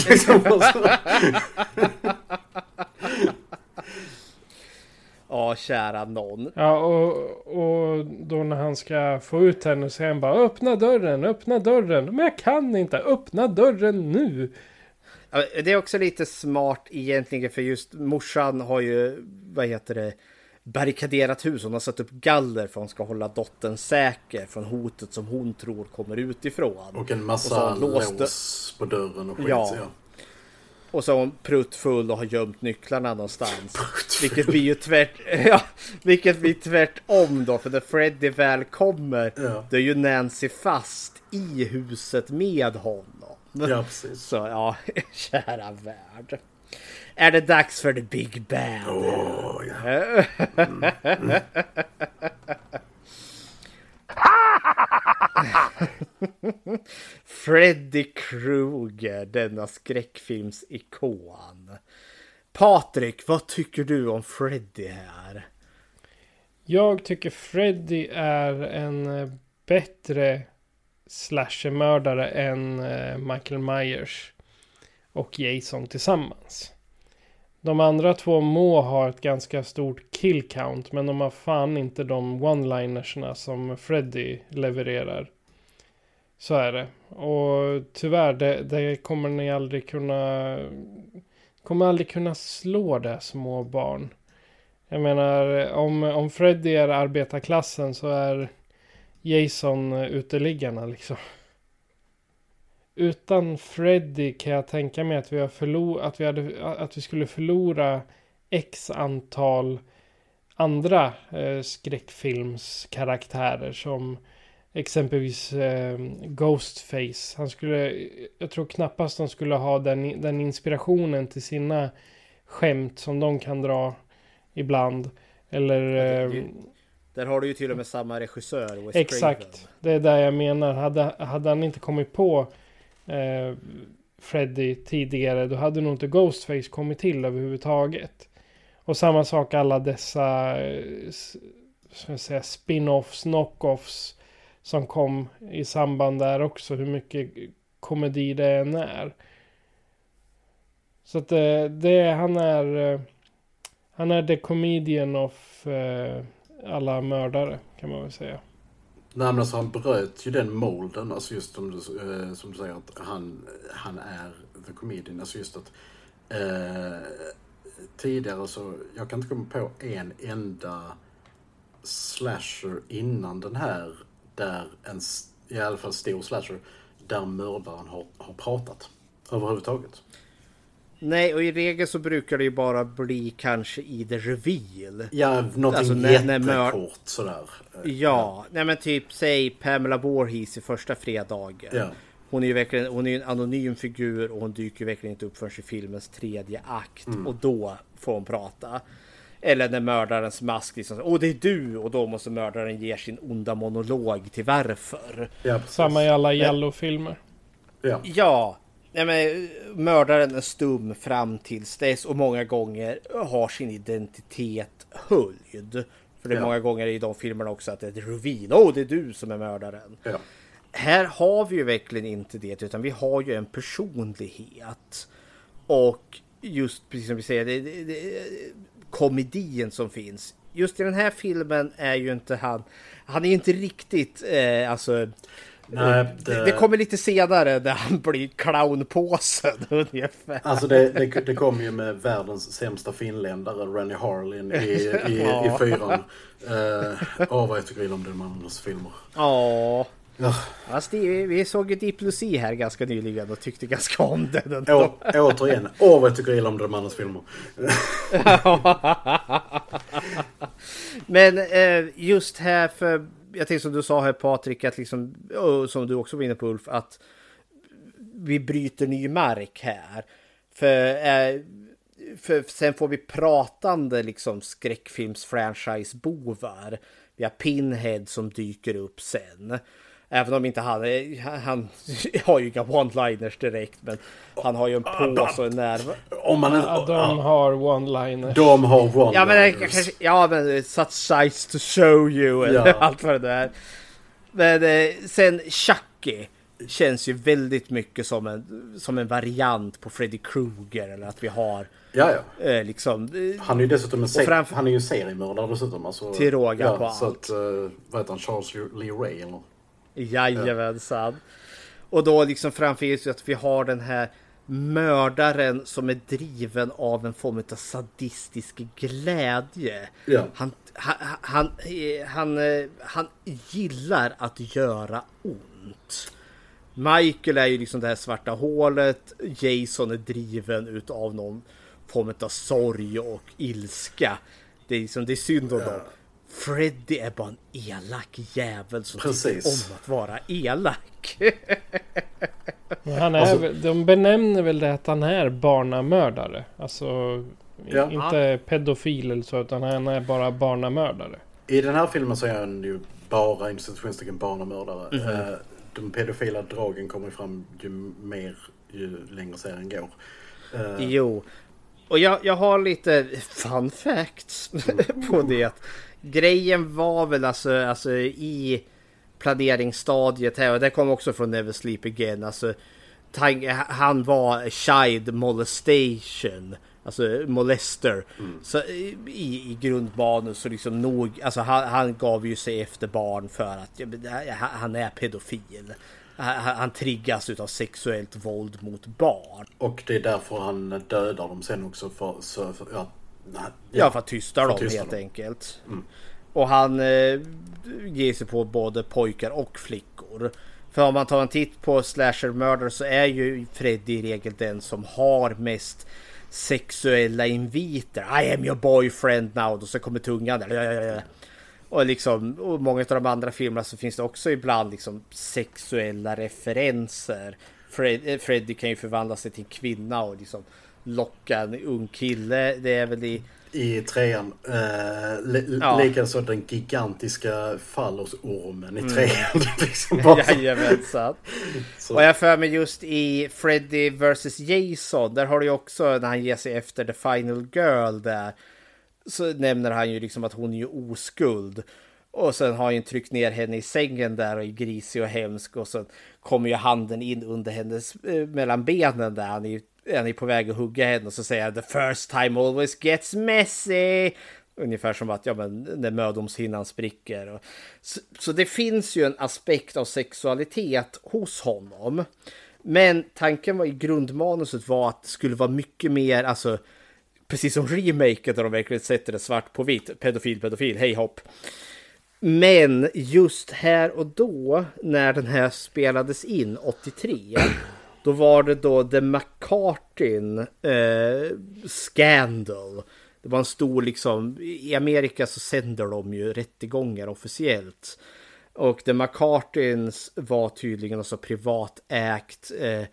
Ja, kära någon. Ja, och då när han ska få ut henne så är han bara, öppna dörren. Men jag kan inte, öppna dörren nu. Ja, det är också lite smart egentligen, för just morsan har ju, barrikaderat hus. Hon har satt upp galler för att hon ska hålla dottern säker från hotet som hon tror kommer utifrån. Och en massa lås på dörren och skit. Ja. Och så är hon pruttfull och har gömt nycklarna någonstans. Vilket blir ju tvärtom då. För när Freddy väl kommer, då är ju Nancy fast i huset med honom. Ja, precis. Så ja, kära värld. Är det dags för the big band? Ja. Freddy Krueger, denna skräckfilmsikon. Patrik, vad tycker du om Freddy här? Jag tycker Freddy är en bättre slashermördare än Michael Myers och Jason tillsammans. De andra två må ha ett ganska stort kill count, men de har fan inte de one-linersna som Freddy levererar. Så är det. Och tyvärr, det kommer ni aldrig kunna slå det små barn. Jag menar, om Freddy är arbetarklassen så är Jason uteliggarna liksom. Utan Freddy kan jag tänka mig att vi skulle förlora x antal andra skräckfilmskaraktärer, som exempelvis Ghostface. Jag tror knappast de skulle ha den inspirationen till sina skämt som de kan dra ibland. Eller där har du ju till och med samma regissör, Wes exakt, Craven. Det är där jag menar. Hade han inte kommit på Freddy tidigare, då hade nog inte Ghostface kommit till överhuvudtaget. Och samma sak alla dessa spin-offs, knock-offs som kom i samband där också, hur mycket komedi det än är. Så att han är the comedian of alla mördare, kan man väl säga. Nej, men alltså han bröt ju den molden, alltså just som du säger att han är the comedian, alltså just att tidigare så, jag kan inte komma på en enda slasher innan den här, där i alla fall stor slasher, där mördaren har pratat överhuvudtaget. Nej, och i regel så brukar det ju bara bli kanske i the reveal. Ja, någonting jättekort sådär. Ja, nej men typ, säg Pamela Voorhees i första fredagen. Ja. Hon är ju en anonym figur, och hon dyker verkligen inte upp förrän i filmens tredje akt. Och då får hon prata. Eller när mördarens mask liksom, det är du, och då måste mördaren ge sin onda monolog till varför. Ja, samma i alla Yellow-filmer. Ja. Nej, men mördaren är stum fram tills dess, och många gånger har sin identitet höljd. För det är många gånger i de filmerna också att det är reveal. Det är du som är mördaren. Ja. Här har vi ju verkligen inte det, utan vi har ju en personlighet. Och just precis som vi säger, det komedin som finns. Just i den här filmen är ju inte han är ju inte riktigt nej, det kommer lite senare där han blir clownpåsen ungefär. Alltså det kom ju med världens sämsta finländare, Rennie Harlin i fyran. Vad jag tycker om den mannens filmer. Ja. Ja. Fast vi såg ju Deep Blue Sea här ganska nyligen och tyckte ganska om den. Återigen, vad jag tycker illa om de andras filmer. Men just här, för jag tänkte som du sa här Patrik, att liksom, som du också var inne på Ulf, att vi bryter ny mark här. För sen får vi pratande liksom skräckfilms-franchise-bovar. Vi har Pinhead som dyker upp sen. Även om inte han har ju inga one-liners direkt, men han har ju en pås och en nerv. De har one-liners. De har one-liners. Men such size to show you. Eller allt vad det där. Men sen Chucky känns ju väldigt mycket som en variant på Freddy Krueger, eller att vi har liksom, han är ju dessutom han är ju en seriemördare dessutom, alltså, till råga på så allt. Att, vad heter han, Charles Lee Ray eller? Jajamensan. Och då liksom framför oss att vi har den här mördaren som är driven av en form av sadistisk glädje. Ja. Han gillar att göra ont. Michael är ju liksom det här svarta hålet. Jason är driven utav någon form av sorg och ilska. Det är liksom, det är synd om dem. Freddy är bara en elak jävel som tycker om att vara elak. De benämner väl det att han är barnamördare. Alltså inte pedofil eller så, utan han är bara barnamördare. I den här filmen så är han ju bara barnamördare. De pedofila dragen kommer fram ju längre serien går. Jo. Och jag har lite fun facts på det. Grejen var väl alltså i planeringsstadiet här, och det kom också från Never Sleep Again. Alltså, han var child molestation, alltså molester. Så i grundmanus så liksom nog, alltså han gav ju sig efter barn för att han är pedofil. Han triggas utav sexuellt våld mot barn. Och det är därför han dödar dem sen också för att tysta dem helt enkelt. Och han ger sig på både pojkar och flickor. För om man tar en titt på slasher-mördare så är ju Freddy i regel den som har mest sexuella inviter. I am your boyfriend now. Och så kommer tungan där. Och liksom, och många av de andra filmerna så finns det också ibland liksom sexuella referenser. Freddy kan ju förvandla sig till en kvinna och liksom locka en ung kille. Det är väl i trean. Likaså den gigantiska fallosormen i trean. Liksom Jajamensan. Och jag för mig just i Freddy vs. Jason, där har du ju också när han ger sig efter The Final Girl där, så nämner han ju liksom att hon är ju oskuld. Och sen har han tryckt ner henne i sängen där och är grisig och hemsk. Och så kommer ju handen in under hennes mellan benen där. Han är på väg att hugga henne och så säger han, the first time always gets messy. Ungefär som att när mödomshinnan spricker. Så det finns ju en aspekt av sexualitet hos honom. Men tanken var i grundmanuset var att det skulle vara mycket mer, alltså precis som remaken där de verkligen sätter det svart på vitt. Pedofil, hej hopp. Men just här och då, när den här spelades in 83, då var det då The McCartin Scandal. Det var en stor liksom, i Amerika så sänder de ju rättegångar officiellt. Och The McCartins var tydligen också privatägt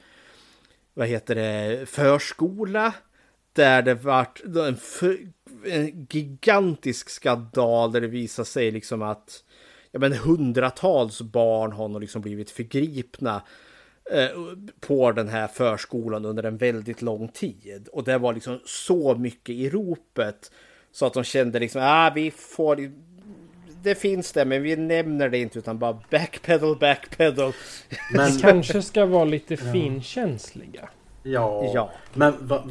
förskola. Där det var en gigantisk skandal där det visar sig liksom att hundratals barn har liksom blivit förgripna på den här förskolan under en väldigt lång tid. Och det var liksom så mycket i ropet så att de kände liksom, vi får, det finns det, men vi nämner det inte utan bara backpedal. Men kanske ska vara lite finkänsliga. Ja. Men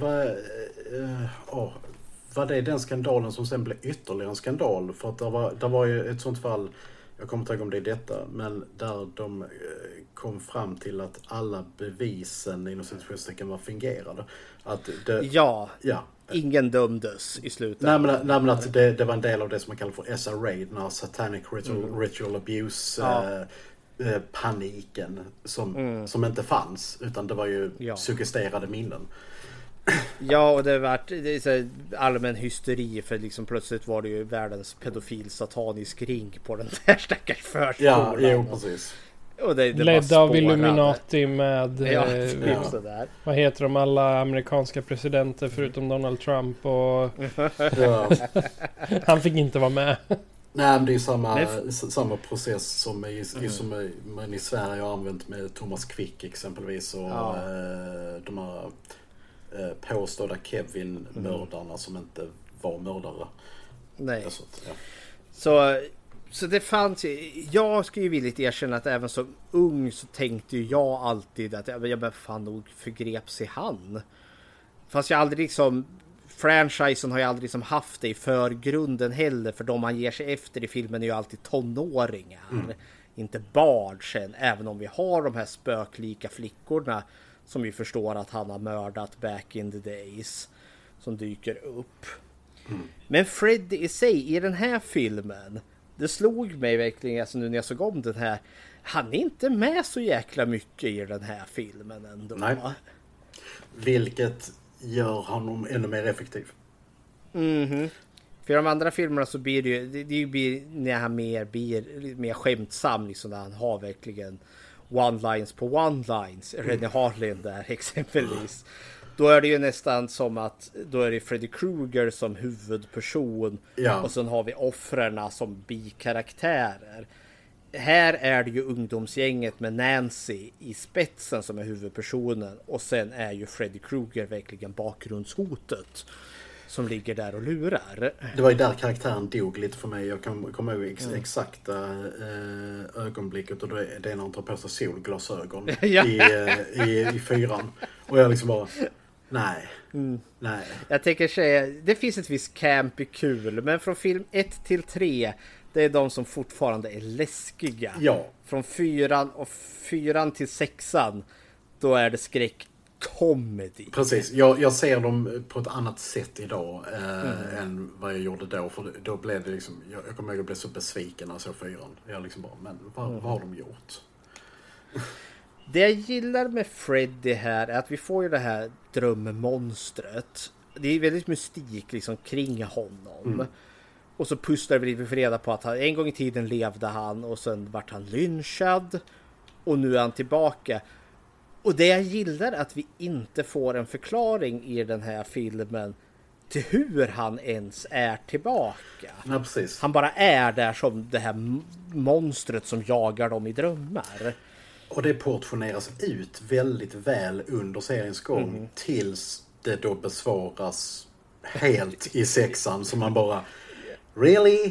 var det den skandalen som sen blev ytterligare en skandal? För att det var ju ett sånt fall, jag kommer inte ihåg om det är detta, men där de kom fram till att alla bevisen inom situationstecken var fingerade. Att ingen dömdes i slutet. Nej men att det var en del av det som man kallar för SRA, den här Satanic Ritual Abuse paniken som inte fanns, utan det var ju suggesterade minnen. Ja, och det har varit så allmän hysteri för liksom plötsligt var det ju världens pedofil satanisk ring på den där stackars förskolan. Ja, precis. Och det ledd av Illuminati med sådär. Vad heter de, alla amerikanska presidenter förutom Donald Trump och han fick inte vara med. Nej, men det är samma process som man i Sverige har använt med Thomas Quick exempelvis och de här påstådda Kevin-mördarna som inte var mördare. Nej. Så det fanns ju, jag skulle ju vilja erkänna att även som ung så tänkte jag alltid att jag fan nog förgreps i han. Fast jag aldrig liksom, franchisen har jag aldrig liksom haft det i förgrunden heller, för de man ger sig efter i filmen är ju alltid tonåringar. Inte barn sen, även om vi har de här spöklika flickorna som vi förstår att han har mördat back in the days som dyker upp. Men Freddy i sig i den här filmen, det slog mig verkligen alltså nu när jag såg om den här, han är inte med så jäkla mycket i den här filmen ändå. Nej. Vilket gör honom ännu mer effektiv. För de andra filmerna så blir det blir när han blir mer skämtsam liksom, när han har verkligen one-lines på one-lines. René Harlin där exempelvis. Då är det ju nästan som att då är det Freddy Krueger som huvudperson och sen har vi offrarna som bikaraktärer. Här är det ju ungdomsgänget med Nancy i spetsen som är huvudpersonen, och sen är ju Freddy Krueger verkligen bakgrundshotet som ligger där och lurar. Det var ju där karaktären dog lite för mig. Jag kommer ihåg exakta ögonblicket, och det är när han tar på sig solglasögon i 4:an. Och jag liksom bara, nej. Jag tänker säga, det finns ett visst campy kul, men från film 1 till 3, det är de som fortfarande är läskiga. Ja. Från 4 till 6, då är det skräck comedy. Precis, jag ser dem på ett annat sätt idag än vad jag gjorde då. För då blev det liksom, jag kommer ihåg att jag blev så besviken när jag såg 4:an. Jag liksom bara, men vad har de gjort? Det jag gillar med Freddy här är att vi får ju det här drömmonstret. Det är väldigt mystik liksom kring honom. Och så pustar vi för reda på att en gång i tiden levde han och sen vart han lynchad. Och nu är han tillbaka. Och det jag gillar är att vi inte får en förklaring i den här filmen till hur han ens är tillbaka. Ja, precis. Han bara är där som det här monstret som jagar dem i drömmar. Och det portioneras ut väldigt väl under seriens gång tills det då besvaras helt i 6:an, som man bara, really?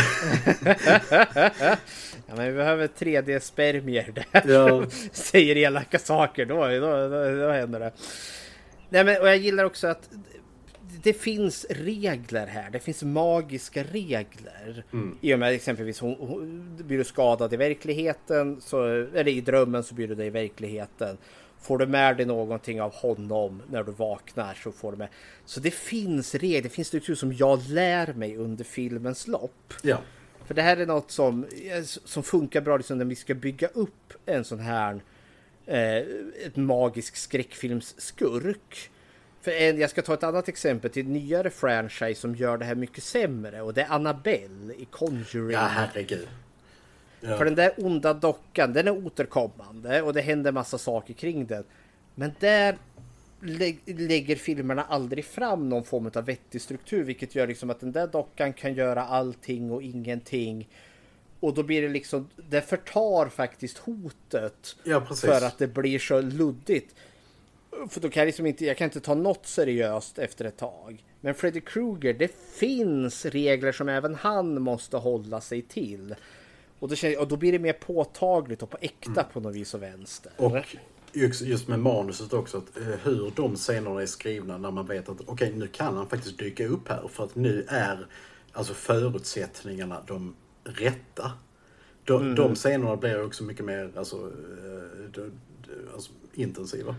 Ja, men vi behöver 3D-spermier där. Säger elaka saker, då händer det. Nej, men, och jag gillar också att det finns regler här. Det finns magiska regler. I och med exempelvis hon blir du skadad i verkligheten, eller i drömmen så blir du det i verkligheten. Får du med dig någonting av honom när du vaknar så får du med. Så det finns regler, det finns struktur som jag lär mig under filmens lopp. Ja. För det här är något som funkar bra liksom när vi ska bygga upp en sån här ett magisk skräckfilmsskurk. För jag ska ta ett annat exempel till nyare franchise som gör det här mycket sämre, och det är Annabelle i Conjuring. Ja, herregud. Ja. För den där onda dockan, den är återkommande och det händer massa saker kring den. Men där lägger filmerna aldrig fram någon form av vettig struktur, vilket gör liksom att den där dockan kan göra allting och ingenting. Och då blir det liksom, det förtar faktiskt hotet. Ja, precis. För att det blir så luddigt. För då kan jag liksom jag kan inte ta något seriöst efter ett tag. Men Freddy Krueger, det finns regler som även han måste hålla sig till. Och då blir det mer påtagligt och på äkta på något vis och vänster. Och just med manuset också, att hur de scenerna är skrivna när man vet att okej, nu kan han faktiskt dyka upp här, för att nu är alltså förutsättningarna de rätta. De scenerna blir också mycket mer alltså intensiva.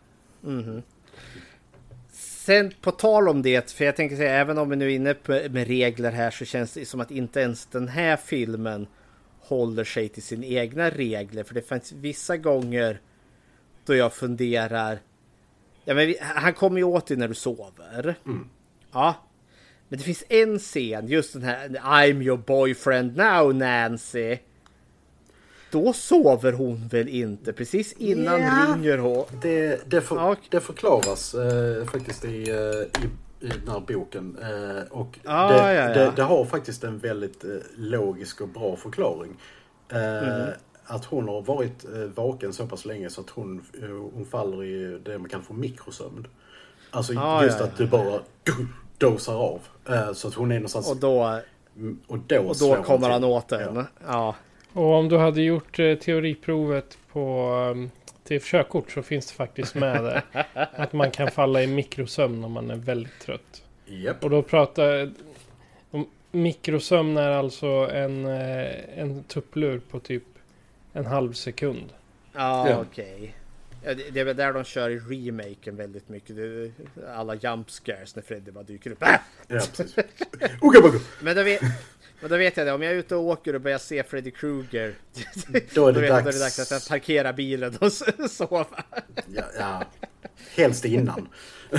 Sen på tal om det, för jag tänker säga, även om vi nu är inne med regler här, så känns det som att inte ens den här filmen håller sig till sina egna regler. För det finns vissa gånger då jag funderar, ja, men han kommer ju åt dig när du sover. Ja. Men det finns en scen, just den här I'm your boyfriend now, Nancy. Då sover hon väl inte? Precis innan ringer hon. Det förklaras faktiskt i den här boken. Och det har faktiskt en väldigt logisk och bra förklaring. Att hon har varit vaken så pass länge så att hon faller i det man kallar för mikrosömn. Alltså att du bara dosar av. Så att hon är någonstans... Och då kommer han åt den. Ja. Och om du hade gjort teoriprovet till körkort så finns det faktiskt med det. Att man kan falla i mikrosömn om man är väldigt trött. Yep. Och då pratar... Mikrosömn är alltså en tupplur på typ en halv sekund. Okej. Det är väl där de kör i remaken väldigt mycket. Alla jump scares när Freddy bara dyker upp. Ja, precis. Men då vet jag det. Om jag är ute och åker och börjar se Freddy Krueger, då är det dags att parkera bilen och sova. Ja. Helst innan.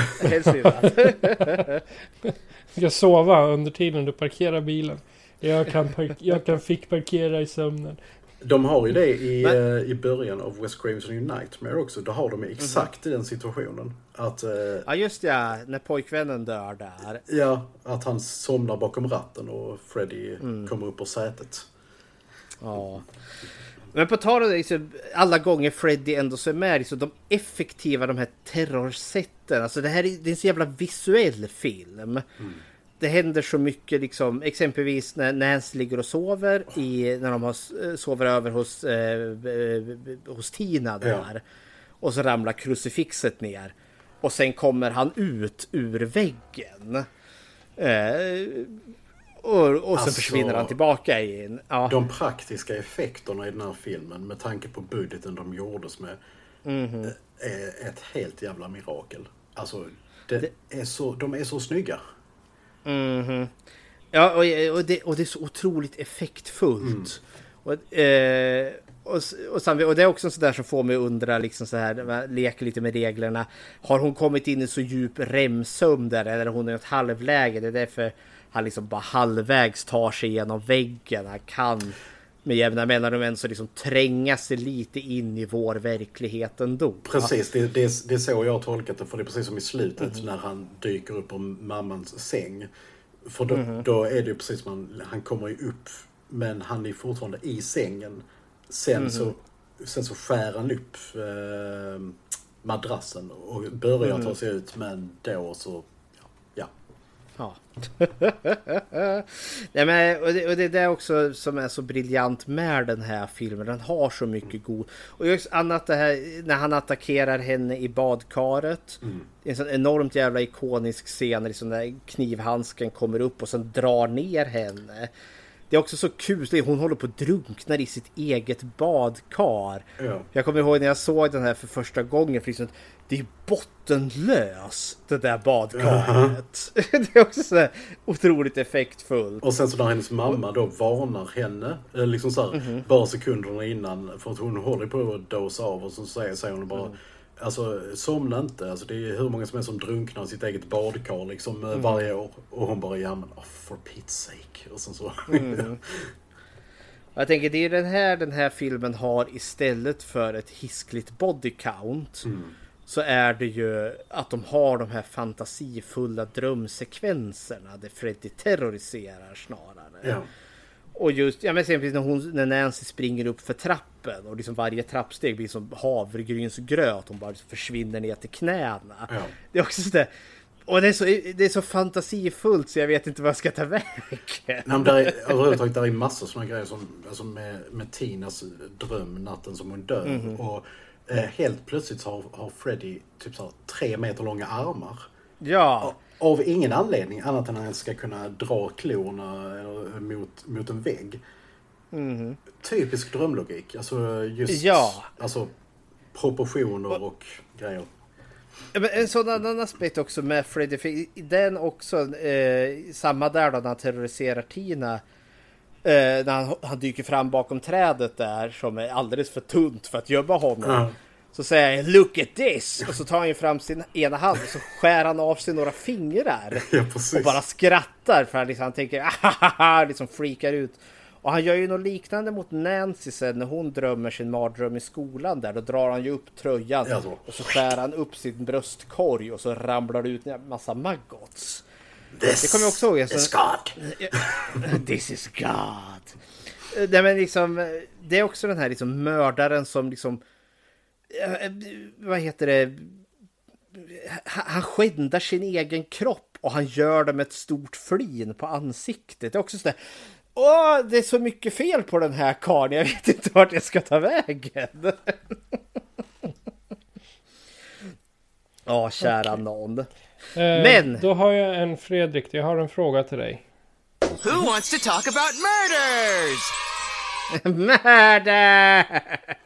Jag sova under tiden du parkerar bilen. Jag kan fick parkera i sömnen. De har ju det i början av Wes Cravens New Nightmare också. Då har de exakt i den situationen. Att, ja, just det. När pojkvännen dör där. Ja, att han somnar bakom ratten och Freddy kommer upp på sätet. Ja. Men på tal om det, så alla gånger Freddy ändå så är med, så de effektiva, de här terrorsätten. Alltså det är en så jävla visuell film. Det händer så mycket, liksom, exempelvis när Nancy ligger och sover när de sover över hos Tina där. Ja. Och så ramlar krucifixet ner. Och sen kommer han ut ur väggen. Och sen försvinner han tillbaka in. Ja. De praktiska effekterna i den här filmen, med tanke på budgeten de gjordes med, är ett helt jävla mirakel. Alltså, de är så snygga. Ja, och det är så otroligt effektfullt. Och det är också en sån där som får mig att undra, liksom så här, man leker lite med reglerna. Har hon kommit in i så djup remsömn där, eller hon är i ett halvläge? Det är därför han liksom bara halvvägs tar sig igenom väggen. Han kan med jämna mellanrum så liksom tränga sig lite in i vår verklighet ändå. Precis, det är så jag har tolkat det. För det är precis som i slutet när han dyker upp på mammans säng. För då är det ju precis som han kommer ju upp, men han är fortfarande i sängen. Sen så skär han upp madrassen och börjar ta sig ut, men då så ja. Nej, men, och det är det också som är så briljant med den här filmen. Den har så mycket god. Och just annat det här när han attackerar henne i badkaret. Det är en sån enormt jävla ikonisk scen liksom, där knivhandsken kommer upp och sen drar ner henne. Det är också så kul. Hon håller på att drunkna i sitt eget badkar. Ja. Jag kommer ihåg när jag såg den här för första gången. För liksom, det är bottenlöst, det där badkaret. Det är också så otroligt effektfullt. Och sen så när hennes mamma då varnar henne liksom så här, bara sekunderna innan, för att hon håller på att dosa av, och så säger hon bara alltså, somna inte. Alltså, det är hur många som är som drunknar i sitt eget badkar liksom, varje år. Och hon bara, ja men for Pete's sake. Och så. Jag tänker, det är den här filmen har istället för ett hiskligt body count, så är det ju att de har de här fantasifulla drömsekvenserna där Freddy terroriserar snarare. Ja. Och just, ja men exempelvis när Nancy springer upp för trappen och liksom varje trappsteg blir som havregrynsgröt, hon bara försvinner ner till knäna. Ja. Det är också så där, och det är så fantasifullt så jag vet inte vad jag ska ta väg. Nej, men där är massor av sådana grejer som alltså med Tinas dröm natten som hon dör. Och helt plötsligt har Freddy typ så 3 meter långa armar. Ja. Av ingen anledning annat än att han ska kunna dra klorna mot en vägg. Typisk drömlogik. Alltså just alltså proportioner och grejer. En sån annan aspekt också med Freddy, den också samma där då när han terroriserar Tina. När han dyker fram bakom trädet där som är alldeles för tunt för att gömma honom. Så säger han, look at this! Och så tar han ju fram sin ena hand och så skär han av sig några fingrar. Och bara skrattar för att han tänker, ahaha, liksom freakar ut. Och han gör ju något liknande mot Nancy sen när hon drömmer sin mardröm i skolan där. Då drar han ju upp tröjan och så skär han upp sin bröstkorg och så ramlar det ut en massa maggots. Det kommer jag också ihåg. This is God. This is God. Nej, men liksom, det är också den här liksom mördaren som liksom, vad heter det, han skändar sin egen kropp och han gör det med ett stort flin på ansiktet. Det är också så där, det är så mycket fel på den här karln, jag vet inte vart jag ska ta vägen. Kära någon. Men då har jag en Fredrik, jag har en fråga till dig. Who wants to talk about murders? Murders!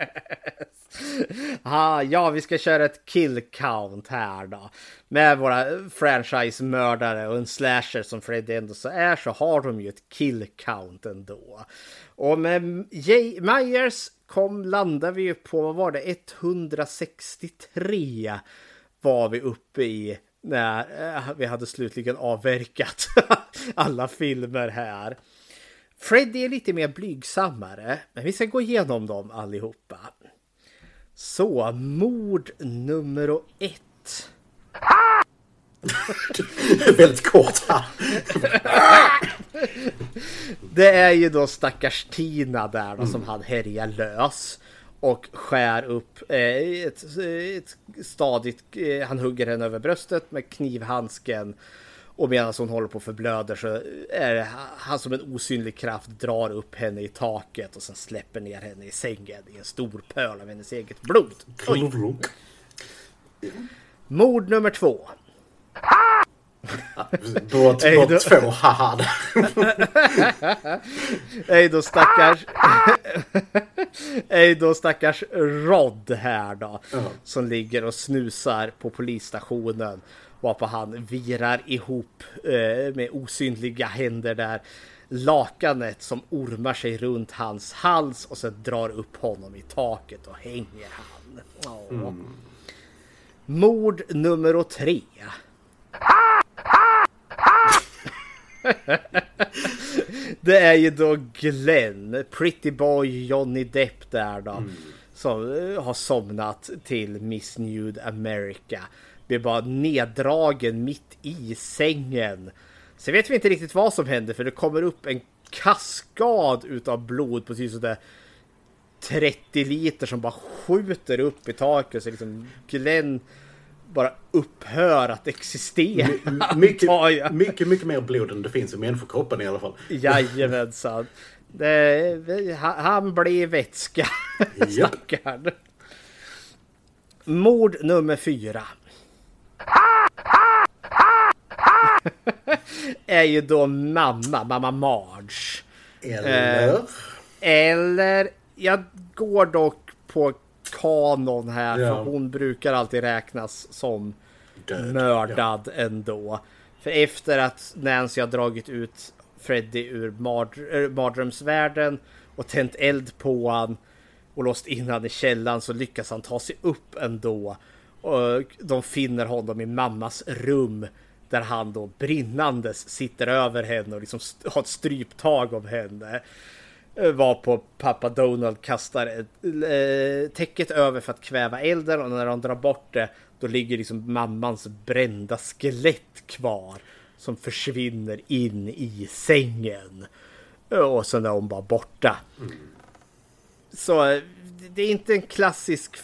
Ja, vi ska köra ett kill count här då. Med våra franchise-mördare och en slasher som Freddy ändå så är, så har de ju ett kill count ändå. Och med Myers landade vi ju på, vad var det, 163 var vi uppe i när vi hade slutligen avverkat alla filmer här. Freddy är lite mer blygsammare, men vi ska gå igenom dem allihopa. Så, mord nummer 1. Väldigt kort här. Det är ju då stackars Tina där då, som han härjar lös och skär upp ett stadigt, han hugger henne över bröstet med knivhandsken, och medan hon håller på att förblöder så är han som en osynlig kraft drar upp henne i taket och sen släpper ner henne i sängen i en stor pöl av hennes eget blod. Mord nummer 2. Då 2 haha. då stackars Rod här då, som ligger och snusar på polisstationen, varpå han virar ihop med osynliga händer där lakanet som ormar sig runt hans hals och sen drar upp honom i taket och hänger han. Mord nummer 3. Det är ju då Glenn, Pretty Boy Johnny Depp där då, som har somnat till Miss Nude America. Blir bara neddragen mitt i sängen. Så vet vi inte riktigt vad som händer, för det kommer upp en kaskad utav blod på sådär 30 liter som bara skjuter upp i taket, så liksom Glenn bara upphör att existera. Mycket mer blod än det finns i människokroppen i alla fall. Jajamensan. Han blir vätska. Stackarn. Mord nummer 4. är ju då mamma Marge. Eller jag går dock på kanon här, för hon brukar alltid räknas som mördad ändå. För efter att Nancy har dragit ut Freddy ur mardrömsvärlden och tänt eld på han och låst in han i källan, så lyckas han ta sig upp ändå. Och de finner honom i mammas rum, där han då brinnandes sitter över henne och liksom har ett stryptag om henne. Var på pappa Donald kastar täcket över för att kväva elden, och när de drar bort det, då ligger liksom mammans brända skelett kvar som försvinner in i sängen. Och sen är hon bara borta. Så det är inte en klassisk...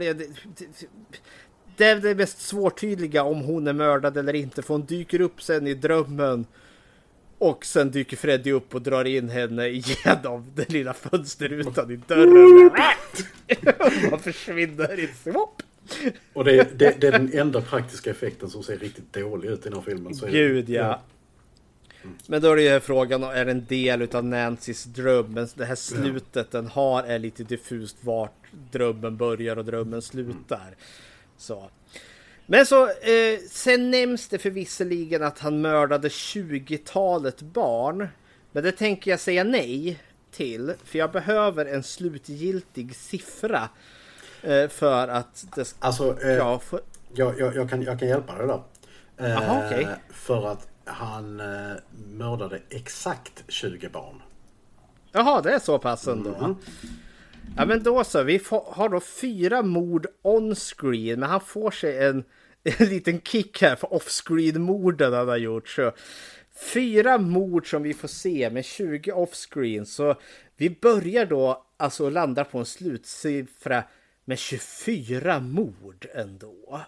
Det är det mest svårtydliga om hon är mördad eller inte, för hon dyker upp sen i drömmen. Och sen dyker Freddy upp och drar in henne genom den lilla fönsterrutan i dörren. Man försvinner i swopp. Och det är den enda praktiska effekten som ser riktigt dålig ut i den här filmen. Så Gud, ja. Men då är det ju frågan, är en del utav Nancys dröm. Men det här slutet den har är lite diffust vart drömmen börjar och drömmen slutar. Så. Men så, sen nämns det förvisserligen att han mördade 20-talet barn. Men det tänker jag säga nej till. För jag behöver en slutgiltig siffra för att det ska... Alltså, jag kan hjälpa dig där. Aha, okay. För att han mördade exakt 20 barn. Jaha, det är så pass ändå. Ja, men då så. Vi har då 4 mord on-screen. Men han får sig en liten kick här för off-screen-morden han har gjort. Så 4 mord som vi får se med 20 off-screen. Så vi börjar då alltså landa på en slutsiffra med 24 mord ändå.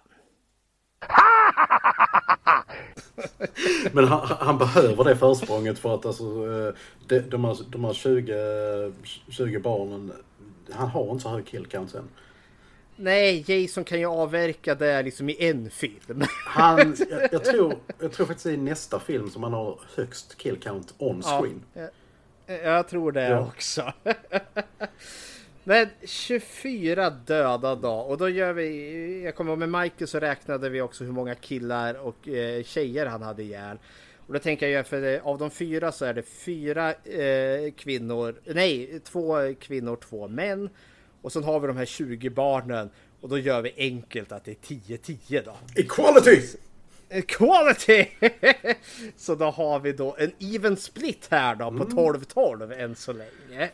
Men han behöver det försprånget för att alltså, de här 20 barnen, han har inte så hög kill count sen. Nej, Jason kan ju avverka det liksom i en film. Jag tror faktiskt det är nästa film som han har högst kill count on screen. Ja, jag tror det också. Men 24 döda då. Och då gör vi... Jag kommer ihåg med Michael så räknade vi också hur många killar och tjejer han hade ihjäl. Och då tänker jag för av de 4 så är det 4 kvinnor... Nej, 2 kvinnor, 2 män. Och sen har vi de här 20 barnen. Och då gör vi enkelt att det är 10-10 då. Equality! Så då har vi då en even split här då på 12-12 än så länge.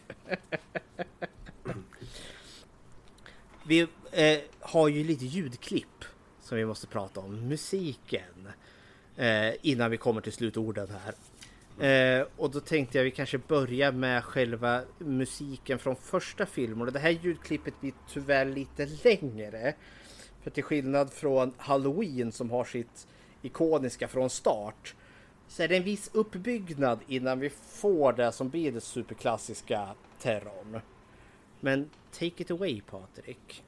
Vi har ju lite ljudklipp som vi måste prata om. Musiken. Innan vi kommer till slutorden här. Och då tänkte jag vi kanske börjar med själva musiken från första filmen. Och det här ljudklippet blir tyvärr lite längre. För till skillnad från Halloween som har sitt ikoniska från start, så är det en viss uppbyggnad innan vi får det som blir det superklassiska terrorn. Men take it away, Patrik.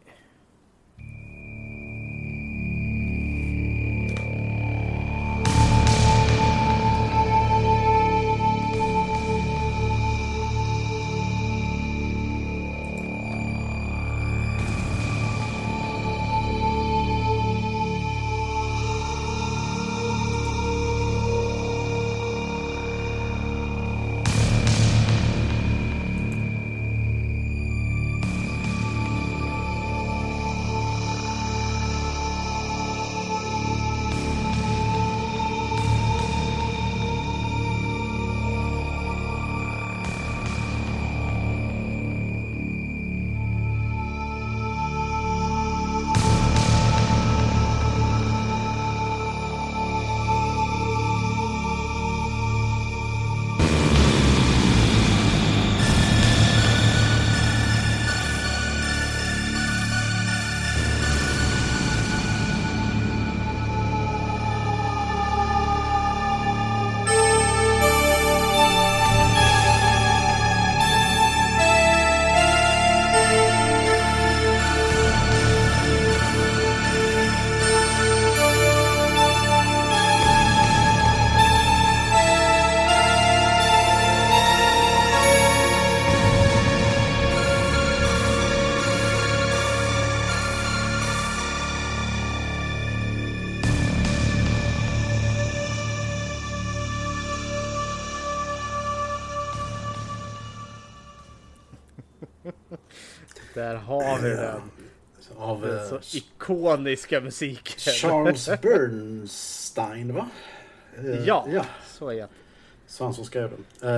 Där har vi den. Av den så ikoniska musiken. Charles Bernstein, va? Ja, så är det. Så han som skrev den.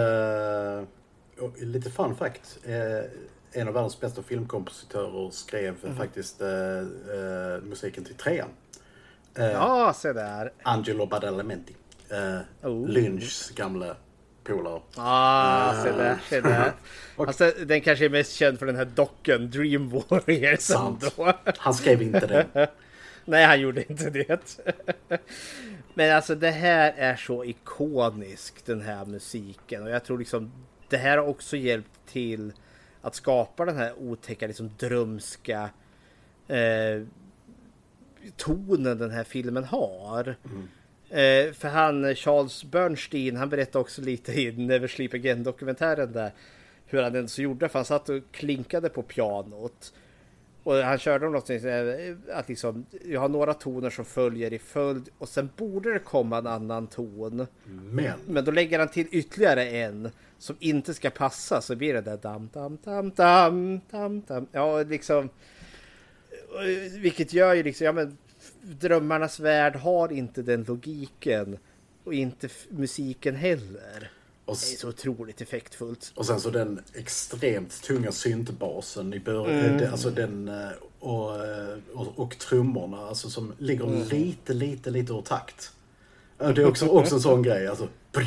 Lite fun fact. En av världens bästa filmkompositörer skrev faktiskt musiken till 3:an. Ja, se där. Angelo Badalamenti. Lynchs gamla polare. Se där. Alltså, den kanske är mest känd för den här docken Dream Warriors. Sant. Han skrev inte den. Nej, han gjorde inte det. Men alltså det här är så ikonisk, den här musiken. Och jag tror liksom det här har också hjälpt till att skapa den här otäcka liksom drömska tonen den här filmen har. För han, Charles Bernstein, han berättade också lite i Never Sleep Again-dokumentären där hur han ändå så gjorde. För han satt och klinkade på pianot. Och han körde något att liksom, jag har några toner som följer i följd och sen borde det komma en annan ton. Men då lägger han till ytterligare en som inte ska passa, så blir det där dam dam dam dam dam dam. Ja, liksom, vilket gör ju liksom, ja men Drömmarnas värld har inte den logiken och inte musiken heller. Och det är så otroligt effektfullt. Och sen så den extremt tunga syntbasen i början, alltså den och trummorna alltså som ligger lite ur takt. Det är också en sån grej alltså.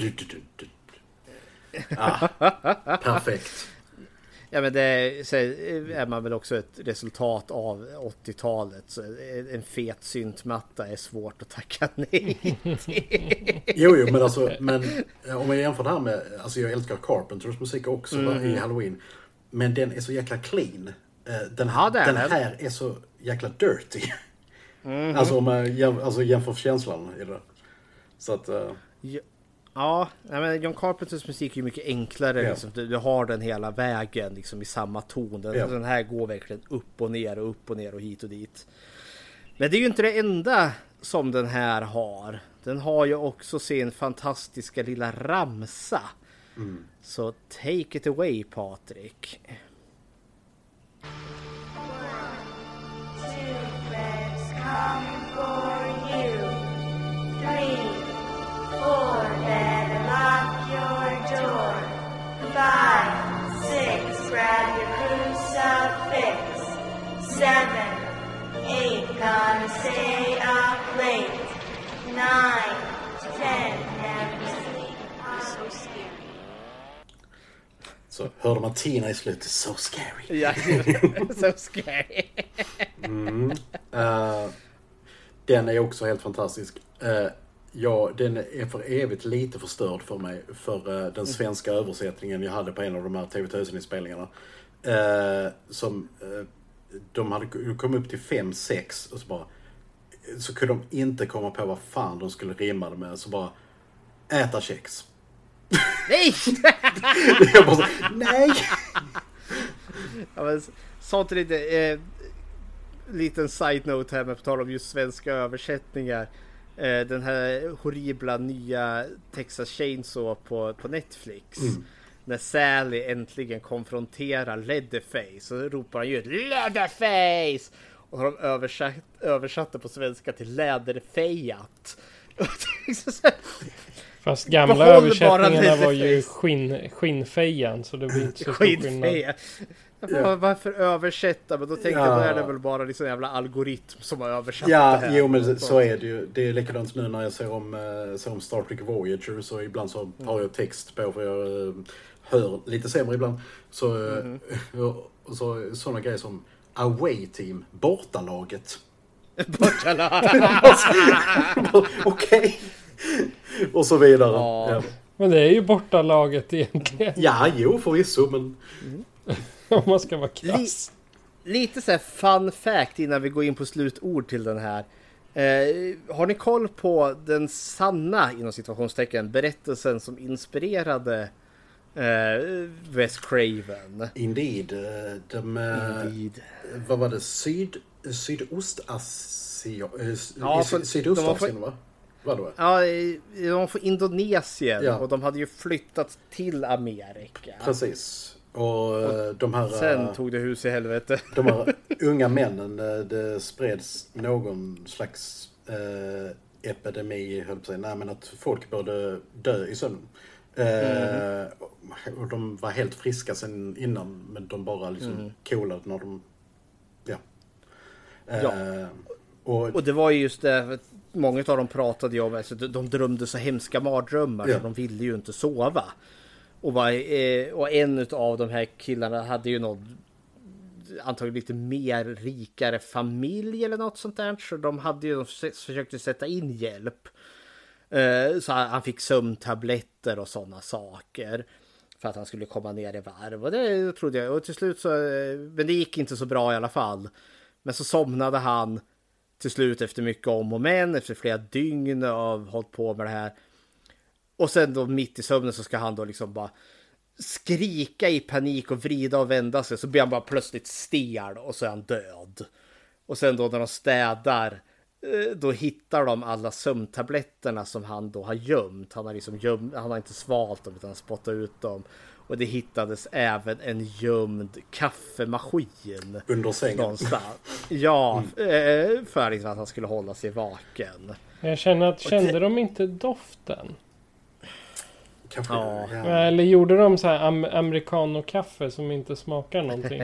Perfekt. Ja, men det är man väl också ett resultat av 80-talet. Så en fet syntmatta är svårt att tacka nej till. Jo, men alltså, om jag jämför det här med, alltså jag älskar Carpenters musik också i Halloween. Men den är så jäkla clean. Den här är så jäkla dirty. Alltså om man jämför känslan i det. Så att... Ja, men John Carpenters musik är ju mycket enklare. Ja. Liksom. Du har den hela vägen liksom, i samma ton. Den här går verkligen upp och ner och hit och dit. Men det är ju inte det enda som den här har. Den har ju också sin fantastiska lilla ramsa. Så take it away, Patrik. 1, 2, let's come for you. 3, 4, better lock your door. 5, 6, grab your crucifix. 7, 8, gonna stay up late. 9, 10, never sleep. I'm so scared. Så hörde man Tina i slutet, so scary. Ja, so scary. Den är också helt fantastisk. Ja, den är för evigt lite förstörd för mig för den svenska översättningen jag hade på en av de här TV1000-inspelningarna. De kom upp till 5-6 och så kunde de inte komma på vad fan de skulle rimma det med. Så bara, äta kex. Nej! Jag bara, nej! Ja, men, sånt är lite liten side-note här med på tal om just svenska översättningar. Den här horribla nya Texas Chainsaw på Netflix. När Sally äntligen konfronterar Leatherface så ropar han ju Leatherface! Och de översatte på svenska till Läderfejat. Fast gamla översättningarna var ju skinnfejan, så det blir inte så stor skillnad. Varför översätta? Men då tänkte jag, då är det väl bara liksom en jävla algoritm som har översatt det här. Jo, men så är det ju. Det är likadant nu när jag ser om Star Trek Voyager, så ibland så har jag text på för jag hör lite sämre ibland. Så sådana grejer som Away Team, bortalaget. Okej. Och så vidare. Ja. Men det är ju bortalaget egentligen. Ja, jo, förvisso, men... Om man ska vara krass. Lite så här fun fact innan vi går in på slutord till den här. Har ni koll på den sanna, inom situationstecken, berättelsen som inspirerade Wes Craven? Indeed. Vad var det? Sydostasien, va? Vadå? Ja, de var från Indonesien och de hade ju flyttat till Amerika. Precis. Och de här... Sen tog det hus i helvete. De här unga männen, det spreds någon slags epidemi, höll på sig. Nej, men att folk började dö i sömn. Och de var helt friska sen innan, men de bara liksom coolade när de... Och det var ju just det, många av dem pratade ju om, alltså, de drömde så hemska mardrömmar så de ville ju inte sova. Och en av de här killarna hade ju någon antagligen lite mer rikare familj eller något sånt där, så de hade ju försökt sätta in hjälp. Så han fick sömntabletter och sådana saker för att han skulle komma ner i varv, och det trodde jag. Och till slut så, men det gick inte så bra i alla fall. Men så somnade han till slut efter mycket om och men, efter flera dygn av hållit på med det här. Och sen då mitt i sömnen så ska han då liksom bara skrika i panik och vrida och vända sig, så blir han bara plötsligt stel och så är han död. Och sen då när de städar, då hittar de alla sömntabletterna som han då har gömt. Han har inte svalt dem utan spottat ut dem. Och det hittades även en gömd kaffemaskin under sängen någonstans. Ja, för liksom att han skulle hålla sig vaken. Jag känner att kände de inte doften? Kanske, ja. Eller gjorde de så här americano-kaffe som inte smakar någonting?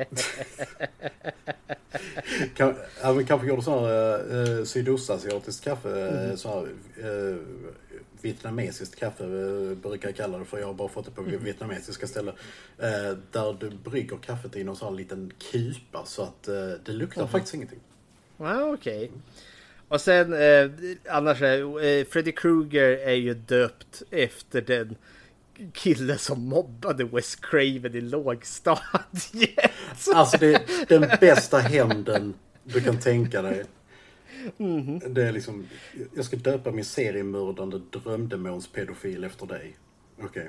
Kanske gjorde sån här sydostasiatiskt kaffe, så här vietnamesiskt kaffe brukar jag kalla det, för jag har bara fått det på vietnamesiska ställen. Där du brygger kaffet i någon sån här liten kupa så att det luktar faktiskt ingenting. Ja, okej. Och sen annars Freddy Krueger är ju döpt efter den kille som mobbade Wes Craven i lågstadiet. Alltså det är den bästa hämnden du kan tänka dig. Det är liksom, jag ska döpa min seriemördande drömdemonspedofil efter dig. Okej.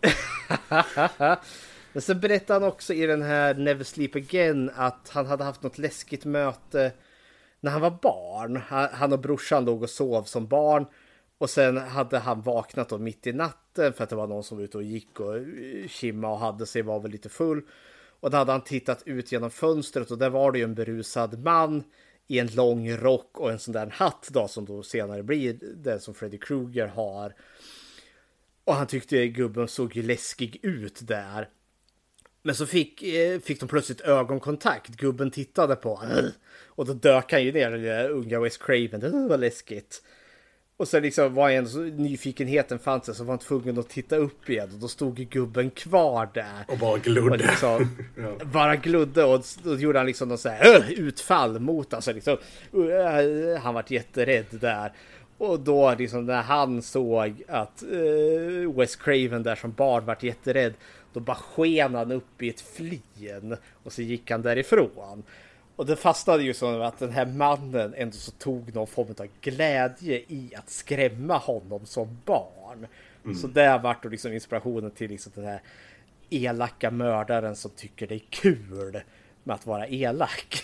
Men så berättar han också i den här Never Sleep Again att han hade haft något läskigt möte när han var barn. Han och brorsan låg och sov som barn. Och sen hade han vaknat då mitt i natten för att det var någon som var ute och gick och kimma och hade sig, var väl lite full. Och då hade han tittat ut genom fönstret och där var det ju en berusad man i en lång rock och en sån där hatt då, som då senare blir den som Freddy Krueger har. Och han tyckte gubben såg ju läskig ut där. Men så fick de plötsligt ögonkontakt. Gubben tittade på honom. Och då dök han ju ner, den unga Wes Craven. Det var läskigt. Och sen liksom var en nyfikenheten fanns det, så var han tvungen att titta upp igen. Och då stod ju gubben kvar där. Och bara glodde. Och liksom, bara glodde. Och då gjorde han liksom någon så här utfall mot. Alltså liksom, han var jätterädd där. Och då liksom när han såg att Wes Craven där som barn var jätterädd, då bara sken han upp i ett flin och så gick han därifrån. Och det fastnade ju så att den här mannen ändå så tog någon form av glädje i att skrämma honom som barn. Så där vart då liksom inspirationen till liksom den här elaka mördaren som tycker det är kul med att vara elak.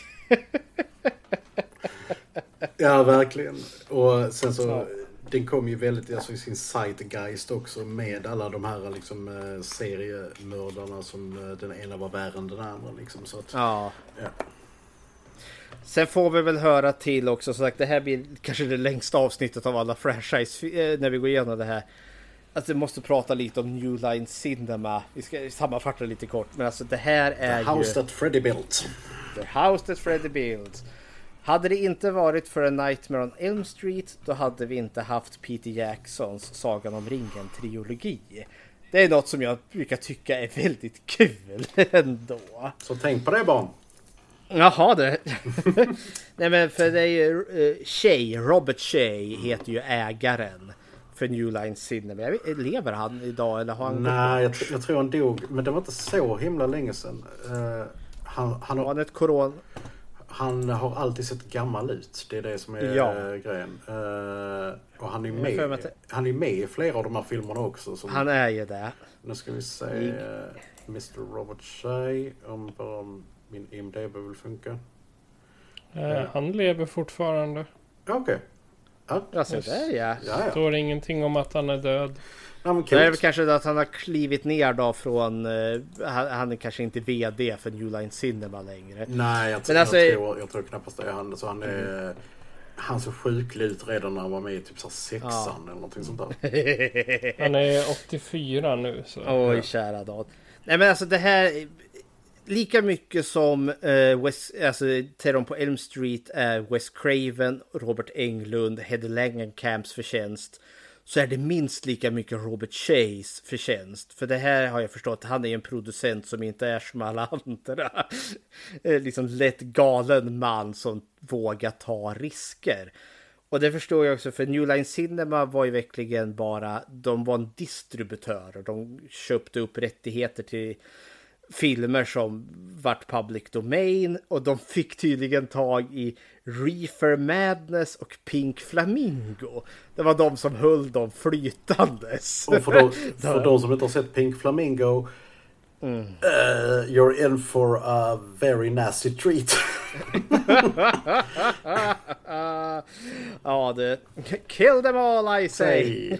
Ja, verkligen. Och sen så den kom ju väldigt, alltså i sin zeitgeist också, med alla de här liksom seriemördarna som den ena var värre än den andra liksom, så att, ja. Sen får vi väl höra till också, så sagt, det här blir kanske det längsta avsnittet av alla franchise när vi går igenom det här. Alltså vi måste prata lite om New Line Cinema. Vi ska sammanfatta lite kort, men alltså det här är The House That Freddy Built. The House That Freddy Built. Hade det inte varit för A Nightmare on Elm Street, då hade vi inte haft Peter Jacksons Sagan om ringen-trilogi. Det är något som jag brukar tycka är väldigt kul ändå. Så tänk på det, barn. Jaha, det. Nej, men för det är ju Robert Shea heter ju ägaren för New Line Cinema. Lever han idag eller har han? Nej, jag tror han dog, men det var inte så himla länge sedan. Han har ett corona. Han har alltid sett gammal ut. Det är det som är grejen. Och han är med i flera av de här filmerna också. Som, han är ju det. Nu ska vi se Mr. Robert Shea, om bara min IMDb vill funka. Han lever fortfarande. Okej. Alltså det Det står ingenting om att han är död. Det är väl kanske att han har klivit ner då från han är kanske inte vd för New Line Cinema längre. Nej, jag tror knappast det är han. Så han såg sjuklig ut redan när han var med i typ så sexan eller någonting sånt där. Han är 84 nu så. Oj, kära dag. Nej, men alltså det här lika mycket som Terrorn på Elm Street är Wes Craven, Robert Englund, Heather Langenkamps förtjänst, så är det minst lika mycket Robert Sheas förtjänst. För det här har jag förstått, han är en producent som inte är som alla andra. Liksom lätt galen man som vågar ta risker. Och det förstår jag också, för New Line Cinema var ju verkligen bara, de var en distributör. De köpte upp rättigheter till filmer som vart public domain, och de fick tydligen tag i Reefer Madness och Pink Flamingo. Det var de som höll dem flytandes. Och för de som inte har sett Pink Flamingo, you're in for a very nasty treat. Ja, det kill them all I say.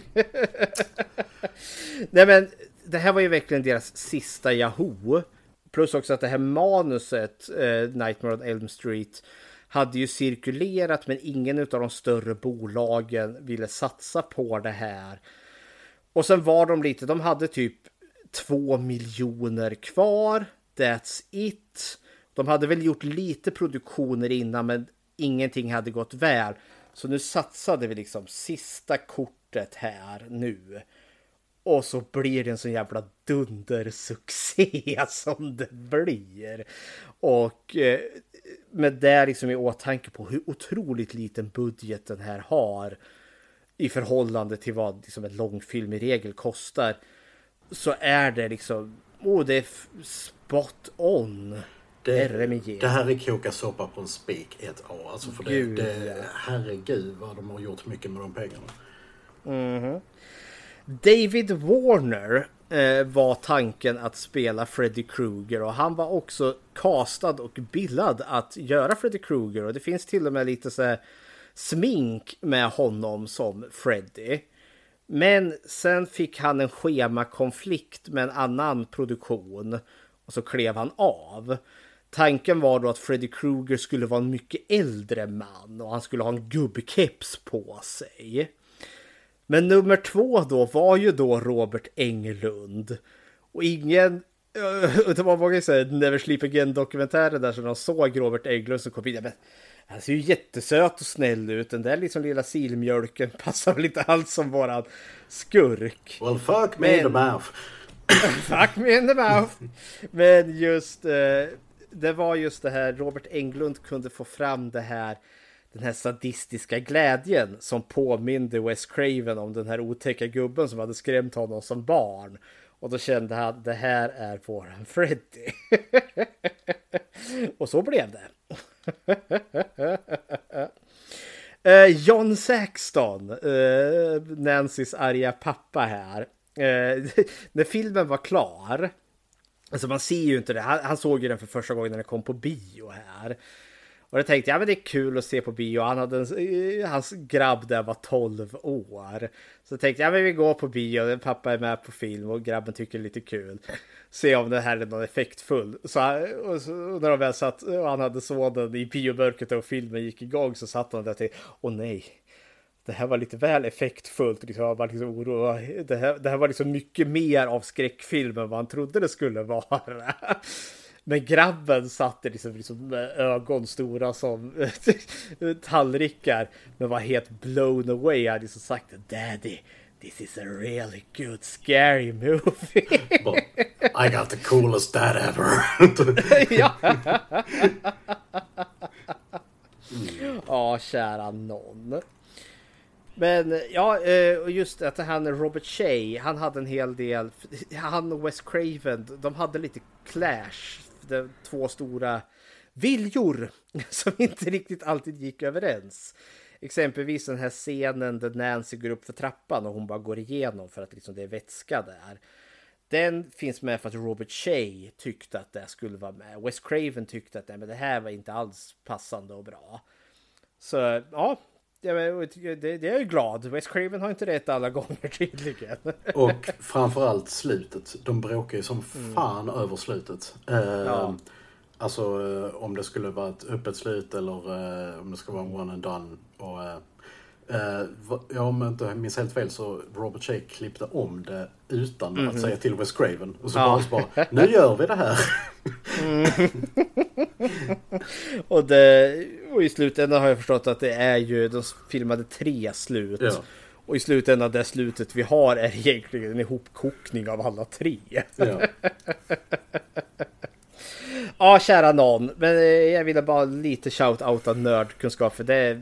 Nej, men det här var ju verkligen deras sista Yahoo. Plus också att det här manuset, Nightmare on Elm Street, hade ju cirkulerat, men ingen av de större bolagen ville satsa på det här. Och sen var de hade typ 2 miljoner kvar. That's it. De hade väl gjort lite produktioner innan, men ingenting hade gått väl. Så nu satsade vi liksom sista kortet här nu. Och så blir det en sån jävla dundersuccé som det blir. Och med det liksom i åtanke på hur otroligt liten budget den här har i förhållande till vad liksom en långfilm i regel kostar, så är det liksom, det är spot on. Det här är koka soppa på en spik 1A. Alltså för herregud vad de har gjort mycket med de pengarna. Mm-hmm. David Warner var tanken att spela Freddy Krueger, och han var också castad och billad att göra Freddy Krueger, och det finns till och med lite så här smink med honom som Freddy. Men sen fick han en schemakonflikt med en annan produktion, och så klev han av. Tanken var då att Freddy Krueger skulle vara en mycket äldre man, och han skulle ha en gubbkeps på sig. Men nummer 2 då var ju då Robert Englund. Och det var många så här Never Sleep Again-dokumentärer där som de såg Robert Englund som kom in. Men han ser ju jättesöt och snäll ut. Den där liksom lilla silmjölken passar väl inte alls som våran skurk. Well, fuck me in the mouth. Fuck me in the mouth. Men just det var just det här, Robert Englund kunde få fram den här sadistiska glädjen som påminde Wes Craven om den här otäcka gubben som hade skrämt honom som barn. Och då kände han, det här är våran Freddy. Och så blev det. John Saxton, Nancys arga pappa här. När filmen var klar, alltså man ser ju inte det. Han såg ju den för första gången när den kom på bio här. Och jag tänkte, men det är kul att se på bio. Hans grabb där var 12 år. Så jag tänkte, men vi går på bio. Pappa är med på film och grabben tycker det är lite kul. Se om det här är någon effektfull. Så när de väl satt och han hade sonen i biomörkret och filmen gick igång, så satt han där och tänkte, nej. Det här var lite väl effektfullt. Jag var liksom orolig. Det här var liksom mycket mer av skräckfilm än vad han trodde det skulle vara. Men grabben satte liksom med ögon stora som tallrikar, men var helt blown away. Jag hade liksom sagt, Daddy, this is a really good scary movie. But I got the coolest dad ever. Ja. Ja, kära någon. Men ja, och just att han Robert Shea, han hade en hel del, han och Wes Craven, de hade lite clash. De 2 stora viljor som inte riktigt alltid gick överens. Exempelvis den här scenen där Nancy går upp för trappan och hon bara går igenom för att liksom det är vätska där. Den finns med för att Robert Shea tyckte att det skulle vara med. Wes Craven tyckte att men det här var inte alls passande och bra. Så ja, det är jag ju glad. Wes Craven har inte rätt alla gånger tydligen. Och framförallt slutet. De bråkar ju som fan över slutet. Alltså om det skulle vara ett öppet slut eller om det ska vara en one and done. Och om jag inte minns helt fel så Robert Shea klippte om det utan att säga till Wes Craven. Och så bara, nu gör vi det här. Och i slutändan har jag förstått att det är ju, de filmade 3 slut. Ja. Och i slutändan det slutet vi har är egentligen en ihopkokning av alla 3. Ja. Ja, kära någon. Men jag ville bara lite shout-outa nördkunskap, för det är,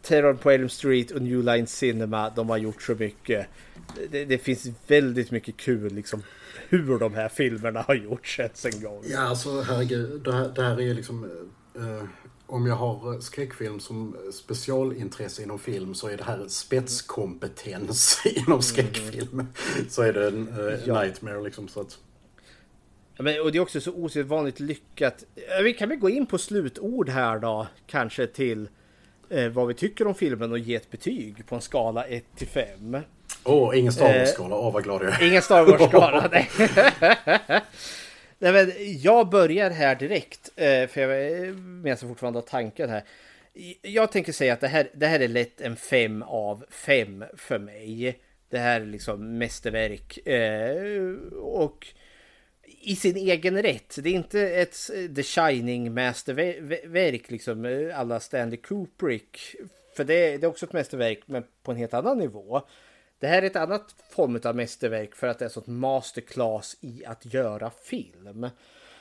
Terror på Elm Street och New Line Cinema, de har gjort så mycket. Det finns väldigt mycket kul liksom, hur de här filmerna har gjorts en gång. Ja, alltså herregud, det här är liksom... om jag har skräckfilm som specialintresse inom film så är det här spetskompetens inom skräckfilm. Så är det en Nightmare liksom, så att... Ja, men, och det är också så osedvanligt lyckat. Vi kan väl gå in på slutord här då, kanske till vad vi tycker om filmen och ge ett betyg på en skala 1-5. Ingen Star Wars-skala. Vad glad jag är. Ingen Star Wars-skala, nej. Nej, men jag börjar här direkt, för jag minns fortfarande tanken här. Jag tänker säga att det här är lätt en 5 av 5 för mig. Det här är liksom mästerverk. Och i sin egen rätt. Det är inte ett The Shining mästerverk liksom alla Stanley Kubrick. För det är också ett mästerverk, men på en helt annan nivå. Det här är ett annat form av mästerverk för att det är sånt masterclass i att göra film.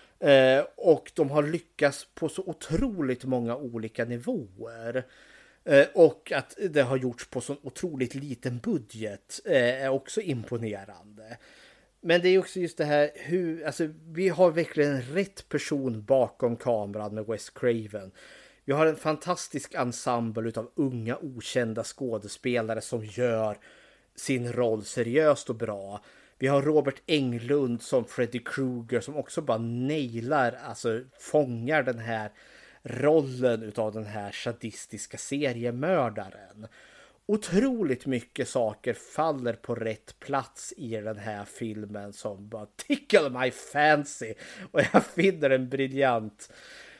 Och de har lyckats på så otroligt många olika nivåer. Och att det har gjorts på så otroligt liten budget är också imponerande. Men det är också just det här vi har verkligen rätt person bakom kameran med Wes Craven. Vi har en fantastisk ensemble av unga okända skådespelare som gör sin roll seriöst och bra. Vi har Robert Englund som Freddy Krueger som också bara nailar, alltså fångar den här rollen utav den här sadistiska seriemördaren. Otroligt mycket saker faller på rätt plats i den här filmen som bara tickle my fancy. Och jag finner den briljant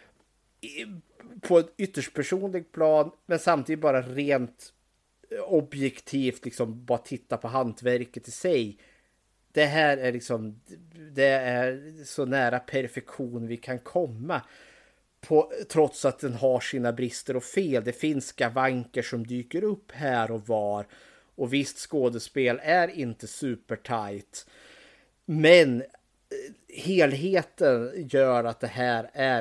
på ett ytterst personlig plan, men samtidigt bara rent objektivt liksom bara titta på hantverket i sig. Det här är liksom, det är så nära perfektion vi kan komma trots att den har sina brister och fel. Det finns skavanker som dyker upp här och var, och visst, skådespel är inte supertight, men helheten gör att det här är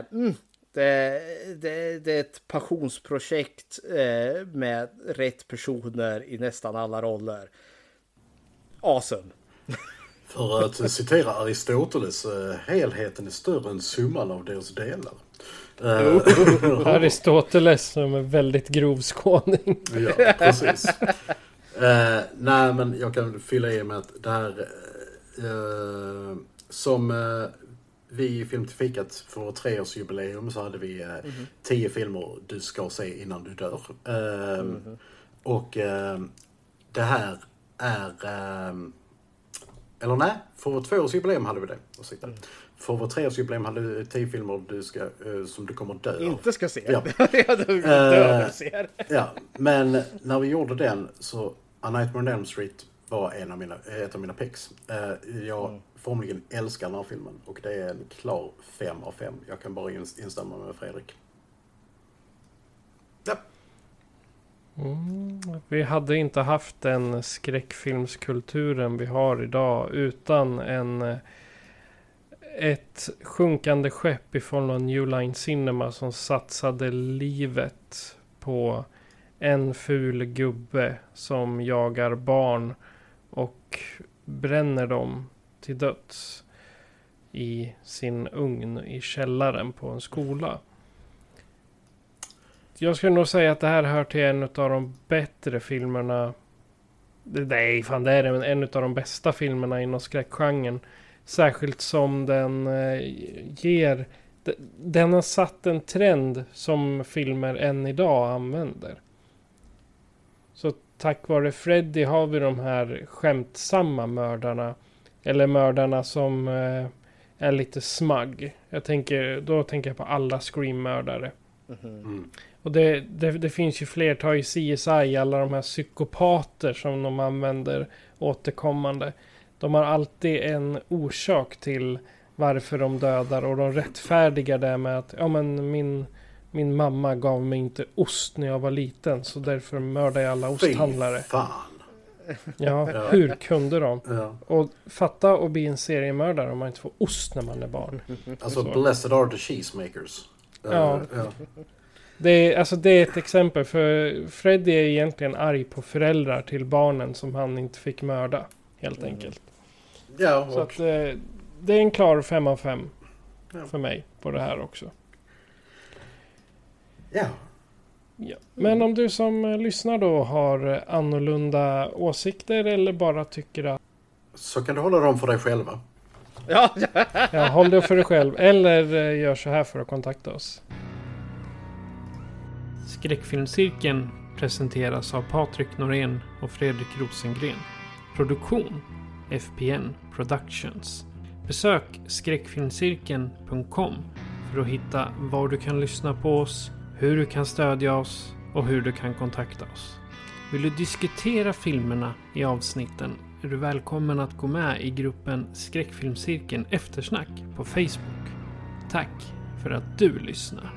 det är ett passionsprojekt med rätt personer i nästan alla roller. Awesome. För att citera Aristoteles, helheten är större än summan av deras delar. Aristoteles som är väldigt grov skåning. Ja, precis. Nej, men jag kan fylla i med att det här som vi i Film till fikat för 3-årsjubileum så hade vi 10 filmer du ska se innan du dör. Och det här är eller nej, för vårt 2-årsjubileum hade vi det. För vårt 3-årsjubileum hade vi 10 filmer du ska, som du kommer dö. Inte ska se. Ja. Ja, men när vi gjorde den så A Nightmare on Elm Street var ett av mina picks. Jag formligen älskar den här filmen och det är en klar 5 av 5. Jag kan bara instämma med Fredrik. Ja. Vi hade inte haft den skräckfilmskulturen vi har idag utan ett sjunkande skepp i form av New Line Cinema som satsade livet på en ful gubbe som jagar barn och bränner dem till döds i sin ugn i källaren på en skola. Jag skulle nog säga att det här hör till en av de bättre filmerna. Nej, fan det är det, men en av de bästa filmerna inom skräckgenren. Särskilt som den ger... Den har satt en trend som filmer än idag använder. Så tack vare Freddy har vi de här skämtsamma mördarna. Eller mördarna som är lite smug. Då tänker jag på alla Scream-mördare. Och det finns ju fler, ta i CSI, alla de här psykopater som de använder återkommande. De har alltid en orsak till varför de dödar och de rättfärdigar det med att ja, men min mamma gav mig inte ost när jag var liten så därför mördar jag alla osthandlare. Fan. Ja, hur kunde de? Ja. Och fatta och bli en seriemördare om man inte får ost när man är barn. Alltså, blessed are the cheesemakers. Ja. Det är ett exempel, för Freddy är egentligen arg på föräldrar till barnen som han inte fick mörda, helt enkelt. Ja, så att, det är en klar 5 av 5 för mig på det här också. Ja. Men om du som lyssnar då har annorlunda åsikter eller bara tycker att... Så kan du hålla dem för dig själva. Ja, håll det för dig själv. Eller gör så här för att kontakta oss. Skräckfilmscirkeln presenteras av Patrik Norén och Fredrik Rosengren. Produktion FPN Productions. Besök skräckfilmscirkeln.com för att hitta var du kan lyssna på oss, hur du kan stödja oss och hur du kan kontakta oss. Vill du diskutera filmerna i avsnitten är du välkommen att gå med i gruppen Skräckfilmscirkeln Eftersnack på Facebook. Tack för att du lyssnar.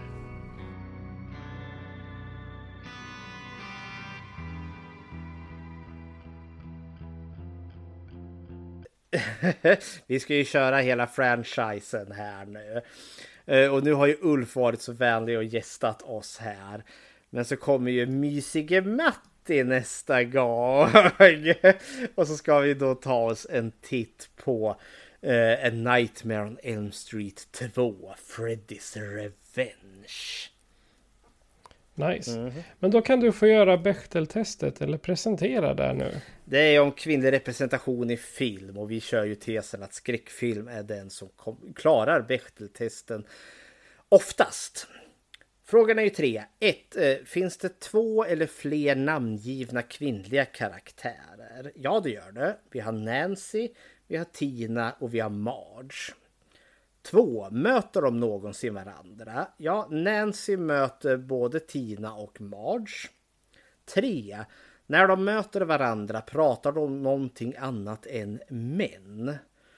Vi ska ju köra hela franchisen här nu. Och nu har ju Ulf varit så vänlig och gästat oss här. Men så kommer ju mysige Matti nästa gång. Och så ska vi då ta oss en titt på A Nightmare on Elm Street 2, Freddy's Revenge. Nice. Men då kan du få göra Bechdel-testet eller presentera där nu. Det är om kvinnlig representation i film och vi kör ju tesen att skräckfilm är den som klarar Bechdel-testen oftast. Frågan är ju 3. 1. Finns det 2 eller fler namngivna kvinnliga karaktärer? Ja, det gör det. Vi har Nancy, vi har Tina och vi har Marge. 2. Möter de någonsin varandra? Ja, Nancy möter både Tina och Marge. 3. När de möter varandra pratar de om någonting annat än män.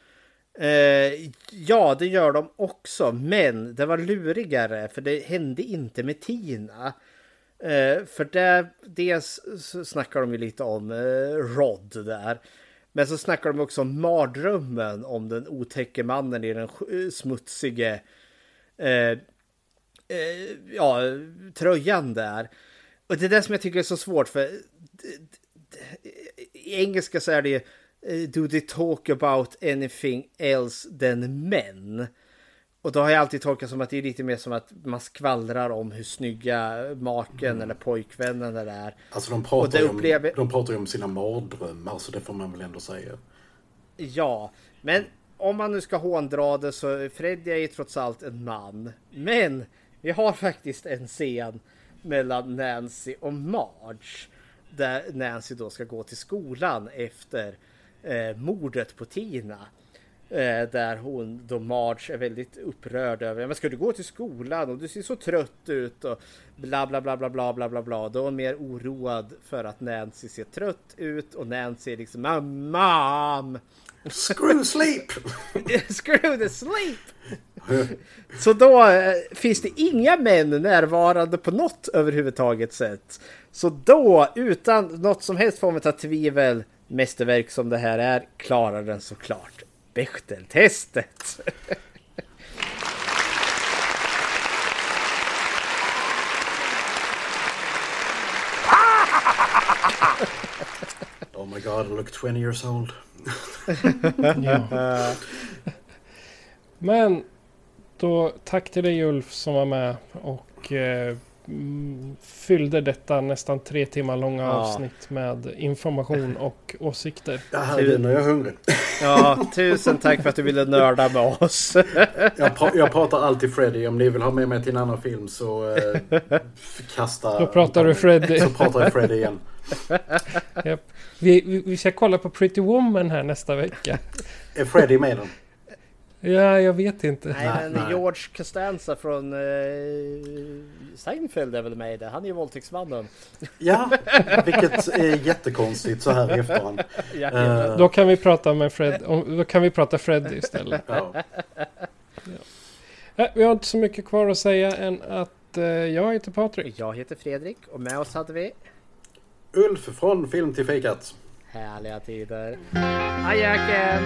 Ja, det gör de också. Men det var lurigare för det hände inte med Tina. För dels så snackar de ju lite om Rod där. Men så snackar de också om mardrömmen om den otäcke mannen i den smutsige tröjan där. Och det är det som jag tycker är så svårt för i engelska så är det do they talk about anything else than men? Och då har jag alltid tolkat som att det är lite mer som att man skvallrar om hur snygga maken eller pojkvännen det är. Alltså de pratar ju om sina mardrömmar, så det får man väl ändå säga. Ja, men om man nu ska håndra det så Freddy är ju trots allt en man. Men vi har faktiskt en scen mellan Nancy och Marge där Nancy då ska gå till skolan efter mordet på Tina. Där hon då Marge är väldigt upprörd över, men ska du gå till skolan och du ser så trött ut och bla bla bla bla bla bla bla bla. Då är hon mer oroad för att Nancy ser trött ut och Nancy är liksom mom screw sleep. Screw the sleep. Så då finns det inga män närvarande på något överhuvudtaget sätt. Så då utan något som helst form av tvivel, mästerverk som det här är, klarar den såklart Bechdel-testet. Oh my god, I look 20 years old. Ja. Men då tack till dig Ulf som var med och fyllde detta nästan 3 timmar långa avsnitt med information och åsikter. Ja, herregud, nu är jag hungrig. Ja, tusen tack för att du ville nörda med oss. Jag pratar alltid Freddy. Om ni vill ha med mig till en annan film så kasta... Då pratar du Freddy. Så pratar jag Freddy igen. Yep. Vi ska kolla på Pretty Woman här nästa vecka. Är Freddy med den? Ja, jag vet inte. Nej. George Costanza från Seinfeld är väl med i det. Han är ju våldtäktsmannen. Ja, vilket är jättekonstigt så här i efterhand. Då kan vi prata med då kan vi prata Freddy istället. Ja. Ja. Vi har inte så mycket kvar att säga än att jag heter Patrik. Jag heter Fredrik och med oss hade vi Ulf från Film till Fikat. Härliga tider. Ajaken!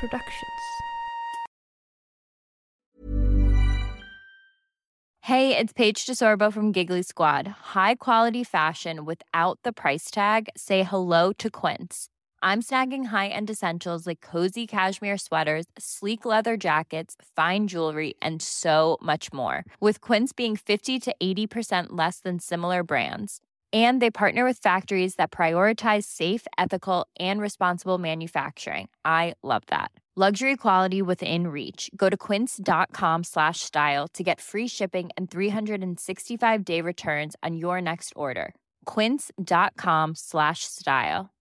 Productions. Hey, it's Paige DeSorbo from Giggly Squad. High quality fashion without the price tag. Say hello to Quince. I'm snagging high-end essentials like cozy cashmere sweaters, sleek leather jackets, fine jewelry, and so much more. With Quince being 50 to 80% less than similar brands. And they partner with factories that prioritize safe, ethical, and responsible manufacturing. I love that. Luxury quality within reach. Go to quince.com/style to get free shipping and 365-day returns on your next order. Quince.com/style.